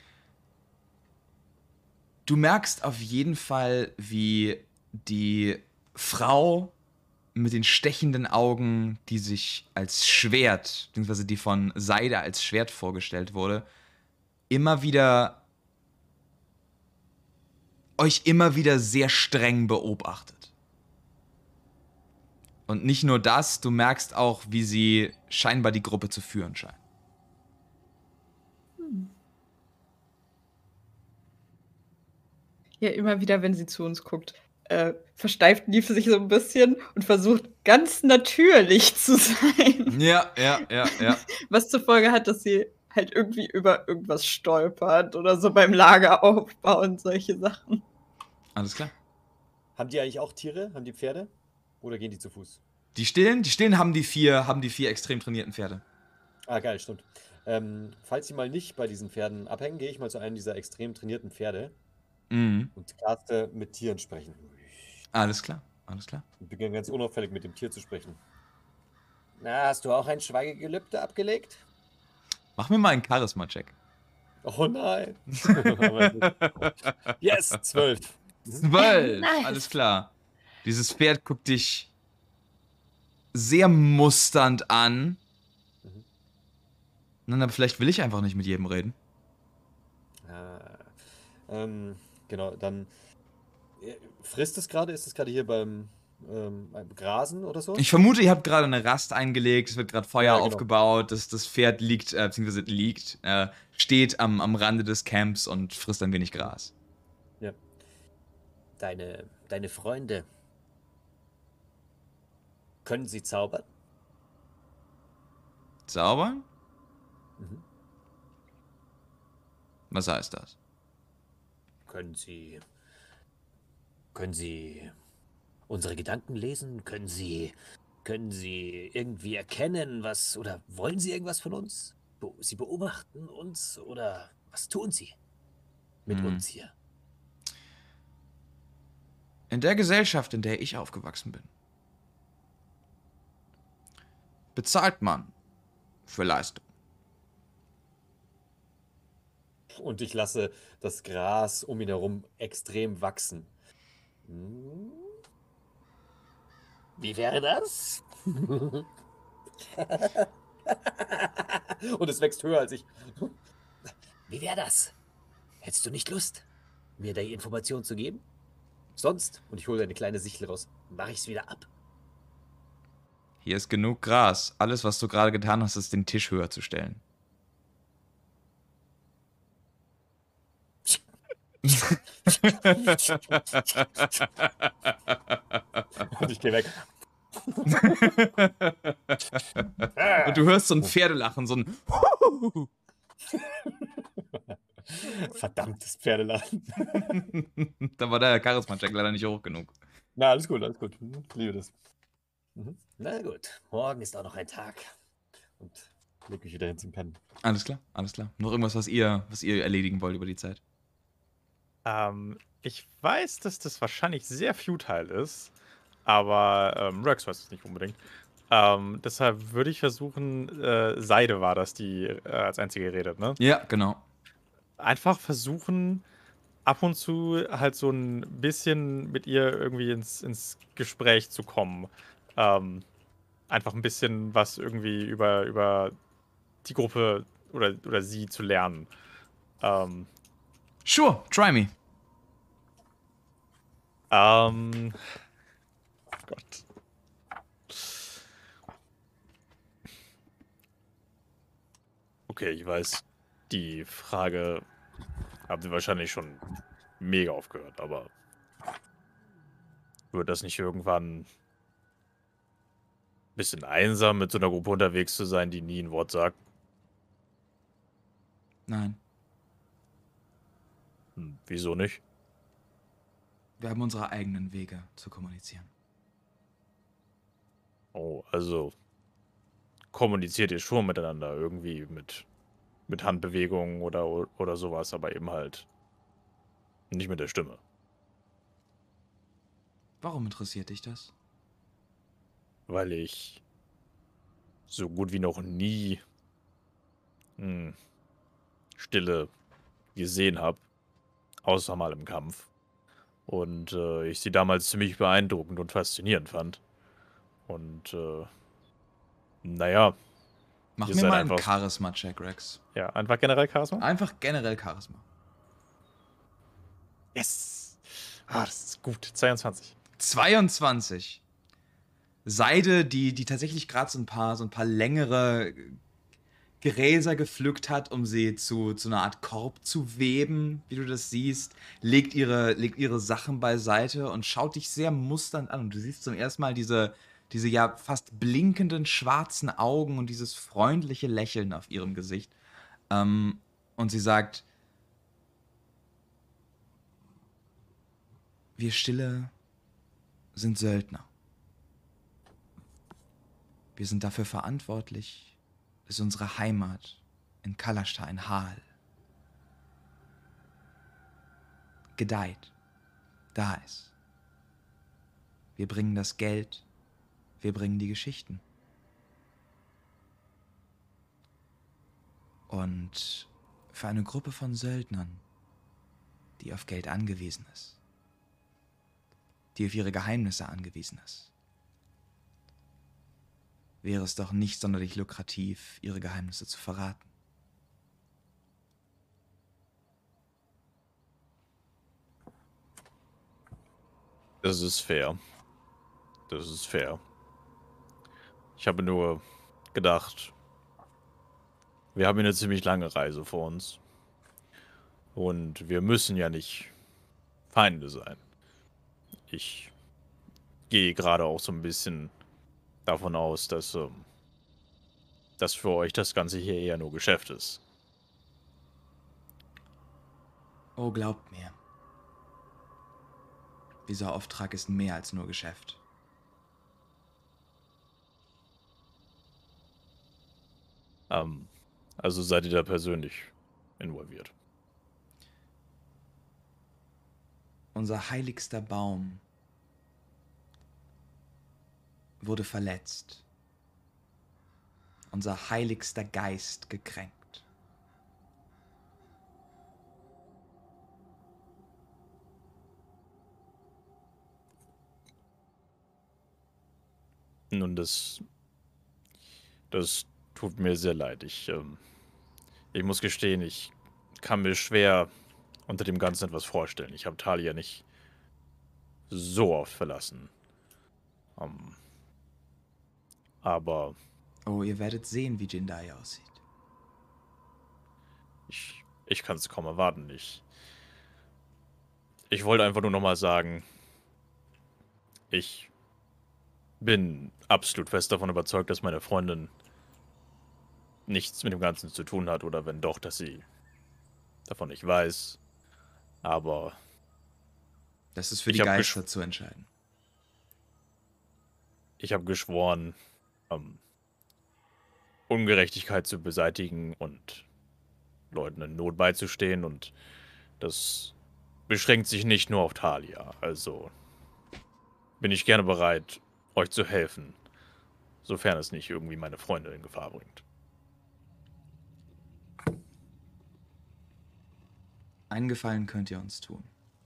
Du merkst auf jeden Fall, wie die Frau mit den stechenden Augen, die sich als Schwert, beziehungsweise die von Seide als Schwert vorgestellt wurde, euch immer wieder sehr streng beobachtet. Und nicht nur das, du merkst auch, wie sie scheinbar die Gruppe zu führen scheint. Ja, immer wieder, wenn sie zu uns guckt, versteift Neve sich so ein bisschen und versucht ganz natürlich zu sein. Ja. Was zur Folge hat, dass sie halt irgendwie über irgendwas stolpert oder so beim Lageraufbau und solche Sachen. Alles klar. Haben die eigentlich auch Tiere? Haben die Pferde? Oder gehen die zu Fuß? Die Stillen haben die vier extrem trainierten Pferde. Ah, geil, stimmt. Falls sie mal nicht bei diesen Pferden abhängen, gehe ich mal zu einem dieser extrem trainierten Pferde und caste mit Tieren sprechen. Alles klar. Und beginne ganz unauffällig mit dem Tier zu sprechen. Na, hast du auch ein Schweigegelübde abgelegt? Mach mir mal einen Charisma-Check. Oh nein. Yes, 12. 12, Nice. alles klar. Dieses Pferd guckt dich sehr musternd an. Nein, aber vielleicht will ich einfach nicht mit jedem reden. Genau, dann frisst es gerade? Ist es gerade hier beim Grasen oder so? Ich vermute, ihr habt gerade eine Rast eingelegt, es wird gerade Feuer Ja, genau. aufgebaut, das Pferd steht am Rande des Camps und frisst ein wenig Gras. Ja. Deine Freunde, können sie zaubern? Zaubern? Mhm. Was heißt das? Können sie unsere Gedanken lesen? Können sie irgendwie erkennen, was, oder wollen sie irgendwas von uns? Sie beobachten uns oder was tun sie mit uns hier? In der Gesellschaft, in der ich aufgewachsen bin, bezahlt man für Leistung. Und ich lasse das Gras um ihn herum extrem wachsen. Wie wäre das? Und es wächst höher als ich. Wie wäre das? Hättest du nicht Lust, mir die Information zu geben? Sonst, und ich hole eine kleine Sichel raus, mache ich es wieder ab. Hier ist genug Gras. Alles, was du gerade getan hast, ist den Tisch höher zu stellen. Und ich gehe weg. Und du hörst so ein Pferdelachen, so ein Verdammtes Pferdelachen. Da war der Charisma-Check leider nicht hoch genug. Na, alles gut, alles gut. Ich liebe das. Na gut, morgen ist auch noch ein Tag. Und leg mich wieder hin zum Pennen. Alles klar. Noch irgendwas, was ihr erledigen wollt über die Zeit? Ich weiß, dass das wahrscheinlich sehr futile ist, aber Rex weiß es nicht unbedingt. Deshalb würde ich versuchen, Seide war das, die als einzige redet, ne? Ja, genau. Einfach versuchen, ab und zu halt so ein bisschen mit ihr irgendwie ins Gespräch zu kommen. Einfach ein bisschen was irgendwie über die Gruppe oder sie zu lernen. Sure, try me. Oh Gott. Okay, ich weiß, die Frage haben Sie wahrscheinlich schon mega aufgehört, aber wird das nicht irgendwann ein bisschen einsam, mit so einer Gruppe unterwegs zu sein, die nie ein Wort sagt? Nein. Wieso nicht? Wir haben unsere eigenen Wege zu kommunizieren. Oh, also kommuniziert ihr schon miteinander irgendwie mit Handbewegungen oder sowas, aber eben halt nicht mit der Stimme. Warum interessiert dich das? Weil ich so gut wie noch nie Stille gesehen habe, außer mal im Kampf. Und ich sie damals ziemlich beeindruckend und faszinierend fand. Und naja, Mach ihr mir seid mal einen einfach, Charisma-Check, Rex. ja, einfach generell Charisma. Einfach generell Charisma. Yes! Ah, das ist gut. 22. 22. Seide, die tatsächlich gerade so ein paar längere Gräser gepflückt hat, um sie zu einer Art Korb zu weben, wie du das siehst, legt ihre Sachen beiseite und schaut dich sehr musternd an. Und du siehst zum ersten Mal diese ja fast blinkenden schwarzen Augen und dieses freundliche Lächeln auf ihrem Gesicht. Und sie sagt: Wir Stille sind Söldner. Wir sind dafür verantwortlich, dass unsere Heimat in Kalashtar, Hal, gedeiht, da ist. Wir bringen das Geld, wir bringen die Geschichten. Und für eine Gruppe von Söldnern, die auf Geld angewiesen ist, die auf ihre Geheimnisse angewiesen ist, wäre es doch nicht sonderlich lukrativ, ihre Geheimnisse zu verraten. Das ist fair. Das ist fair. Ich habe nur gedacht, wir haben hier eine ziemlich lange Reise vor uns. Und wir müssen ja nicht Feinde sein. Ich gehe gerade auch so ein bisschen davon aus, dass für euch das Ganze hier eher nur Geschäft ist. Oh, glaubt mir. Dieser Auftrag ist mehr als nur Geschäft. Also seid ihr da persönlich involviert. Unser heiligster Baum wurde verletzt. Unser heiligster Geist gekränkt. Nun, das tut mir sehr leid. Ich muss gestehen, ich kann mir schwer unter dem Ganzen etwas vorstellen. Ich habe Talia nicht so oft verlassen. Aber Oh, ihr werdet sehen, wie Jindai aussieht. ich kann es kaum erwarten. Ich wollte einfach nur nochmal sagen, ich bin absolut fest davon überzeugt, dass meine Freundin nichts mit dem Ganzen zu tun hat oder wenn doch, dass sie davon nicht weiß. Aber Das ist für Ich die hab Geister zu entscheiden. ich habe geschworen, Ungerechtigkeit zu beseitigen und Leuten in Not beizustehen und das beschränkt sich nicht nur auf Talia. Also bin ich gerne bereit, euch zu helfen, sofern es nicht irgendwie meine Freunde in Gefahr bringt. Einen Gefallen könnt ihr uns tun.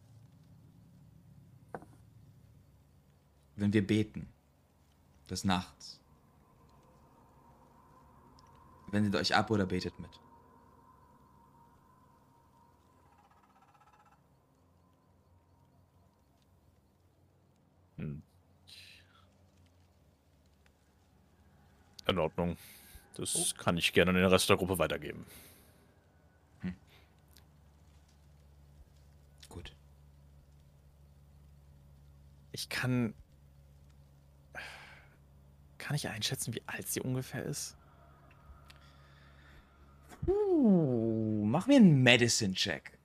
Wenn wir beten, des Nachts, wendet euch ab oder betet mit. In Ordnung. Das kann ich gerne an den Rest der Gruppe weitergeben. Gut. Kann ich einschätzen, wie alt sie ungefähr ist? Mach mir einen Medicine-Check.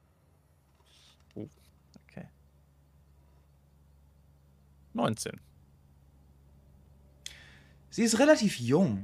Okay. 19. Sie ist relativ jung.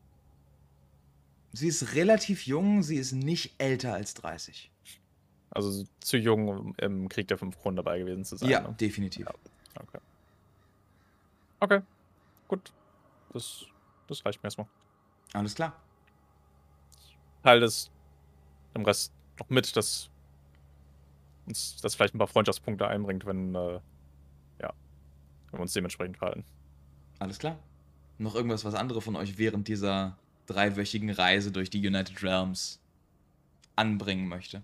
Sie ist nicht älter als 30. Also zu jung, um im Krieg der 5 Kronen dabei gewesen zu sein. Ja, Ne? definitiv. Ja. Okay. Okay, gut. Das reicht mir erstmal. Alles klar. Teil des im Rest noch mit, dass uns das vielleicht ein paar Freundschaftspunkte einbringt, wenn wir uns dementsprechend verhalten. Alles klar. Noch irgendwas, was andere von euch während dieser 3-wöchigen Reise durch die United Realms anbringen möchte?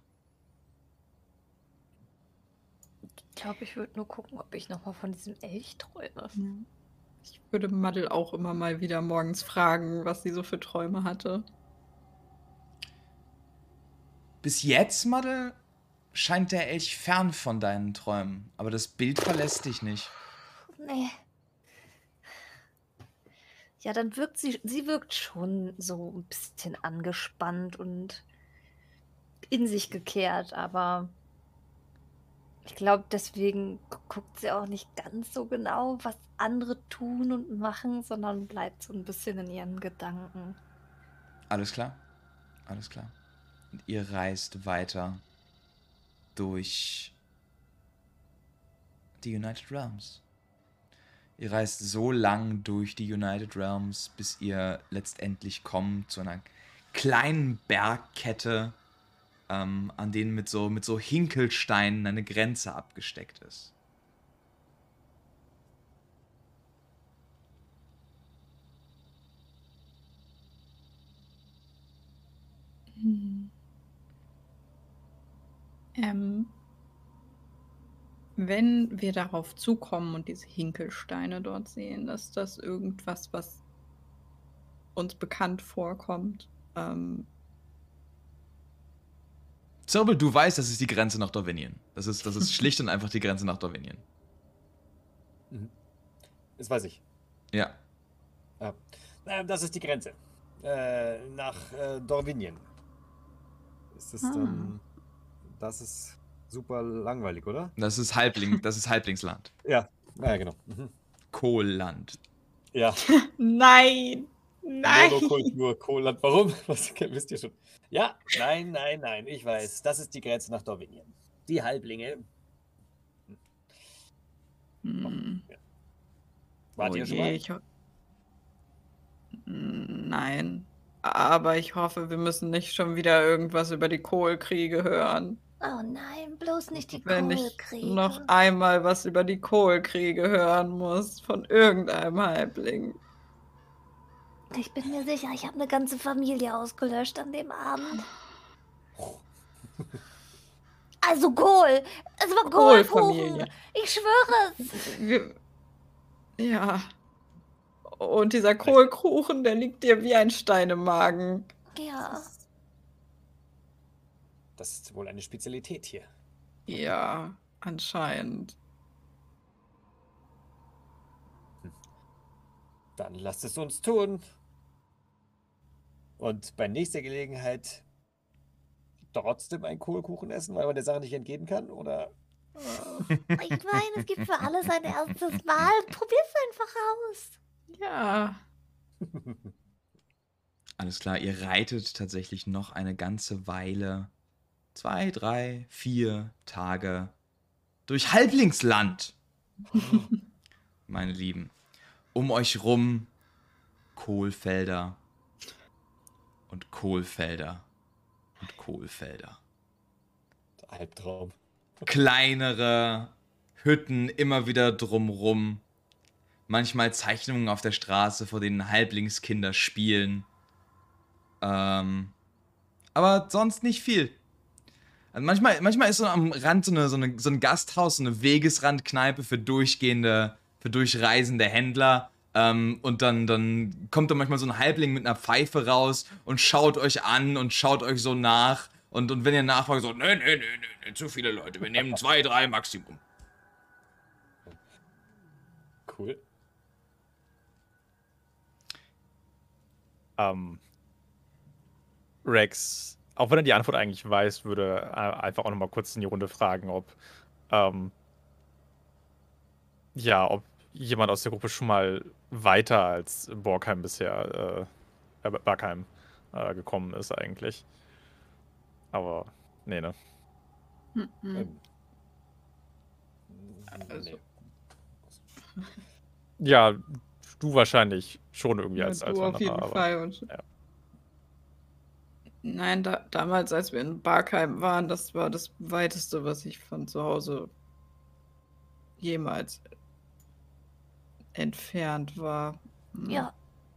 Ich glaube, ich würde nur gucken, ob ich nochmal von diesem Elch träume. Ich würde Madel auch immer mal wieder morgens fragen, was sie so für Träume hatte. Bis jetzt, Madel, scheint der Elch fern von deinen Träumen. Aber das Bild verlässt dich nicht. Nee. Ja, dann wirkt sie wirkt schon so ein bisschen angespannt und in sich gekehrt, aber ich glaube, deswegen guckt sie auch nicht ganz so genau, was andere tun und machen, sondern bleibt so ein bisschen in ihren Gedanken. Alles klar. Alles klar. Und ihr reist weiter durch die United Realms. Ihr reist so lang durch die United Realms, bis ihr letztendlich kommt zu einer kleinen Bergkette, an denen mit so Hinkelsteinen eine Grenze abgesteckt ist. Wenn wir darauf zukommen und diese Hinkelsteine dort sehen, ist das irgendwas, was uns bekannt vorkommt. Zirbel, du weißt, das ist die Grenze nach Dorvenien. Das ist schlicht und einfach die Grenze nach Dorvenien. Das weiß ich. Ja. Das ist die Grenze. Nach Dorvenien. Ist das das ist super langweilig, oder? Das ist Halblingsland. Ja, genau. Kohlland. Ja. Nein! Nein! Monokultur, Kohlland. Warum? Was wisst ihr schon? Ja, nein. Ich weiß. Das ist die Grenze nach Dorvenien. Die Halblinge. Ja. Wart ihr schon mal? Nein. Aber ich hoffe, wir müssen nicht schon wieder irgendwas über die Kohlkriege hören. Oh nein, bloß nicht die Wenn ich Kohlkriege. noch einmal was über die Kohlkriege hören muss von irgendeinem Halbling. Ich bin mir sicher, ich habe eine ganze Familie ausgelöscht an dem Abend. Also Kohl. Es war Kohlkuchen. Kohlfamilie. Ich schwöre es. Ja. Und dieser Kohlkuchen, der liegt dir wie ein Stein im Magen. Ja. Das ist wohl eine Spezialität hier. Ja, anscheinend. Dann lasst es uns tun. Und bei nächster Gelegenheit trotzdem einen Kohlkuchen essen, weil man der Sache nicht entgehen kann, oder? Ich meine, es gibt für alles ein erstes Mal. Probier's einfach aus. Ja. Alles klar, ihr reitet tatsächlich noch eine ganze Weile, 2, 3, 4 Tage durch Halblingsland. Meine Lieben, um euch rum Kohlfelder und Kohlfelder und Kohlfelder. Albtraum. Kleinere Hütten immer wieder drumrum. Manchmal Zeichnungen auf der Straße, vor denen Halblingskinder spielen. Aber sonst nicht viel. Also manchmal ist so am Rand so ein Gasthaus, so eine Wegesrandkneipe für durchreisende Händler. Und dann kommt da manchmal so ein Halbling mit einer Pfeife raus und schaut euch an und schaut euch so nach. Und wenn ihr nachfragt, so, nee, zu viele Leute, wir nehmen 2, 3 Maximum. Cool. Rex, auch wenn er die Antwort eigentlich weiß, würde einfach auch nochmal kurz in die Runde fragen, ob jemand aus der Gruppe schon mal weiter als Borgheim bisher, Bergheim gekommen ist eigentlich. Aber, nee, ne? Also. Ja, du wahrscheinlich schon irgendwie als Du Wanderer. auf jeden Fall. Und ja. Nein, damals, als wir in Barkheim waren, das war das Weiteste, was ich von zu Hause jemals entfernt war. Ja,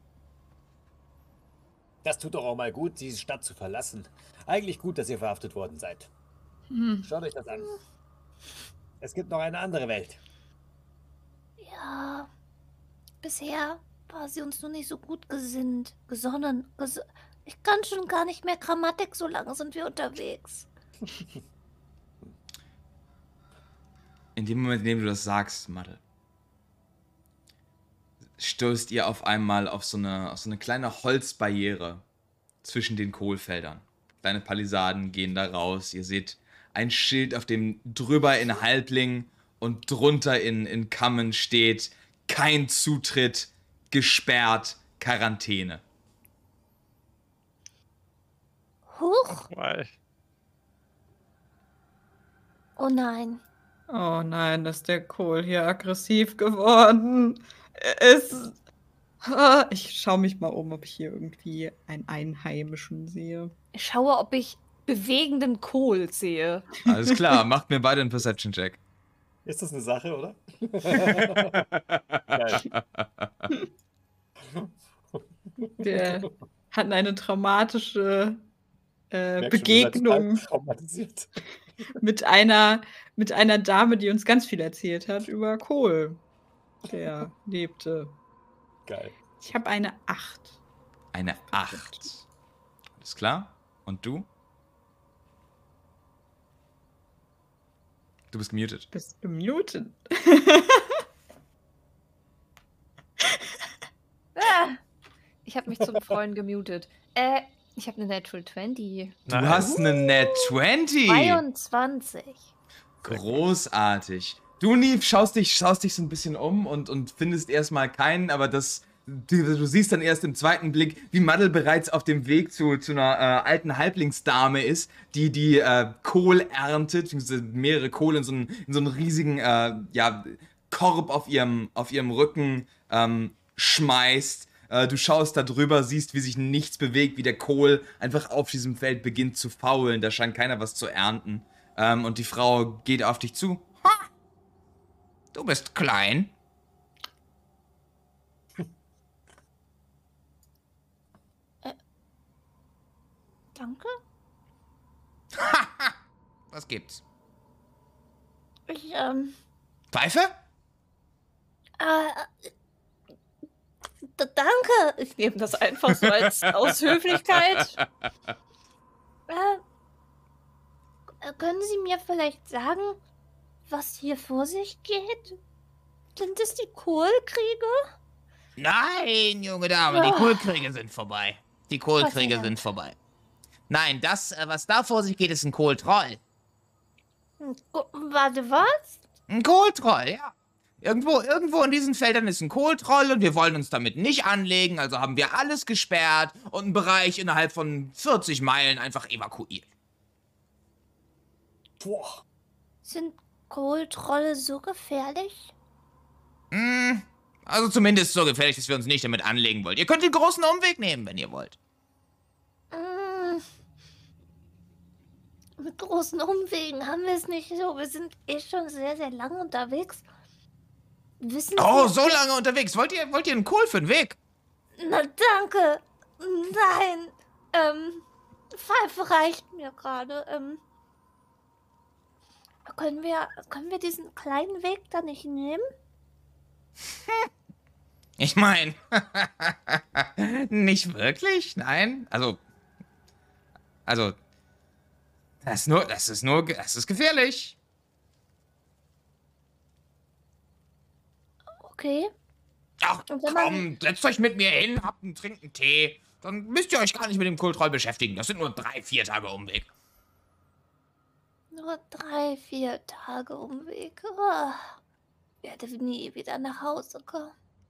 Das tut doch auch mal gut, diese Stadt zu verlassen. Eigentlich gut, dass ihr verhaftet worden seid. Schaut euch das an. Es gibt noch eine andere Welt. ja. Bisher war sie uns nur nicht so gut gesonnen. Ich kann schon gar nicht mehr Grammatik, so lange sind wir unterwegs. In dem Moment, in dem du das sagst, Madel, stößt ihr auf einmal auf so eine kleine Holzbarriere zwischen den Kohlfeldern. Kleine Palisaden gehen da raus. Ihr seht ein Schild, auf dem drüber in Halbling und drunter in Kammen steht: kein Zutritt, gesperrt, Quarantäne. Huch! Weil Oh nein. Oh nein, ist der Kohl hier aggressiv geworden. Ich schaue mich mal um, ob ich hier irgendwie einen Einheimischen sehe. Ich schaue, ob ich bewegenden Kohl sehe. Alles klar, macht mir beide einen Perception-Check. Ist das eine Sache, oder? Geil. Wir hatten eine traumatische Merk schon, ihr seid total Begegnung traumatisiert. mit einer Dame, die uns ganz viel erzählt hat über Kohl, der lebte. Geil. Ich habe eine 8. Eine 8. Alles klar. Und du? Du bist gemutet. Bist gemutet. Ich habe mich zum Freuen gemutet. Ich habe eine Natural 20. Du hast eine Nat 20. 22. Großartig. Du, Neve, schaust dich so ein bisschen um und findest erstmal keinen, aber du siehst dann erst im zweiten Blick, wie Madel bereits auf dem Weg zu einer alten Halblingsdame ist, die Kohl erntet, beziehungsweise mehrere Kohl in so einen riesigen Korb auf ihrem Rücken schmeißt. Du schaust da drüber, siehst, wie sich nichts bewegt, wie der Kohl einfach auf diesem Feld beginnt zu faulen. Da scheint keiner was zu ernten. Und die Frau geht auf dich zu. Ha! Du bist klein. Danke. Was gibt's? Ich, Pfeife? danke. Ich nehme das einfach so aus Höflichkeit. Können Sie mir vielleicht sagen, was hier vor sich geht? Sind es die Kohlkriege? Nein, junge Dame, die Kohlkriege sind vorbei. Die Kohlkriege sind vorbei. Nein, das, was da vor sich geht, ist ein Kohltroll. Warte, was? Ein Kohltroll, ja. Irgendwo in diesen Feldern ist ein Kohltroll und wir wollen uns damit nicht anlegen, also haben wir alles gesperrt und einen Bereich innerhalb von 40 Meilen einfach evakuiert. Boah. Sind Kohltrolle so gefährlich? Also zumindest so gefährlich, dass wir uns nicht damit anlegen wollen. Ihr könnt den großen Umweg nehmen, wenn ihr wollt. Mit großen Umwegen haben wir es nicht so. Wir sind schon sehr, sehr lange unterwegs. Wissen Oh, Sie... so lange unterwegs. Wollt ihr einen Kohl für den Weg? Na, danke. Nein. Pfeife reicht mir gerade. Können wir diesen kleinen Weg da nicht nehmen? Ich meine, nicht wirklich, nein. Also, das ist gefährlich. Okay. Ach Und wenn man- komm, setzt euch mit mir hin, trinkt einen Tee. Dann müsst ihr euch gar nicht mit dem Kohltroll beschäftigen. Das sind nur 3-4 Tage Umweg. Nur 3-4 Tage Umweg. Oh. werde nie wieder nach Hause kommen.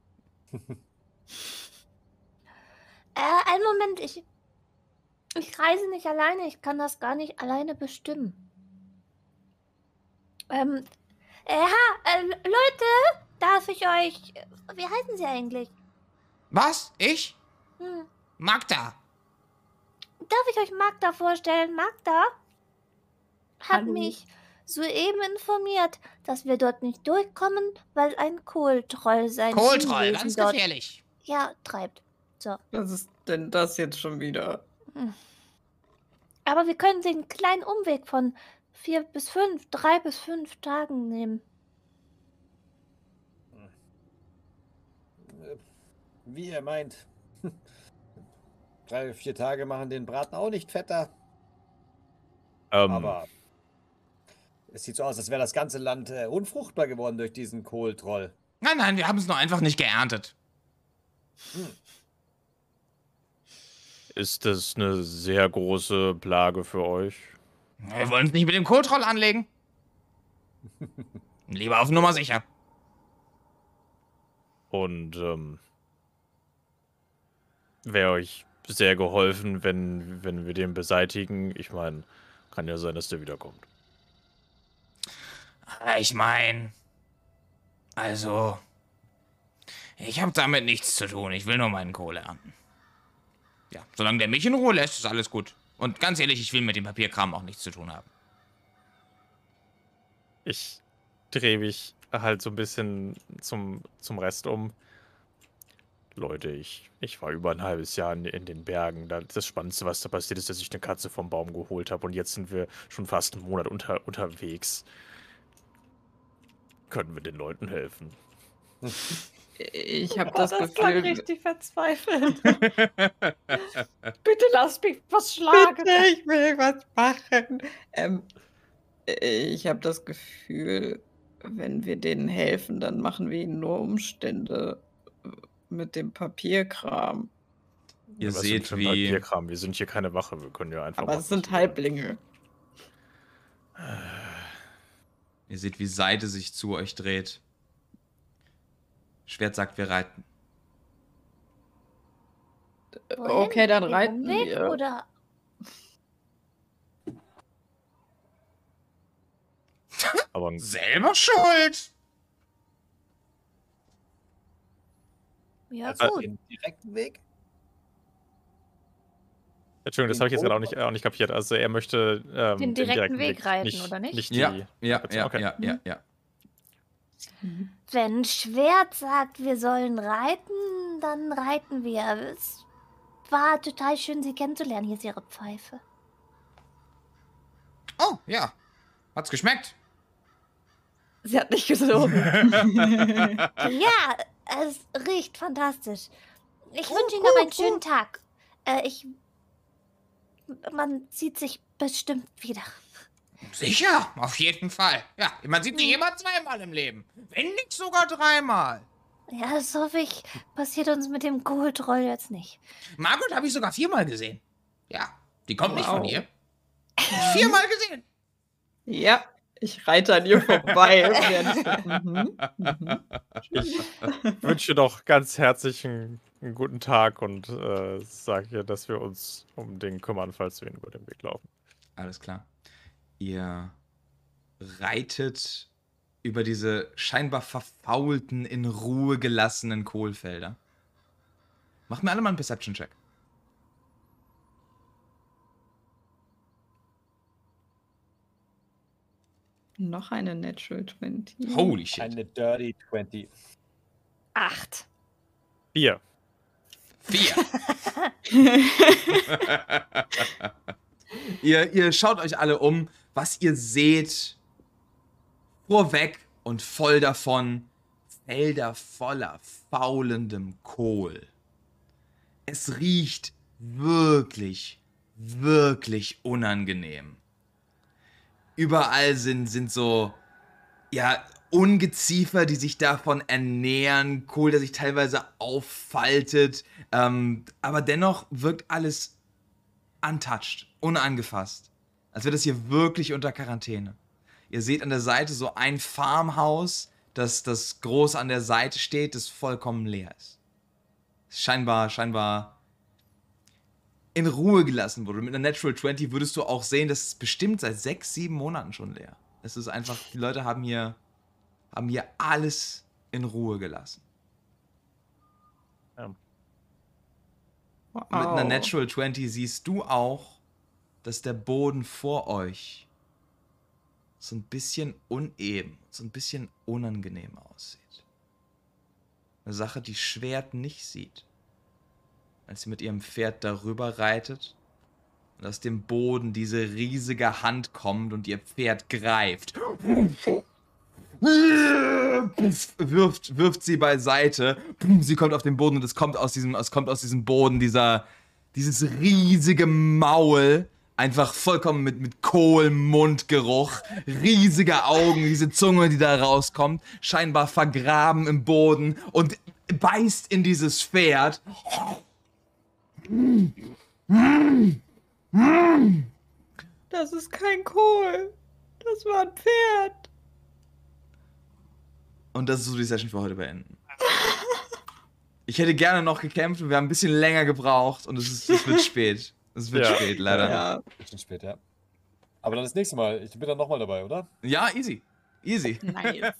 Einen Moment, ich reise nicht alleine, ich kann das gar nicht alleine bestimmen. Leute, darf ich euch... Wie heißen Sie eigentlich? Was? Ich? Hm. Magda. Darf ich euch Magda vorstellen? Magda hat Hallo. mich soeben informiert, dass wir dort nicht durchkommen, weil ein Kohltroll sein Kohltroll, Unwesen ganz dort gefährlich. treibt. So. Was ist denn das jetzt schon wieder? Aber wir können den kleinen Umweg von 3 bis 5 Tagen nehmen. Wie ihr meint. 3, 4 Tage machen den Braten auch nicht fetter. Aber es sieht so aus, als wäre das ganze Land unfruchtbar geworden durch diesen Kohltroll. Nein, wir haben es nur einfach nicht geerntet. Ist das eine sehr große Plage für euch? Wir wollen uns nicht mit dem Kohltroll anlegen. Lieber auf Nummer sicher. Und wäre euch sehr geholfen, wenn wir den beseitigen. Ich meine, kann ja sein, dass der wiederkommt. Ich meine, also, ich habe damit nichts zu tun. Ich will nur meinen Kohl ernten. Ja, solange der mich in Ruhe lässt, ist alles gut. Und ganz ehrlich, ich will mit dem Papierkram auch nichts zu tun haben. Ich drehe mich halt so ein bisschen zum Rest um. Leute, ich war über ein halbes Jahr in den Bergen. Das Spannendste, was da passiert ist, dass ich eine Katze vom Baum geholt habe. Und jetzt sind wir schon fast einen Monat unterwegs. Können wir den Leuten helfen? Ich habe das Das klang Gefühl... richtig verzweifelt. Bitte lass mich was schlagen. Bitte, ich will was machen. Ich habe das Gefühl, wenn wir denen helfen, dann machen wir ihnen nur Umstände mit dem Papierkram. Ihr Was seht, für ein wie Papierkram? Wir sind hier keine Wache. Wir können ja einfach. Aber es sind Halblinge. Ihr seht, wie Seide sich zu euch dreht. Schwert sagt, wir reiten. Wohin? Okay, dann Den reiten Umweg wir. Oder? Aber Selber schuld. Ja, Also gut. den direkten Weg? Entschuldigung, das habe ich jetzt gerade auch nicht kapiert. Also er möchte Den direkten Weg reiten, oder nicht? Nicht die Okay. Ja. Wenn Schwert sagt, wir sollen reiten, dann reiten wir. Es war total schön, Sie kennenzulernen. Hier ist Ihre Pfeife. Oh, ja. Hat's geschmeckt? Sie hat nicht gelogen. Ja, es riecht fantastisch. Ich wünsche Ihnen noch einen schönen Tag. Man sieht sich bestimmt wieder. Sicher, auf jeden Fall. Ja, man sieht sich immer zweimal im Leben. Wenn nicht sogar dreimal. Ja, das hoffe ich, passiert uns mit dem Kohltroll jetzt nicht. Margot habe ich sogar 4-mal gesehen. Ja, die kommt nicht Wow. von hier. 4-mal gesehen. Ja, ich reite an ihr vorbei. Ich wünsche doch ganz herzlich einen guten Tag und sage ihr, dass wir uns um den kümmern, falls wir ihn über den Weg laufen. Alles klar. Ihr reitet über diese scheinbar verfaulten, in Ruhe gelassenen Kohlfelder. Macht mir alle mal einen Perception-Check. Noch eine Natural 20. Holy shit. Eine Dirty 20. 8. 4. 4. Ihr schaut euch alle um, was ihr seht. Vorweg und voll davon Felder voller faulendem Kohl. Es riecht wirklich, wirklich unangenehm. Überall sind so, ja, Ungeziefer, die sich davon ernähren. Kohl, der sich teilweise auffaltet. Aber dennoch wirkt alles untouched, unangefasst. Als wäre das hier wirklich unter Quarantäne. Ihr seht an der Seite so ein Farmhaus, das groß an der Seite steht, das vollkommen leer ist. Scheinbar in Ruhe gelassen wurde. Mit einer Natural 20 würdest du auch sehen, dass es bestimmt seit 6-7 Monaten schon leer. Es ist einfach, die Leute haben hier alles in Ruhe gelassen. Ja. Mit einer Natural 20 siehst du auch, dass der Boden vor euch so ein bisschen uneben, so ein bisschen unangenehm aussieht. Eine Sache, die Schwert nicht sieht. Als sie mit ihrem Pferd darüber reitet und aus dem Boden diese riesige Hand kommt und ihr Pferd greift. Wirft sie beiseite. Sie kommt auf den Boden und es kommt aus diesem Boden dieses riesige Maul. Einfach vollkommen mit Kohl-Mundgeruch. Riesige Augen, diese Zunge, die da rauskommt. Scheinbar vergraben im Boden und beißt in dieses Pferd. Das ist kein Kohl. Das war ein Pferd. Und das ist so die Session für heute beenden. Ich hätte gerne noch gekämpft und wir haben ein bisschen länger gebraucht und es wird spät. Es wird spät, leider. Ja. Bisschen spät, ja. Aber dann das nächste Mal. Ich bin dann nochmal dabei, oder? Ja, easy. Easy. Nice.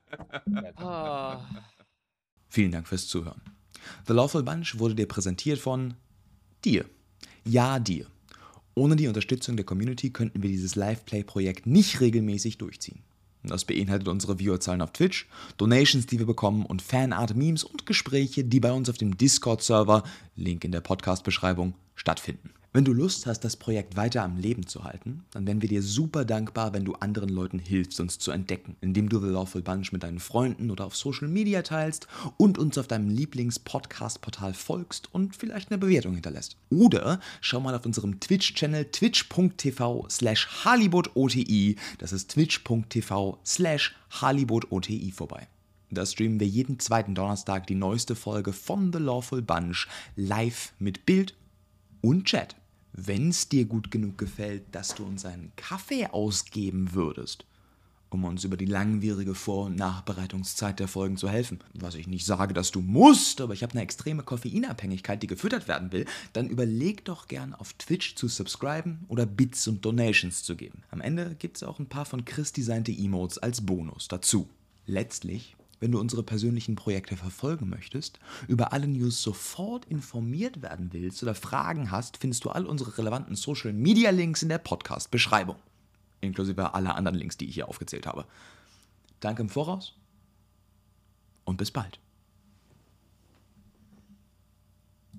Vielen Dank fürs Zuhören. The Lawful Bunch wurde dir präsentiert von dir. Ja, dir. Ohne die Unterstützung der Community könnten wir dieses Live-Play-Projekt nicht regelmäßig durchziehen. Das beinhaltet unsere Viewerzahlen auf Twitch, Donations, die wir bekommen und Fanart-Memes und Gespräche, die bei uns auf dem Discord-Server, Link in der Podcast-Beschreibung, stattfinden. Wenn du Lust hast, das Projekt weiter am Leben zu halten, dann wären wir dir super dankbar, wenn du anderen Leuten hilfst, uns zu entdecken, indem du The Lawful Bunch mit deinen Freunden oder auf Social Media teilst und uns auf deinem Lieblings-Podcast-Portal folgst und vielleicht eine Bewertung hinterlässt. Oder schau mal auf unserem Twitch-Channel twitch.tv/HalibutOTI, das ist twitch.tv/HalibutOTI vorbei. Da streamen wir jeden zweiten Donnerstag die neueste Folge von The Lawful Bunch live mit Bild und Chat. Wenn es dir gut genug gefällt, dass du uns einen Kaffee ausgeben würdest, um uns über die langwierige Vor- und Nachbereitungszeit der Folgen zu helfen, was ich nicht sage, dass du musst, aber ich habe eine extreme Koffeinabhängigkeit, die gefüttert werden will, dann überleg doch gern auf Twitch zu subscriben oder Bits und Donations zu geben. Am Ende gibt es auch ein paar von Chris designte Emotes als Bonus dazu. Letztlich, wenn du unsere persönlichen Projekte verfolgen möchtest, über alle News sofort informiert werden willst oder Fragen hast, findest du all unsere relevanten Social-Media-Links in der Podcast-Beschreibung. Inklusive aller anderen Links, die ich hier aufgezählt habe. Danke im Voraus und bis bald.